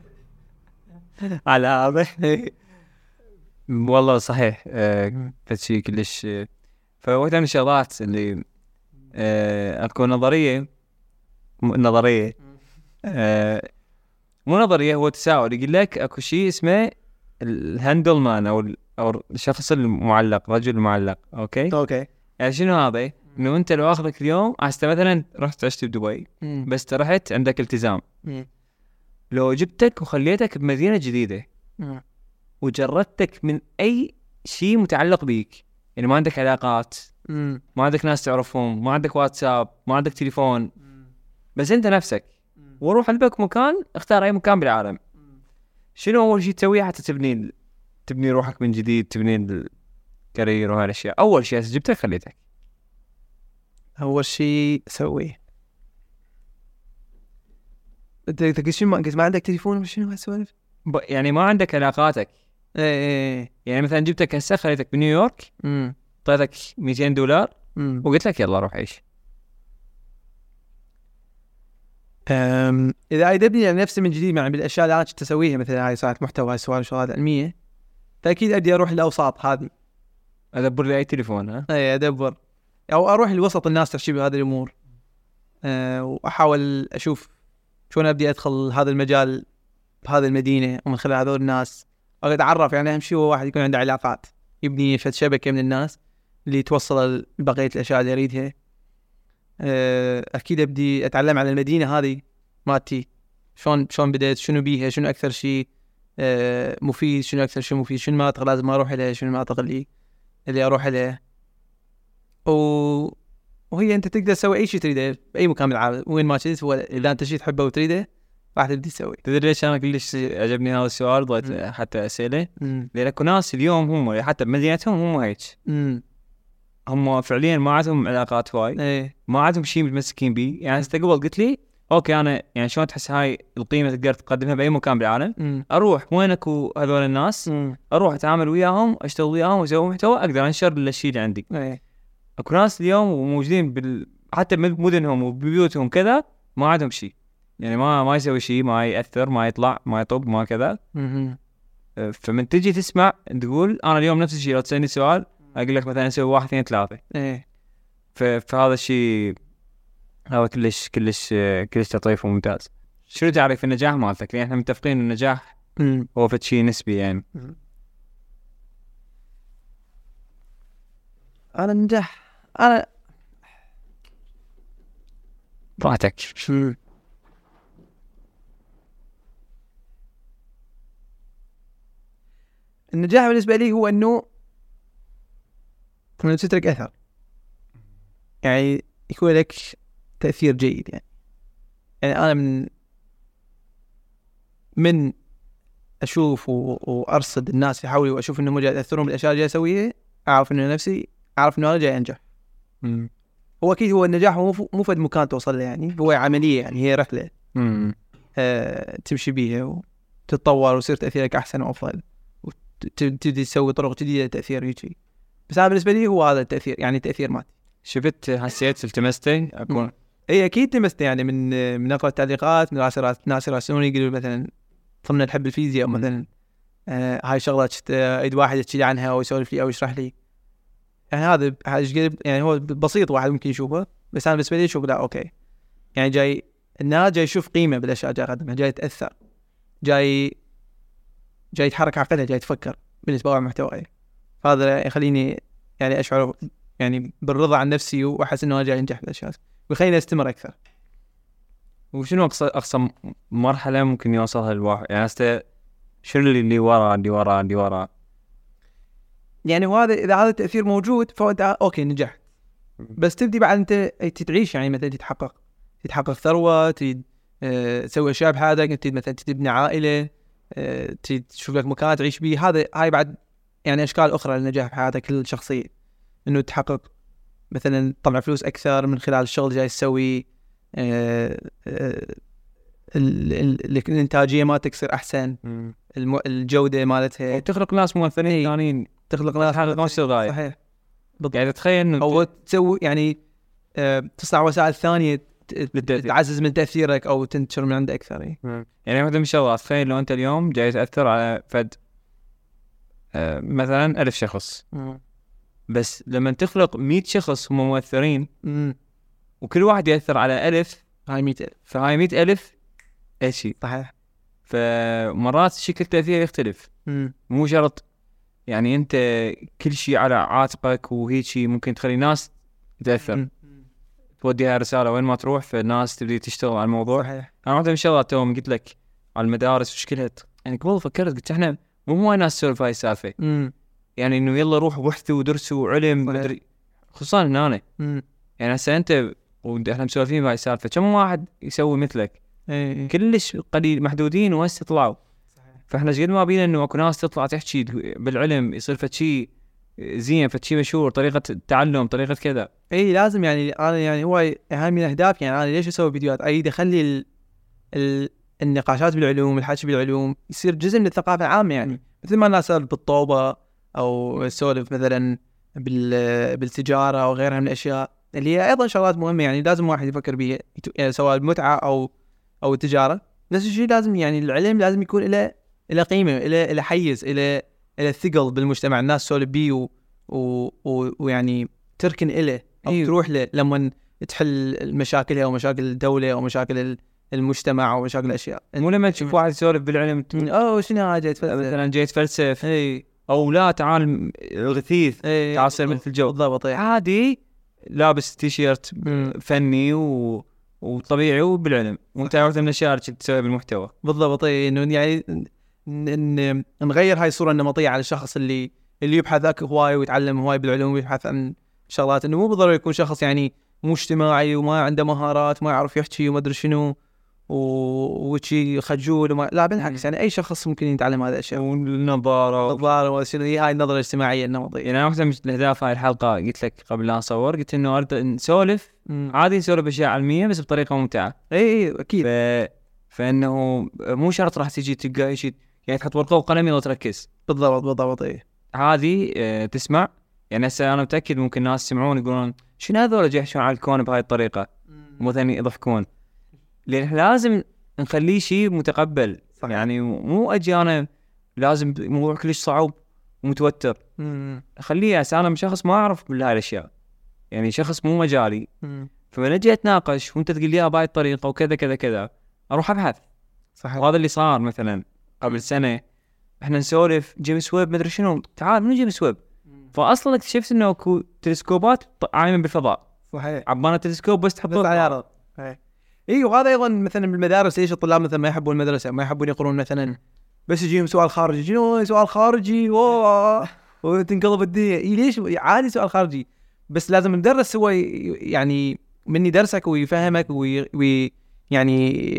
على هذا والله صحيح فشي كلش. فواحدة من الشغلات اللي اكو نظريه مو نظريه هو تساؤل يقول لك اكو شيء اسمه الهاندلمان او الشخص المعلق رجل المعلق. اوكي يعني شنو هذا؟ انه انت لو اخذك اليوم مثلا رحت عشت بدبي بس رحت عندك التزام لو جبتك وخليتك بمدينه جديده وجردتك من اي شيء متعلق بيك يعني ما عندك علاقات ما عندك ناس تعرفهم ما عندك واتساب ما عندك تليفون بس انت نفسك وروح لبك مكان اختار اي مكان بالعالم شنو اول شيء تسويه حتى تبني تبني روحك من جديد، تبني الكارير وهالاشياء، اول شيء جبتك خليتك؟ اول شيء اسويه انت شو ما عندك تليفون ولا شنو هالسوالف؟ يعني ما عندك علاقاتك. ايه يعني مثلا جبتك هسه خليتك بنيويورك، اعطيتك $200 وقلت لك يلا روح عيش. اذا ابني يعني نفسي من جديد يعني بالاشياء اللي انا كنت اسويها مثلا هاي صارت محتوى، هاي سوالف شغلات علميه، فاكيد ابدي اروح الاوساط هذه، ادبر لي اي تليفون. اي ادبر او اروح لوسط الناس تحكي بهذه الامور، واحاول اشوف شلون ابدي ادخل هذا المجال بهذه المدينه، ومن خلال هذول الناس اقدر اتعرف. يعني اهم شيء هو واحد يكون عنده علاقات، يبني شبكه من الناس اللي توصل لبقيه الاشياء اللي يريدها. اكيد ابدي اتعلم عن المدينه هذه مالتي، شلون بديت، شنو بيها، شنو اكثر شيء مفيد، شنو اكثر شيء مفيد، شنو المناطق لازم اروح لها، شنو المناطق اللي اروح لها. وهي انت تقدر تسوي اي شيء تريده باي مكان بالعالم، وين ما كنت، اذا انت شيء تحبه وتريده راح تبدي تسوي. تدري ليش انا كلش عجبني هذا السؤال ضيت حتى اسئله؟ لان اكو ناس اليوم هم حتى بمدينتهم هم هيك، هم فعليا ما عندهم علاقات هواي، ما عندهم شيء متمسكين به. يعني انت قبل قلت لي اوكي انا يعني شلون تحس هاي القيمه تقدر تقدمها باي مكان بالعالم؟ اروح وين اكو هذول الناس، اروح اتعامل وياهم، اشتغل وياهم، واسوي محتوى، اقدر انشر الشيء اللي عندي. اكو ناس اليوم موجودين حتى بمدنهم وببيوتهم كذا ما عندهم شيء، يعني ما يسوي شيء، ما يأثر، ما يطلع، ما يطب، ما كذا. فمن تجي تسمع تقول انا اليوم نفس الشيء، لو تسألني سؤال اقول لك مثلا اسوي 1 2 3. فهذا الشيء هذا كلش لطيف وممتاز. شنو تعرف النجاح مالتك؟ لان احنا متفقين النجاح هو شيء نسبي يعني. انا النجاح انا راحتك. النجاح بالنسبه لي هو انه تترك اثر، يعني يكون لك تاثير جيد. يعني انا من اشوف وارصد الناس اللي حولي واشوف انهم جاي ياثرون بالاشياء اللي جاي اسويها، اعرف انه نفسي، اعرف انه انا جاي انجح. هو اكيد هو النجاح هو مو فد مكان توصل له، يعني هو عمليه، يعني هي رحله تمشي بيها وتتطور ويصير تاثيرك احسن وافضل، وتبدي تسوي طرق جديده للتاثير يجي. بس انا بالنسبه لي هو هذا التاثير، يعني تاثير مالتي. شفت حسيت التمستي اكون اي اكيد تمست، يعني من اقرا التعليقات من ناس يراسلوني يقولوا مثلا صرنا نحب الفيزياء مثلا، هاي شغله ايد واحد يحكي لي عنها او يسولف لي او يشرح لي. يعني هذا يعني هو بسيط واحد ممكن يشوفه، بس انا بالنسبه لي اشوف لا اوكي، يعني جاي الناس جاي يشوف قيمه بالاشياء جاي يقدمها، جاي يتاثر، جاي يتحرك عقله، جاي يتفكر بالنسبه للمحتوى. هذا يخليني يعني اشعر يعني بالرضا عن نفسي، واحس انه انا جاي انجح بالاشياء، ويخليني استمر اكثر. وشنو اقصى مرحله ممكن يوصلها الواحد؟ يعني شنو اللي ورا يعني وهذا اذا هذا التاثير موجود فانت اوكي نجحت. بس تبدي بعد انت تتعيش، يعني مثلا تتحقق ثروه، تسوي اشياء بحياتك، انت مثلا تبني عائله، تشوف لك مكان تعيش به. هاي بعد يعني اشكال اخرى للنجاح بحياتك الشخصيه، انه تحقق مثلا تطلع فلوس اكثر من خلال الشغل جاي تسوي، الانتاجيه ما تصير احسن، الجوده مالتها، تخلق ناس مؤثرين ثانيين، تخلق ناس نفس الغايه. صحيح بالضبط. يعني تخيل انه او تسوي يعني تصنع وسائل ثانيه تعزز من تاثيرك او تنتشر من عنده اكثر. يعني واحده من الشغلات، تخيل لو انت اليوم جاي تاثر على فد مثلا 1000 شخص، بس لما تخلق 100 شخص هم مؤثرين، وكل واحد يأثر على 1000، هاي 100,000، فهاي 100,000 اي شيء. صحيح. فمرات شكل التأثير يختلف، مو شرط يعني انت كل شيء على عاتقك وهيك شيء، ممكن تخلي ناس تأثر، توديها رسالة وين ما تروح، فالناس تبدي تشتغل على الموضوع. صحيح. انا واحدة من الشغلات توم قلت لك على المدارس مشكلة، يعني قبل فكرت قلت احنا مو ناس تسولف هاي السالفة، يعني انه يلا روحوا بحثوا ودرسوا علم مدري، خصوصا هنا يعني هسه انت واحنا مسولفين بهاي السالفة، كم واحد يسوي مثلك؟ كلش قليل، محدودين، وهسه طلعوا. فاحنا قد ما بينا انه اكو ناس تطلع تحكي بالعلم، يصير فشي زين، فشي مشهور، طريقه التعلم، طريقه كذا. اي لازم يعني انا يعني هو اهم من الاهداف. يعني انا ليش اسوي فيديوهات؟ اريد اخلي النقاشات بالعلوم، الحكي بالعلوم يصير جزء من الثقافه العامه. يعني مثل ما الناس تسولف بالطوبه او تسولف مثلا بالتجاره او غيرها من الاشياء اللي هي ايضا شغلات مهمه، يعني لازم واحد يفكر بيها، يعني سواء المتعه او التجاره. نفس الشيء لازم يعني العلم لازم يكون له قيمه، له حيز، له ثقل بالمجتمع، الناس تسولف بيه ويعني تركن له او تروح له لما تحل مشاكلها او مشاكل الدوله او مشاكل المجتمع او مشاكل الاشياء. مو لما تشوف واحد يسولف بالعلم شنو هاي مثلا جاي يتفلسف او لا تعال الغثيث تعال صير مثل الجو بالضبط. عادي لابس تيشيرت فني وطبيعي وبالعلم، وانت عرفت من الاشياء اللي تسويها بالمحتوى. بالضبط. انه يعني نغير هاي الصوره النمطيه على الشخص اللي يبحث هواي ويتعلم هواي بالعلوم ويبحث عن شغلات، انه مو بالضروره يكون شخص يعني مو اجتماعي وما عنده مهارات، ما يعرف يحكي وما ادري شنو وشي خجول لا بالعكس، يعني اي شخص ممكن يتعلم هذا الشيء. والنظاره وشنو هاي النظره الاجتماعيه النمطيه. يعني انا واحده من الاهداف هاي الحلقه قلت لك قبل لا اصور، قلت انه اريد نسولف عادي، نسولف اشياء علميه بس بطريقه ممتعه. اي اكيد. فانه مو شرط راح تجي تلقى شيء يعني تحط ورقه وقلم يلا تركز. بالضبط. عادي تسمع. يعني هسه انا متاكد ممكن ناس يسمعون يقولون شنو هذول جاي يحكون على الكون بهاي الطريقه، مثلا يضحكون، لان لازم نخليه شيء متقبل. صحيح. يعني مو اجي انا لازم موضوع كلش صعب ومتوتر، خليه انا شخص ما اعرف بهاي الاشياء، يعني شخص مو مجالي. فمن اجي اتناقش وانت تقول لي بهاي الطريقه وكذا كذا كذا، اروح ابحث. صحيح. وهذا اللي صار مثلا قبل سنه، احنا نسولف جيمس ويب مدري شنو، تعال منو جيمس ويب؟ فاصلا اكتشفت انه اكو تلسكوبات عايمه بالفضاء. صحيح. عبانه تلسكوب بس تحطه على الارض. اي وهذا ايضا مثلا بالمدارس، ليش الطلاب مثلا ما يحبون المدرسه، ما يحبون يقرون مثلا، بس يجيهم سؤال خارجي، شنو سؤال خارجي وتنقلب الدنيا. ليش عادي سؤال خارجي، بس لازم المدرس هو يعني من يدرسك ويفهمك يعني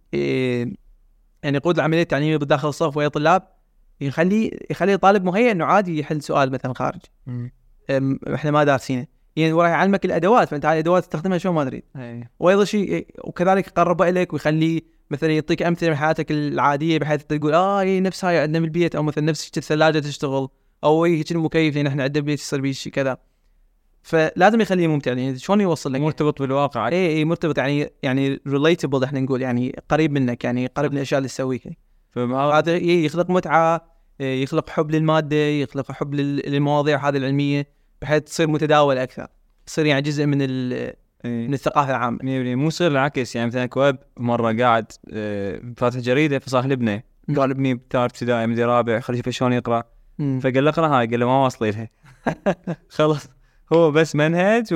يقود العمليه التعليميه بداخل الصف ويا طلاب، يخلي الطالب مهيئ انه عادي يحل سؤال مثلا خارجي احنا ما دارسينه. يعني هو راح يعلمك الادوات، فانت هاي الادوات تستخدمها شلون ما تريد. وايضا شيء وكذلك يقربها لك ويخليه مثلا يعطيك امثله من حياتك العاديه، بحيث تقول هي نفس هاي عندنا بالبيت، او مثلا نفس الثلاجه تشتغل، او هيك المكيف لان احنا عندنا بالبيت يصير بيه شيء كذا. فلازم يخليه ممتع، يعني شلون يوصل لك مرتبط بالواقع. اي مرتبط، يعني ريليتابل احنا نقول، يعني قريب منك، يعني قريب من الاشياء اللي تسويها. فهذا يخلق متعه، يخلق حب للماده، يخلق حب للمواضيع هذه العلميه، بحيث تصير متداول اكثر، تصير يعني جزء من من الثقافه العامه. مو يصير العكس. يعني مثلا كويب مره قاعد فاتح جريده، فصاح لابنه قال ابني بثالث ابتدائي مدري رابع، خليه يشوف شلون يقرا. فقال له اقرا هاي، قال له ما واصل لها. خلص هو بس منهج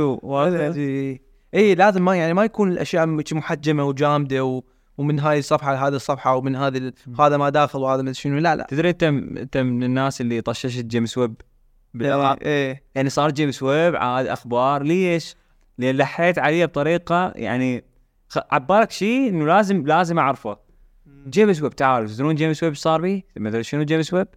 اي لازم ما يكون الاشياء محجمه وجامده ومن هاي الصفحه لهذه الصفحه ومن هذا ما داخل وهذا من شنو. لا تدري انت من الناس اللي طششت جيمس ويب بالعراق. يعني صار جيمس ويب عاد اخبار. ليش؟ لان لحيت عليه بطريقه يعني عبالك شيء انه لازم اعرفه. جيمس ويب تعرف تدرون جيمس ويب صار بيه مثلا شنو جيمس ويب؟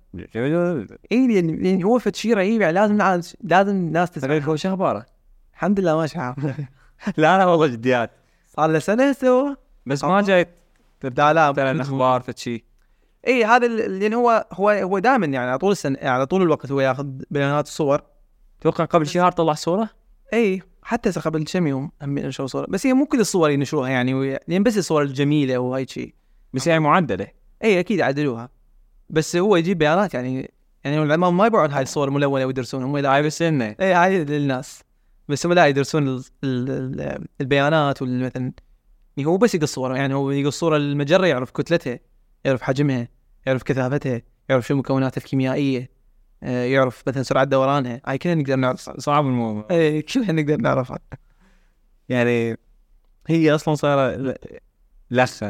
لان هو فتشي رهيب، يعني لازم الناس تسمع هو شو اخباره. الحمد لله ماشي حال. لا والله جديات صار له سنه سوا بس ما جاي لا مثلا اخبار فتشي. هذا لان هو دائما يعني على طول السنه، يعني على طول الوقت هو ياخذ بيانات الصور. توقع قبل شهر طلع صوره. حتى قبل كم يوم هم نشروا صوره، بس هي مو كل الصور ينشروها يعني لان بس الصور الجميله وهاي شيء، بس هي معدله. اكيد عدلوها، بس هو يجيب بيانات يعني العلماء ما يبعون هاي الصور الملونه ويدرسونها، هم هاي بس انه هاي للناس، بس هم لا يدرسون البيانات والمثلا. هو بس يقص صوره، يعني هو يقص صوره المجره، يعرف كتلتها، يعرف حجمها، يعرف كثافتها، يعرف شو مكوناتها الكيميائيه، يعرف مثلا سرعه دورانها. هاي كلها نقدر نعرف. صعب الموضوع. كلها نقدر نعرفها. يعني هي اصلا صايره لخه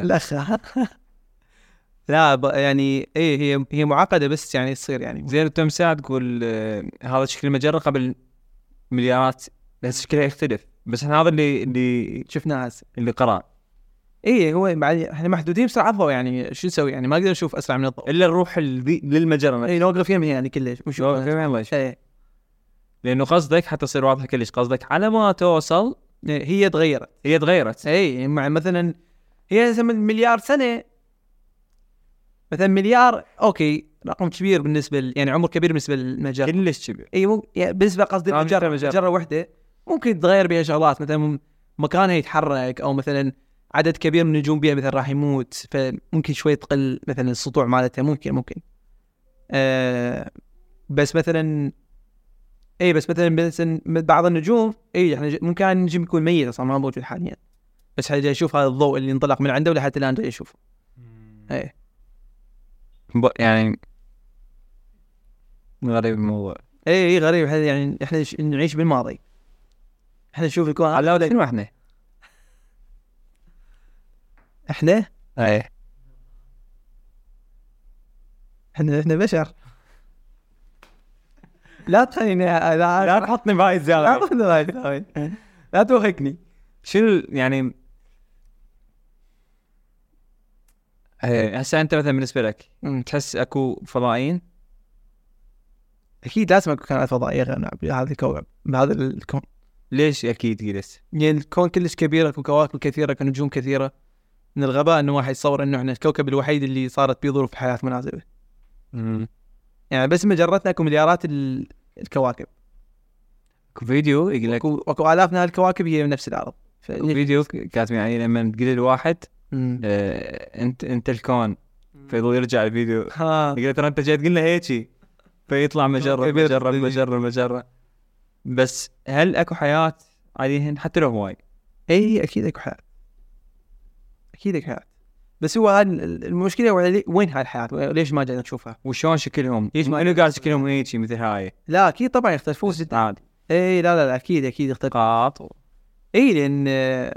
لا يعني هي معقده، بس يعني تصير يعني زين. انت مساعد تقول هذا شكل المجره قبل مليارات، بس شكلها يختلف. بس احنا هذا اللي شفناه هسه اللي قرأ. اي هو احنا محدودين بسرعه الضوء، يعني شو نسوي يعني ما نقدر نشوف اسرع من الضوء الا نروح للمجره اي نوقف يمها يعني كلش نوقف يمها الله يشوف. اي لانه قصدك حتى تصير واضحه كلش، قصدك على ما توصل هي تغيرت اي مع مثلا هي مثلا مليار سنه، مثلا مليار اوكي رقم كبير بالنسبه يعني عمر كبير بالنسبه للمجره كلش كبير. اي يعني بالنسبه قصدي مجره واحده ممكن تتغير بها شغلات، مثلا مكانها يتحرك، او مثلا عدد كبير من النجوم بها مثلا راح يموت، فممكن شوي تقل مثلا السطوع مالتها ممكن بس مثلا بس مثلا بعض النجوم احنا ممكن النجم يكون ميت اصلا ما موجود حاليا، بس حاجه يشوف هذا الضوء اللي انطلق من عنده لحتى الان جاي يشوفه. يعني غريب الموضوع. اي غريب يعني احنا نعيش بالماضي، احنا نشوف الكون على شنو احنا اي احنا بشر. لا تخليني لا تحطني بهاي الزاوية، لا توهقني. شنو يعني هسه انت مثلا بالنسبه لك تحس اكو فضائيين؟ اكيد لازم اكو كائنات فضائيه غيرنا بهذا الكوكب بهذا الكون. ليش اكيد جلس؟ يعني الكون كلش كبير، اكو كواكب كثيره، اكو نجوم كثيره، من الغباء انه واحد يتصور انه احنا الكوكب الوحيد اللي صارت به ظروف حياه مناسبه. يعني بس مجرتنا اكو مليارات الكواكب. اكو فيديو يقول لك اكو الاف من الكواكب هي نفس الارض. فيديو كاتب يعني لما تقول الواحد انت الكون، فيظل يرجع الفيديو يقول ترى انت جاي تقول له هيك، فيطلع مجرة. بس هل اكو حياة عليهن حتى لو هواي؟ اي اكيد اكو حياة، بس هو هذا المشكلة وين هاي الحياة؟ ليش ما جاي نشوفها؟ وشون شكلهم؟ ليش ما قاعد شكلهم هيك مثل هاي؟ لا اكيد طبعا يختلفون جدا عادي. اي لا اكيد يختلفون. اي لان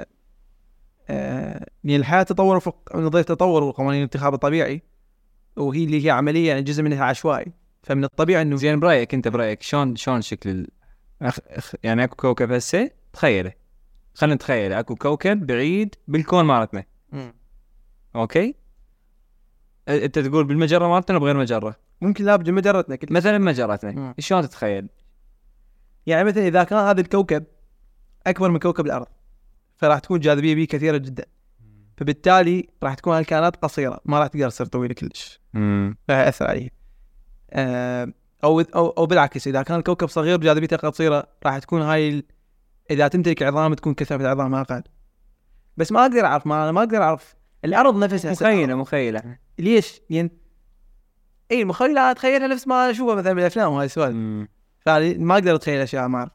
يعني الحياة تطور وفق نظرية التطور وقوانين الانتخاب الطبيعي، وهي اللي هي عملية يعني جزء منها عشوائي، فمن الطبيعي انه زين برأيك شلون شكل يعني اكو كوكب هسه تخيله، خلينا نتخيل اكو كوكب بعيد بالكون مالتنا. اوكي انت تقول بالمجرة مالتنا بغير مجرة؟ ممكن لا بمجرتنا مثلا مجرتنا شلون تتخيل؟ يعني مثلا اذا كان هذا الكوكب اكبر من كوكب الارض فراح تكون جاذبية به كثيرة جدا، فبالتالي راح تكون هالكائنات قصيرة ما راح تقدر تصير طويلة كلش، راح يأثر عليه. أو بالعكس إذا كان الكوكب صغير بجاذبيته قصيرة راح تكون هاي إذا تمتلك عظام تكون كثافة العظام أقل. بس ما أقدر أعرف ما أقدر أعرف الأرض نفسها مخيلة ليش يعني المخيلة أتخيلها نفس ما أشوفها مثلا بالأفلام وهاي السؤال، فما أقدر أتخيل أشياء ما أعرف.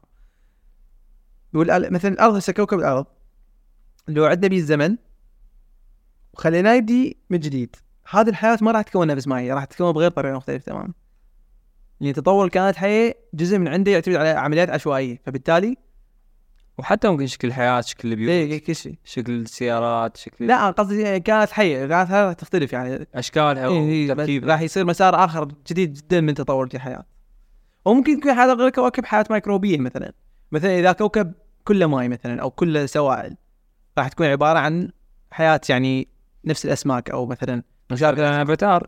مثلا الأرض هسه كوكب الأرض لو عدنا بيه الزمن وخلينا يبدي من جديد، هذه الحياة ما راح تكون نفس ما هي، راح تكون بغير طريقة مختلفة تماما. يعني تطور كانت حياة جزء من عنده يعتمد على عمليات عشوائية، فبالتالي وحتى ممكن شكل الحياة، شكل البيوت، كل شيء، شكل السيارات، شكل لا قصدي كانت حية راح تختلف يعني أشكالها وتركيبها، راح يصير مسار آخر جديد جدا من تطور الحياة. وممكن تكون حياة غير كواكب حياة ميكروبية مثلا إذا كوكب كله ماء مثلا أو كله سوائل راح تكون عبارة عن حياة يعني نفس الأسماك، أو مثلا مشابه افاتار.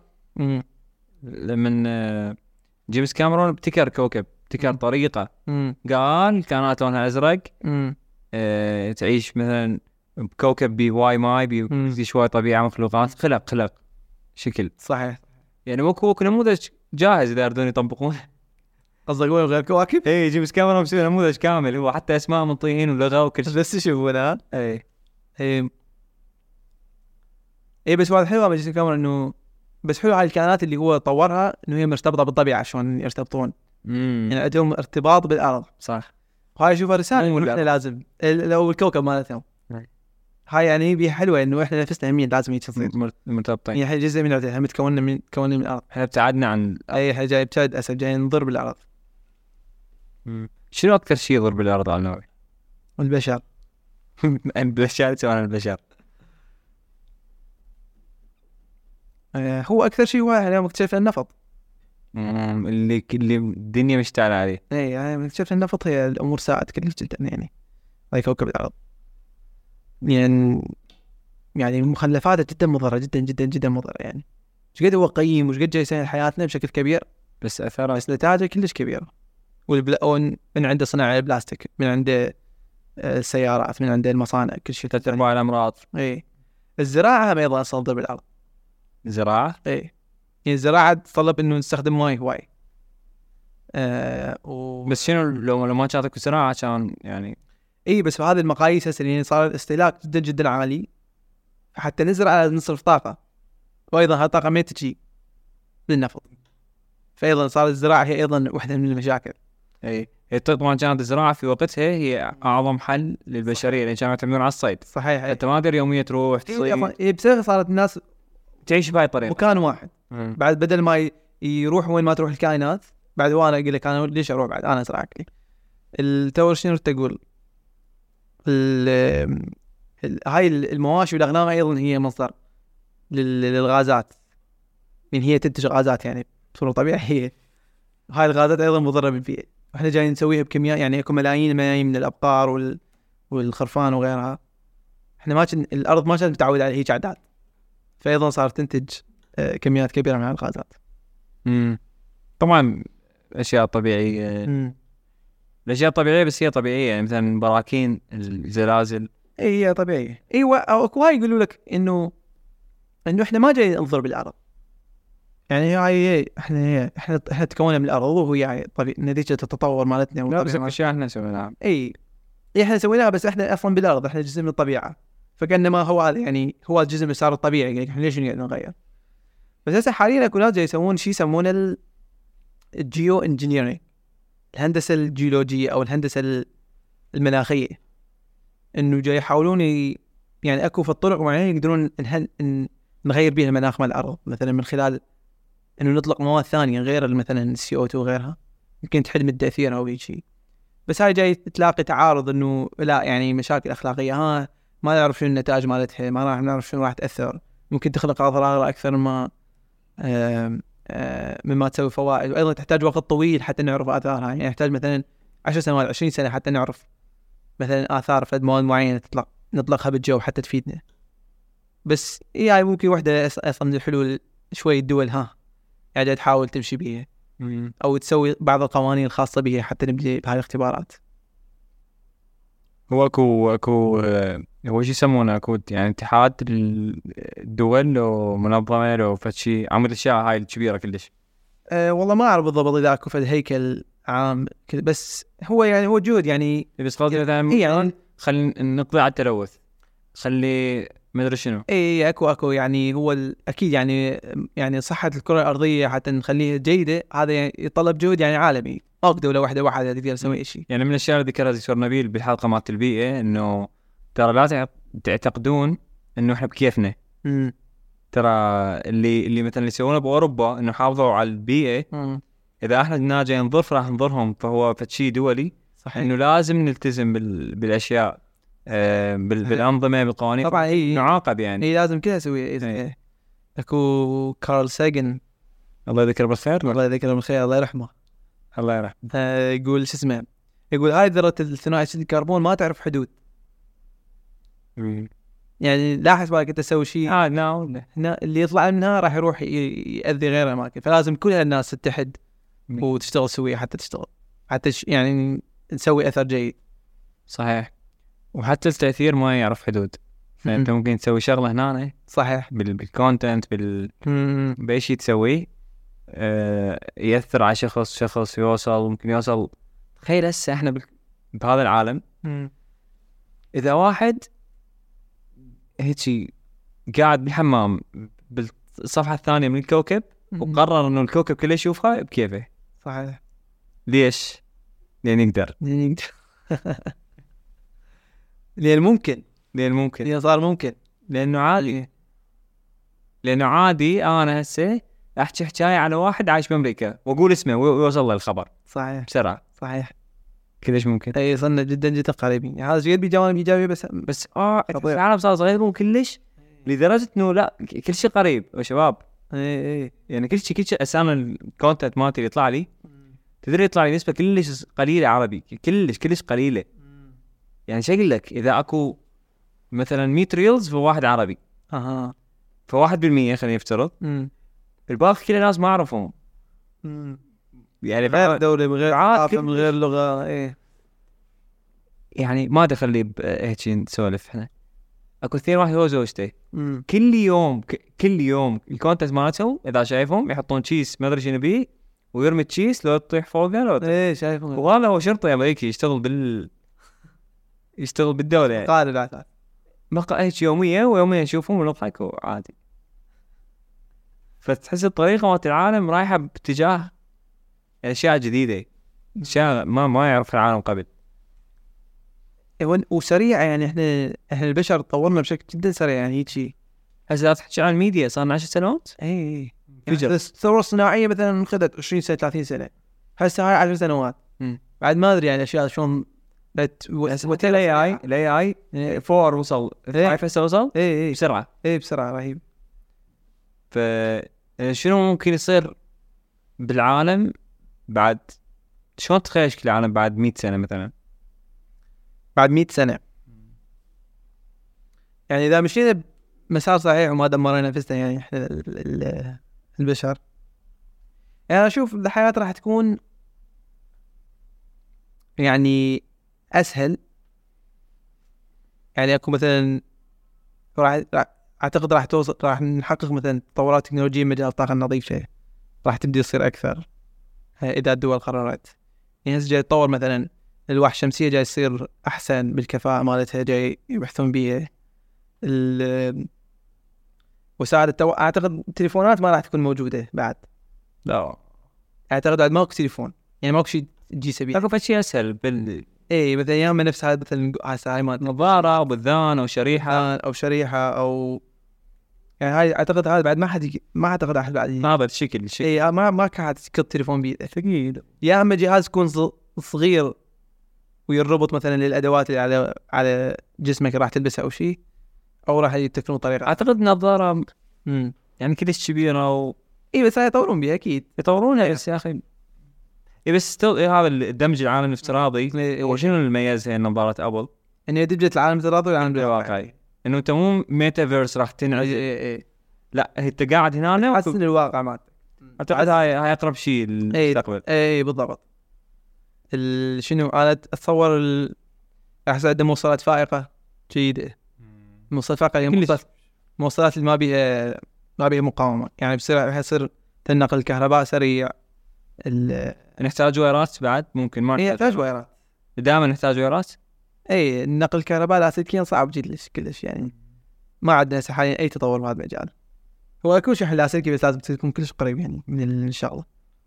لمن جيمس كاميرون ابتكر كوكب، ابتكر طريقة، قال كانت لونها أزرق، تعيش مثلا بكوكب بهواي ماي بي شوي طبيعة مخلوقات، خلق شكل صحيح. يعني مو نموذج جاهز إذا يردون يطبقونه. قصدك غير كواكب؟ اي جيمس كاميرون مسوي نموذج كامل، هو حتى اسماء منطيين ولغة وكل شيء، بس يشوفونها. اي بس واحد حلوة جيمس كاميرون انه بس حلو هاي الكائنات اللي هو طورها انه هي مرتبطة بالطبيعة، شلون يرتبطون يعني عندهم ارتباط بالارض. صح. هاي اشوفها رسالة انه احنا لازم لو الكوكب مالتهم هاي يعني بي حلوة انه احنا نفسنا همين لازم يتصير مرتبطين، يعني جزء من الارض، متكونين من الارض، احنا ابتعدنا عن اي حاجة جاي ابتعد اسد جاي نضر بالارض. شنو اكثر شيء يضر بالارض على النووي؟ البشر. البشر سواء البشر هو اكثر شيء هو اليوم اكتشف النفط اللي الدنيا مشتعلة عليه. اي يعني اكتشف النفط هي الامور ساعد كلش جدا يعني هاي كوكب الارض. يعني يعني مخلفاته جدا مضرة، جدا جدا جدا مضرة. يعني مش قد هو قيم وش قد جاي يسهل حياتنا بشكل كبير، بس اثره بس نتائجه كلش كبيرة. من عنده صناعة البلاستيك، من عنده السيارات، من عنده المصانع، كل شيء. 3/4 الامراض. اي الزراعة هم ايضا صدر بالارض. زراعه اي يعني الزراعة تطلب انه نستخدم ماي هواي. بس شنو لو ما كانت اكو زراعه كان يعني اي بس بهذه المقاييس هسه يعني صار الاستهلاك جدا جدا عالي، حتى نزرع نصرف طاقة، وايضا هالطاقة ما تجي بالنفط. فايضا صار الزراعة هي ايضا واحدة من المشاكل. اي طبعا كانت الزراعه في وقتها هي اعظم حل للبشريه، لان كانوا يعتمدون على الصيد. صحيح. انت ما تقدر يوميا تروح تصيد، بصراحة صارت الناس تعيش بهاي الطريقه مكان واحد. بعد بدل ما يروح وين ما تروح الكائنات، بعد وانا اقول لك انا ليش اروح، بعد انا ازرع اكلي. التور شنو تقول هاي المواشي والاغنام ايضا هي مصدر للغازات، من هي تنتج غازات يعني بصوره طبيعيه. هاي الغازات ايضا مضره بالبيئه، احنا جايين نسويها بكميات. يعني اكو ملايين من الابقار والخرفان وغيرها. احنا الارض ما كانت متعوده على هيك اعداد، فايضا صارت تنتج كميات كبيره من الغازات. طبعا اشياء طبيعيه. الاشياء الطبيعيه بس هي طبيعيه، يعني مثلا براكين، الزلازل هي طبيعيه. ايوه اكو هاي يقولوا لك انه احنا ما جاي ننظر بالارض، يعني هاي احنا تكوننا من الارض، وهي نتيجه التطور مالتنا. لا بس اشياء احنا سويناها. اي احنا سويناها، بس احنا اصلا بالارض، احنا جزء من الطبيعه. فكانما هو هذا يعني هو الجزء من صار الطبيعي، يعني احنا ليش نغير؟ بس هسه حاليا اكو ناس جاي يسوون شيء يسمونه الجيو انجينيرينج، الهندسه الجيولوجيه او الهندسه المناخيه. انه جاي يحاولون يعني اكو في الطرق معينه يقدرون نغير بها المناخ مال الارض، مثلا من خلال انه نطلق مواد ثانيه غير مثلا CO2 وغيرها، يمكن تحد من تاثيرها او شيء. بس هاي جاي تلاقي تعارض، انه لا يعني مشاكل اخلاقيه، ما نعرف شنو النتائج مالتها، ما راح نعرف شنو راح تاثر، ممكن تخلق اضرار اكثر مما تسوي فوائد. وايضا تحتاج وقت طويل حتى نعرف اثارها، يعني يحتاج مثلا 10 سنوات 20 سنه حتى نعرف مثلا آثار فد مواد معينة نطلقها بالجو حتى تفيدنا. بس يعني ممكن واحدة أصلا من الحلول شوية الدول يعني تحاول تمشي بيها، أو تسوي بعض القوانين الخاصة بها حتى نبدأ بهاي الاختبارات. هو اكو هو شو يسمونه، اكو يعني اتحاد الدول لو منظمة لو فشي عمل الاشياء هاي الكبيرة كلش. والله ما أعرف بالضبط إذا اكو فد هيكل عام بس هو يعني هو جهد يعني. بس قصدي مثلا يعني خلينا نقضي على التلوث، خلي ما ادري شنو. اكو يعني هو اكيد يعني صحة الكرة الأرضية حتى نخليها جيدة، هذا يعني يتطلب جهد يعني عالمي، ما دولة واحدة تقدر تسوي شيء. يعني من الاشياء اللي ذكرها دكتور نبيل بالحلقة مالت البيئة، انه ترى لا تعتقدون انه احنا بكيفنا. ترى اللي مثلا يسوونه باوروبا انه حافظوا على البيئة. اذا احنا ناجي نظرف راح نظرهم، فهو فشي دولي. صحيح. انه لازم نلتزم بالاشياء، بالانظمه بالقوانين. طبعا نعاقب يعني. لازم كذا اسوي. اكو كارل ساجن، الله يذكره بالخير. الله يذكره بالخير، الله يرحمه. الله يرحمه. يقول شو اسمه، يقول هاي ذرة الثانوي اكسيد الكربون ما تعرف حدود. يعني لاحظ بالك انت تسوي شيء هنا اللي يطلع منها راح يروح يأذي غير اماكن، فلازم كل الناس تتحد وتشتغل سوية حتى تشتغل، حتى يعني نسوي اثر جيد. صحيح. وحتى التأثير ما يعرف حدود، فانت ممكن تسوي شغله هنا. صحيح. بالكونتنت باي شيء تسويه يأثر على شخص يوصل، ممكن يوصل. تخيل هسه احنا بهذا العالم اذا واحد هيك قاعد بالحمام بالصفحة الثانية من الكوكب وقرر انه الكوكب كله يشوفها بكيفه. صحيح. ليش؟ لان يقدر. لان ممكن. لان صار ممكن. لانه عادي انا هسه احكي حكايه على واحد عايش بامريكا واقول اسمه ويوصل له الخبر. صحيح. بسرعه. صحيح. كلش ممكن. اي صرنا جدا جدا قريبين. هذا شيء بجوانب ايجابيه بس العالم صار صغير مو كلش، لدرجه انه لا كل شيء قريب يا شباب. اي يعني كل شيء اساسا الكونتنت مالتي اللي يطلع لي تدري يطلع لي نسبه كلش قليله عربي، كلش قليله. يعني شو اقول لك، اذا اكو مثلا 100 ريلز في واحد عربي اها. ف1% خلينا نفترض، الباقي كل الناس ما اعرفهم. يعني غير دولة، من غير ثقافة، من غير لغة. ايه يعني ما دخل هيك نسولف احنا. اكو اثنين، واحد هو زوجته، كل يوم كل يوم الكونتنت مالتهم اذا شايفهم يحطون تشيس ما ادري شنو بيه، ويرمي تشيس لو تطيح فوقه لو ايه شايفهم. وهذا هو شرطي امريكي يشتغل بالدولة يعني. قال بقى هيك يوميا ويوميا نشوفهم ونضحك وعادي. فتحس الطريقة مالت العالم رايحة باتجاه أشياء جديدة، أشياء ما يعرف العالم قبل. وسريعة يعني. احنا البشر تطورنا بشكل جدا سريع يعني. هيك هسه لا تحكي عن الميديا، صار 10 سنوات. اي فجر. يعني الثورة الصناعية مثلا خذت 20 سنة 30 سنة، هسه هاي 10 سنوات. بعد ما ادري يعني اشياء شلون الاي اي 4 وصل 5 هسه وصل اي بسرعة. اي بسرعة رهيب. فشنو ممكن يصير بالعالم بعد؟ شلون تخيل شكل العالم بعد 100 سنة مثلا؟ بعد 100 سنة يعني إذا مشينا بمسار صحيح وما دمرنا نفسنا يعني إحنا البشر، يعني أنا أشوف الحياة راح تكون يعني أسهل. يعني أكو مثلا راح أعتقد راح نحقق مثلا تطورات تكنولوجية مجال الطاقة النظيفة راح تبدي تصير أكثر إذا الدول قررت. يعني هسه جاي يتطور مثلا الألواح الشمسية، جاي يصير أحسن بالكفاءة مالتها، جاي يبحثون بيها. وساعد أعتقد التليفونات ما راح تكون موجودة بعد. لا أعتقد بعد ماكو تليفون، يعني ماكو شيء تجي سبيل. اكو شيء اسهل اي مثلا ايام نفس هذا مثلا هاي ما نظارة او بذان او شريحة او شريحة او يعني هاي اعتقد هذا بعد ما اعتقد احد بعد هذا الشكل اي ما كان تكت تليفون بيده ثقيل. يا اما جهاز يكون صغير ويربط مثلا للادوات اللي على جسمك راح تلبسها او شيء، او راح يتكلون طريقة. اعتقد نظارة يعني كلش كبيرة اي بس هاي يطورون بيها اكيد يطورونها. بس يا اخي بس هذا الدمج العالم الافتراضي. وشنو اللي ميزها نظارة ابل؟ انه دمجت العالم الافتراضي والعالم الواقعي، انه انت مو ميتافيرس راح تنعزل. لا انت قاعد هنا تحسن الواقع مالك. اعتقد هاي اقرب شيء للمستقبل. اي بالضبط. شنو قالت اتصور راح عندنا موصلات فائقة جيدة. موصلات فائقة يعني موصلات اللي ما بيها مقاومة، يعني راح يصير تنقل الكهرباء سريع. نحتاج وايرات بعد ممكن ما نحتاج وايرات، دائما نحتاج وايرات. اي نقل الكهرباء لاسلكيا صعب جدا كلش يعني. ما عندنا حاليا اي تطور بهذا المجال. هو كل شيء لاسلكي بس لازم تكون كلش قريب يعني من الشغله.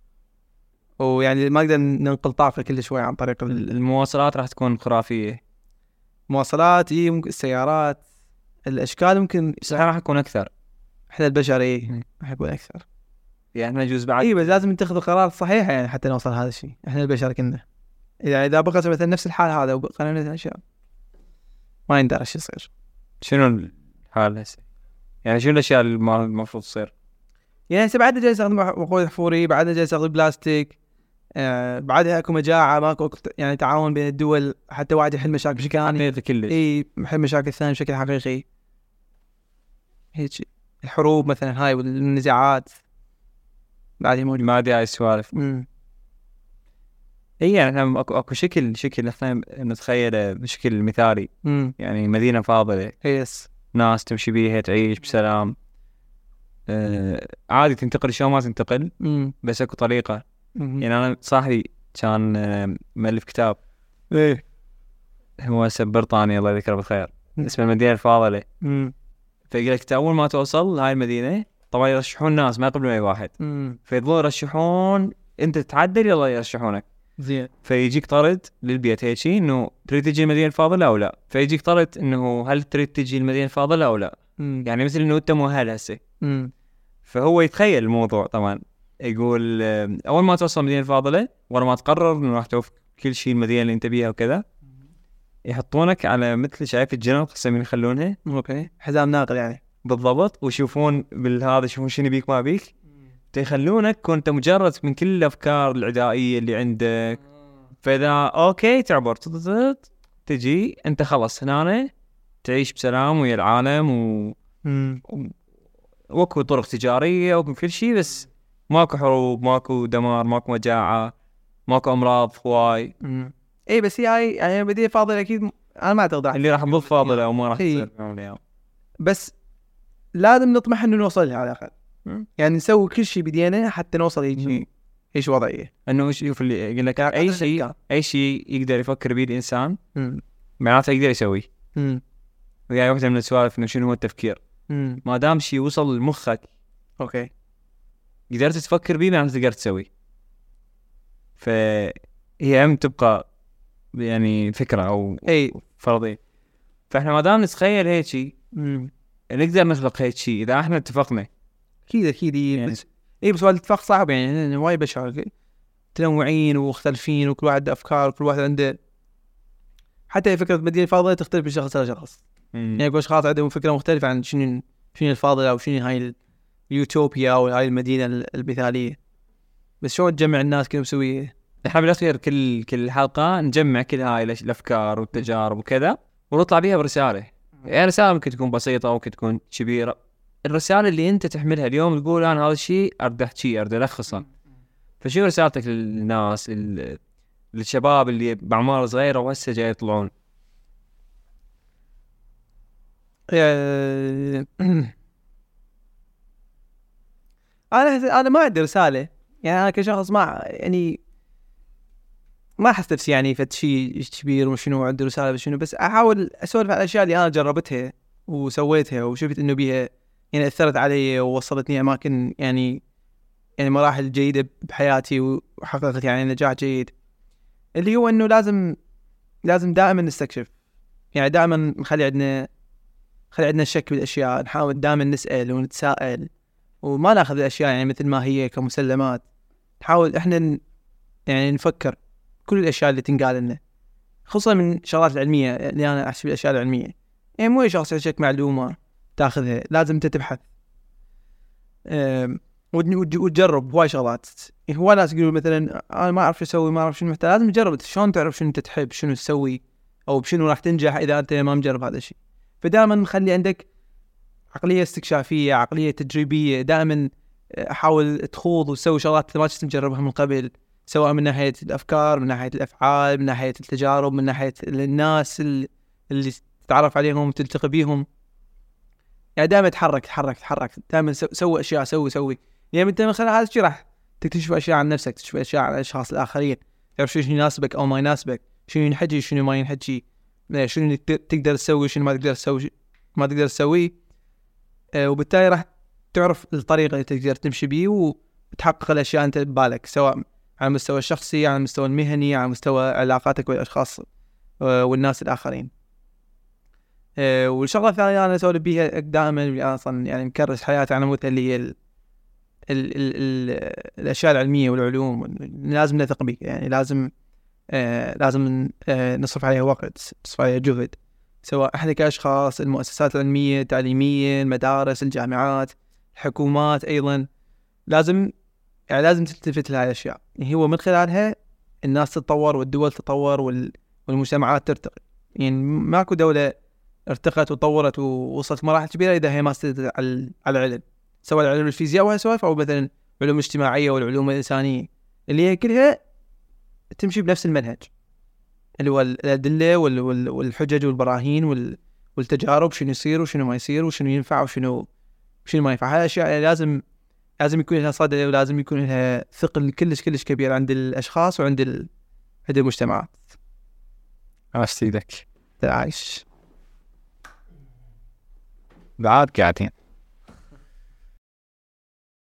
ويعني ما نقدر ننقل طاقه كل شوي عن طريق المواصلات راح تكون خرافيه. مواصلات ممكن السيارات، الاشكال ممكن صحيح راح يكون اكثر. احنا البشر راح يكون اكثر يعني احنا نجوز بعد بس لازم نتخذ القرار الصحيح يعني حتى نوصل هذا الشيء. احنا البشر كنا اذا بقت مثلا نفس الحال هذا وبقينا نفس الاشياء ما يندرى ايش يصير. شنو الحال هسه؟ يعني شنو الاشياء اللي المفروض تصير؟ يعني هسه بعدنا جاي نستخدم وقود احفوري، بعدنا جاي نستخدم بلاستيك، بعدها اكو مجاعه، ماكو يعني تعاون بين الدول حتى واحد يحل مشاكل بشكل ثاني. يحل مشاكل ثانيه بشكل حقيقي. هيك الحروب مثلا هاي والنزاعات بعد موجود. ما ادري هاي السوالف. يعني احنا اكو شكل احنا نتخيله بشكل مثالي. يعني مدينه فاضله، ناس تمشي بيها تعيش بسلام. عادي تنتقل شو ما تنتقل، بس اكو طريقه. يعني انا صاحبي كان مؤلف كتاب هو بريطاني الله يذكره بالخير، اسمه المدينه الفاضله. فيقول لك اول ما توصل هاي المدينه طبعا يرشحون الناس ما يقبلون اي واحد، فيظلون يرشحون انت تتعدل يلا يرشحونك زين. فيجيك طرد للبيت هيك انه تريد تجي المدينه الفاضله او لا، فيجيك طرد انه هل تريد تجي المدينه الفاضله او لا. يعني مثل انه انت مؤهل هسه. فهو يتخيل الموضوع طبعا، يقول اول ما توصل المدينه الفاضله ورا ما تقرر انه راح توفق كل شيء المدينه اللي انت بيها وكذا، يحطونك على مثل شايف الجنرال قسمين يخلونها حزام ناقل يعني بالضبط، ويشوفون بالهذا يشوفون شنو بيك ما بيك، تخلونك كنت مجرد من كل الافكار العدائيه اللي عندك. فاذا اوكي تعبر تجي انت خلص هنا تعيش بسلام ويا العالم واكو طرق تجاريه واكو كل شيء، بس ماكو حروب، ماكو دمار، ماكو مجاعه، ماكو امراض هواي. اي بس هي يعني المدينه فاضله اكيد انا ما اعتقد اللي راح تضيف فاضله او ما راح تصير بس لازم نطمح انه نوصل لها على الاقل. يعني نسوي كل شيء بدينا حتى نوصل ايش وضعيه. انه شوف اللي يقول لك اي شيء يقدر يفكر به الانسان معناته يقدر يسويه. وهي واحده من السوالف انه شنو هو التفكير. ما دام شيء وصل لمخك اوكي قدرت تفكر به معناته تقدر تسويه. فهي هم تبقى يعني فكره او فرضيه. فاحنا ما دام نتخيل هيك شيء نقدر نخلق هيك شيء اذا احنا اتفقنا. اكيد يعني بس هو الاتفاق صعب، يعني وايد بشر متنوعين ومختلفين وكل واحد افكار وكل واحد عنده. حتى فكره مدينه فاضله تختلف من شخص لشخص. يعني كل اشخاص عندهم فكره مختلفه عن شنو الفاضله او شنو هاي اليوتوبيا او هاي المدينه المثاليه. بس شلون تجمع الناس كلهم مسويه؟ احنا بالاخير كل حلقه نجمع كل هاي الافكار والتجارب وكذا ونطلع بيها برساله. يعني رساله ممكن تكون بسيطه ممكن تكون كبيره. الرساله اللي انت تحملها اليوم تقول انا هذا الشيء اريد احكيه اريد الخصه. فشو رسالتك للناس للشباب اللي باعمار صغيره وهسه جاي يطلعون؟ انا ما عندي رساله. يعني انا كشخص ما احس نفسي يعني فد شيء كبير وشنو عندي رساله بشنو، بس احاول اسولف على الاشياء اللي انا جربتها وسويتها وشفت انه بيها يعني اثرت علي ووصلتني اماكن يعني مراحل جيده بحياتي وحققت يعني نجاح جيد. اللي هو انه لازم دائما نستكشف. يعني دائما نخلي عندنا الشك بالاشياء، نحاول دائما نسال ونتساءل وما ناخذ الاشياء يعني مثل ما هي كمسلمات. نحاول احنا يعني نفكر كل الاشياء اللي تنقال لنا، خصوصا من الشغلات العلميه اللي انا احسب الاشياء العلميه. يعني مو اي شخص يعطيك معلومه تاخذها، لازم انت تبحث وتجرب هواي شغلات. هو ناس يقولوا مثلا انا ما اعرف شو اسوي ما اعرف شنو محتاج. لازم تجرب. شلون تعرف شنو انت تحب شنو تسوي او بشنو راح تنجح اذا انت ما مجرب هذا الشيء؟ فدائما نخلي عندك عقليه استكشافيه عقليه تجريبيه. دائما حاول تخوض وتسوي شغلات ما كنت مجربها من قبل، سواء من ناحيه الافكار من ناحيه الافعال من ناحيه التجارب من ناحيه الناس اللي تتعرف عليهم وتلتقي بيهم. يعني دائما تحرك دائما سوي اشياء سوي. يعني انت من خلال هذا الشيء راح تكتشف اشياء عن نفسك، تكتشف اشياء عن الاشخاص الاخرين، تعرف شنو يناسبك او ما يناسبك، شنو ينحكي شنو ما ينحكي، شنو تقدر تسوي شنو ما تقدر تسوي وبالتالي راح تعرف الطريقه اللي تقدر تمشي بيه وتحقق الاشياء انت ببالك، سواء على المستوى الشخصي على المستوى المهني على مستوى علاقاتك والاشخاص والناس الاخرين. والشغله الثانيه انا اسولف بيها دائما اللي اصلا يعني مكرس حياتي على مود اللي هي الاشياء العلميه والعلوم لازم نثق بها. يعني لازم نصرف عليها وقت نصرف عليها جهد، سواء احنا كاشخاص المؤسسات العلميه التعليميه المدارس الجامعات الحكومات ايضا لازم تلتفت لهذه الاشياء. يعني هو من خلالها الناس تتطور والدول تتطور والمجتمعات ترتقي. يعني ماكو دوله ارتقت وطورت ووصلت مراحل كبيره اذا هي ما استندت على العلم، سواء العلم الفيزياء وهالسوالف او مثلا العلوم الاجتماعيه والعلوم الانسانيه اللي هي كلها تمشي بنفس المنهج اللي هو الادله والحجج والبراهين والتجارب، شنو يصير وشنو ما يصير وشنو ينفع وشنو ما ينفع. هاي الاشياء لازم يكون لها صدى ولازم يكون لها ثقل كلش كبير عند الاشخاص وعند المجتمعات. عاش ايدك عايش بعد قاعدين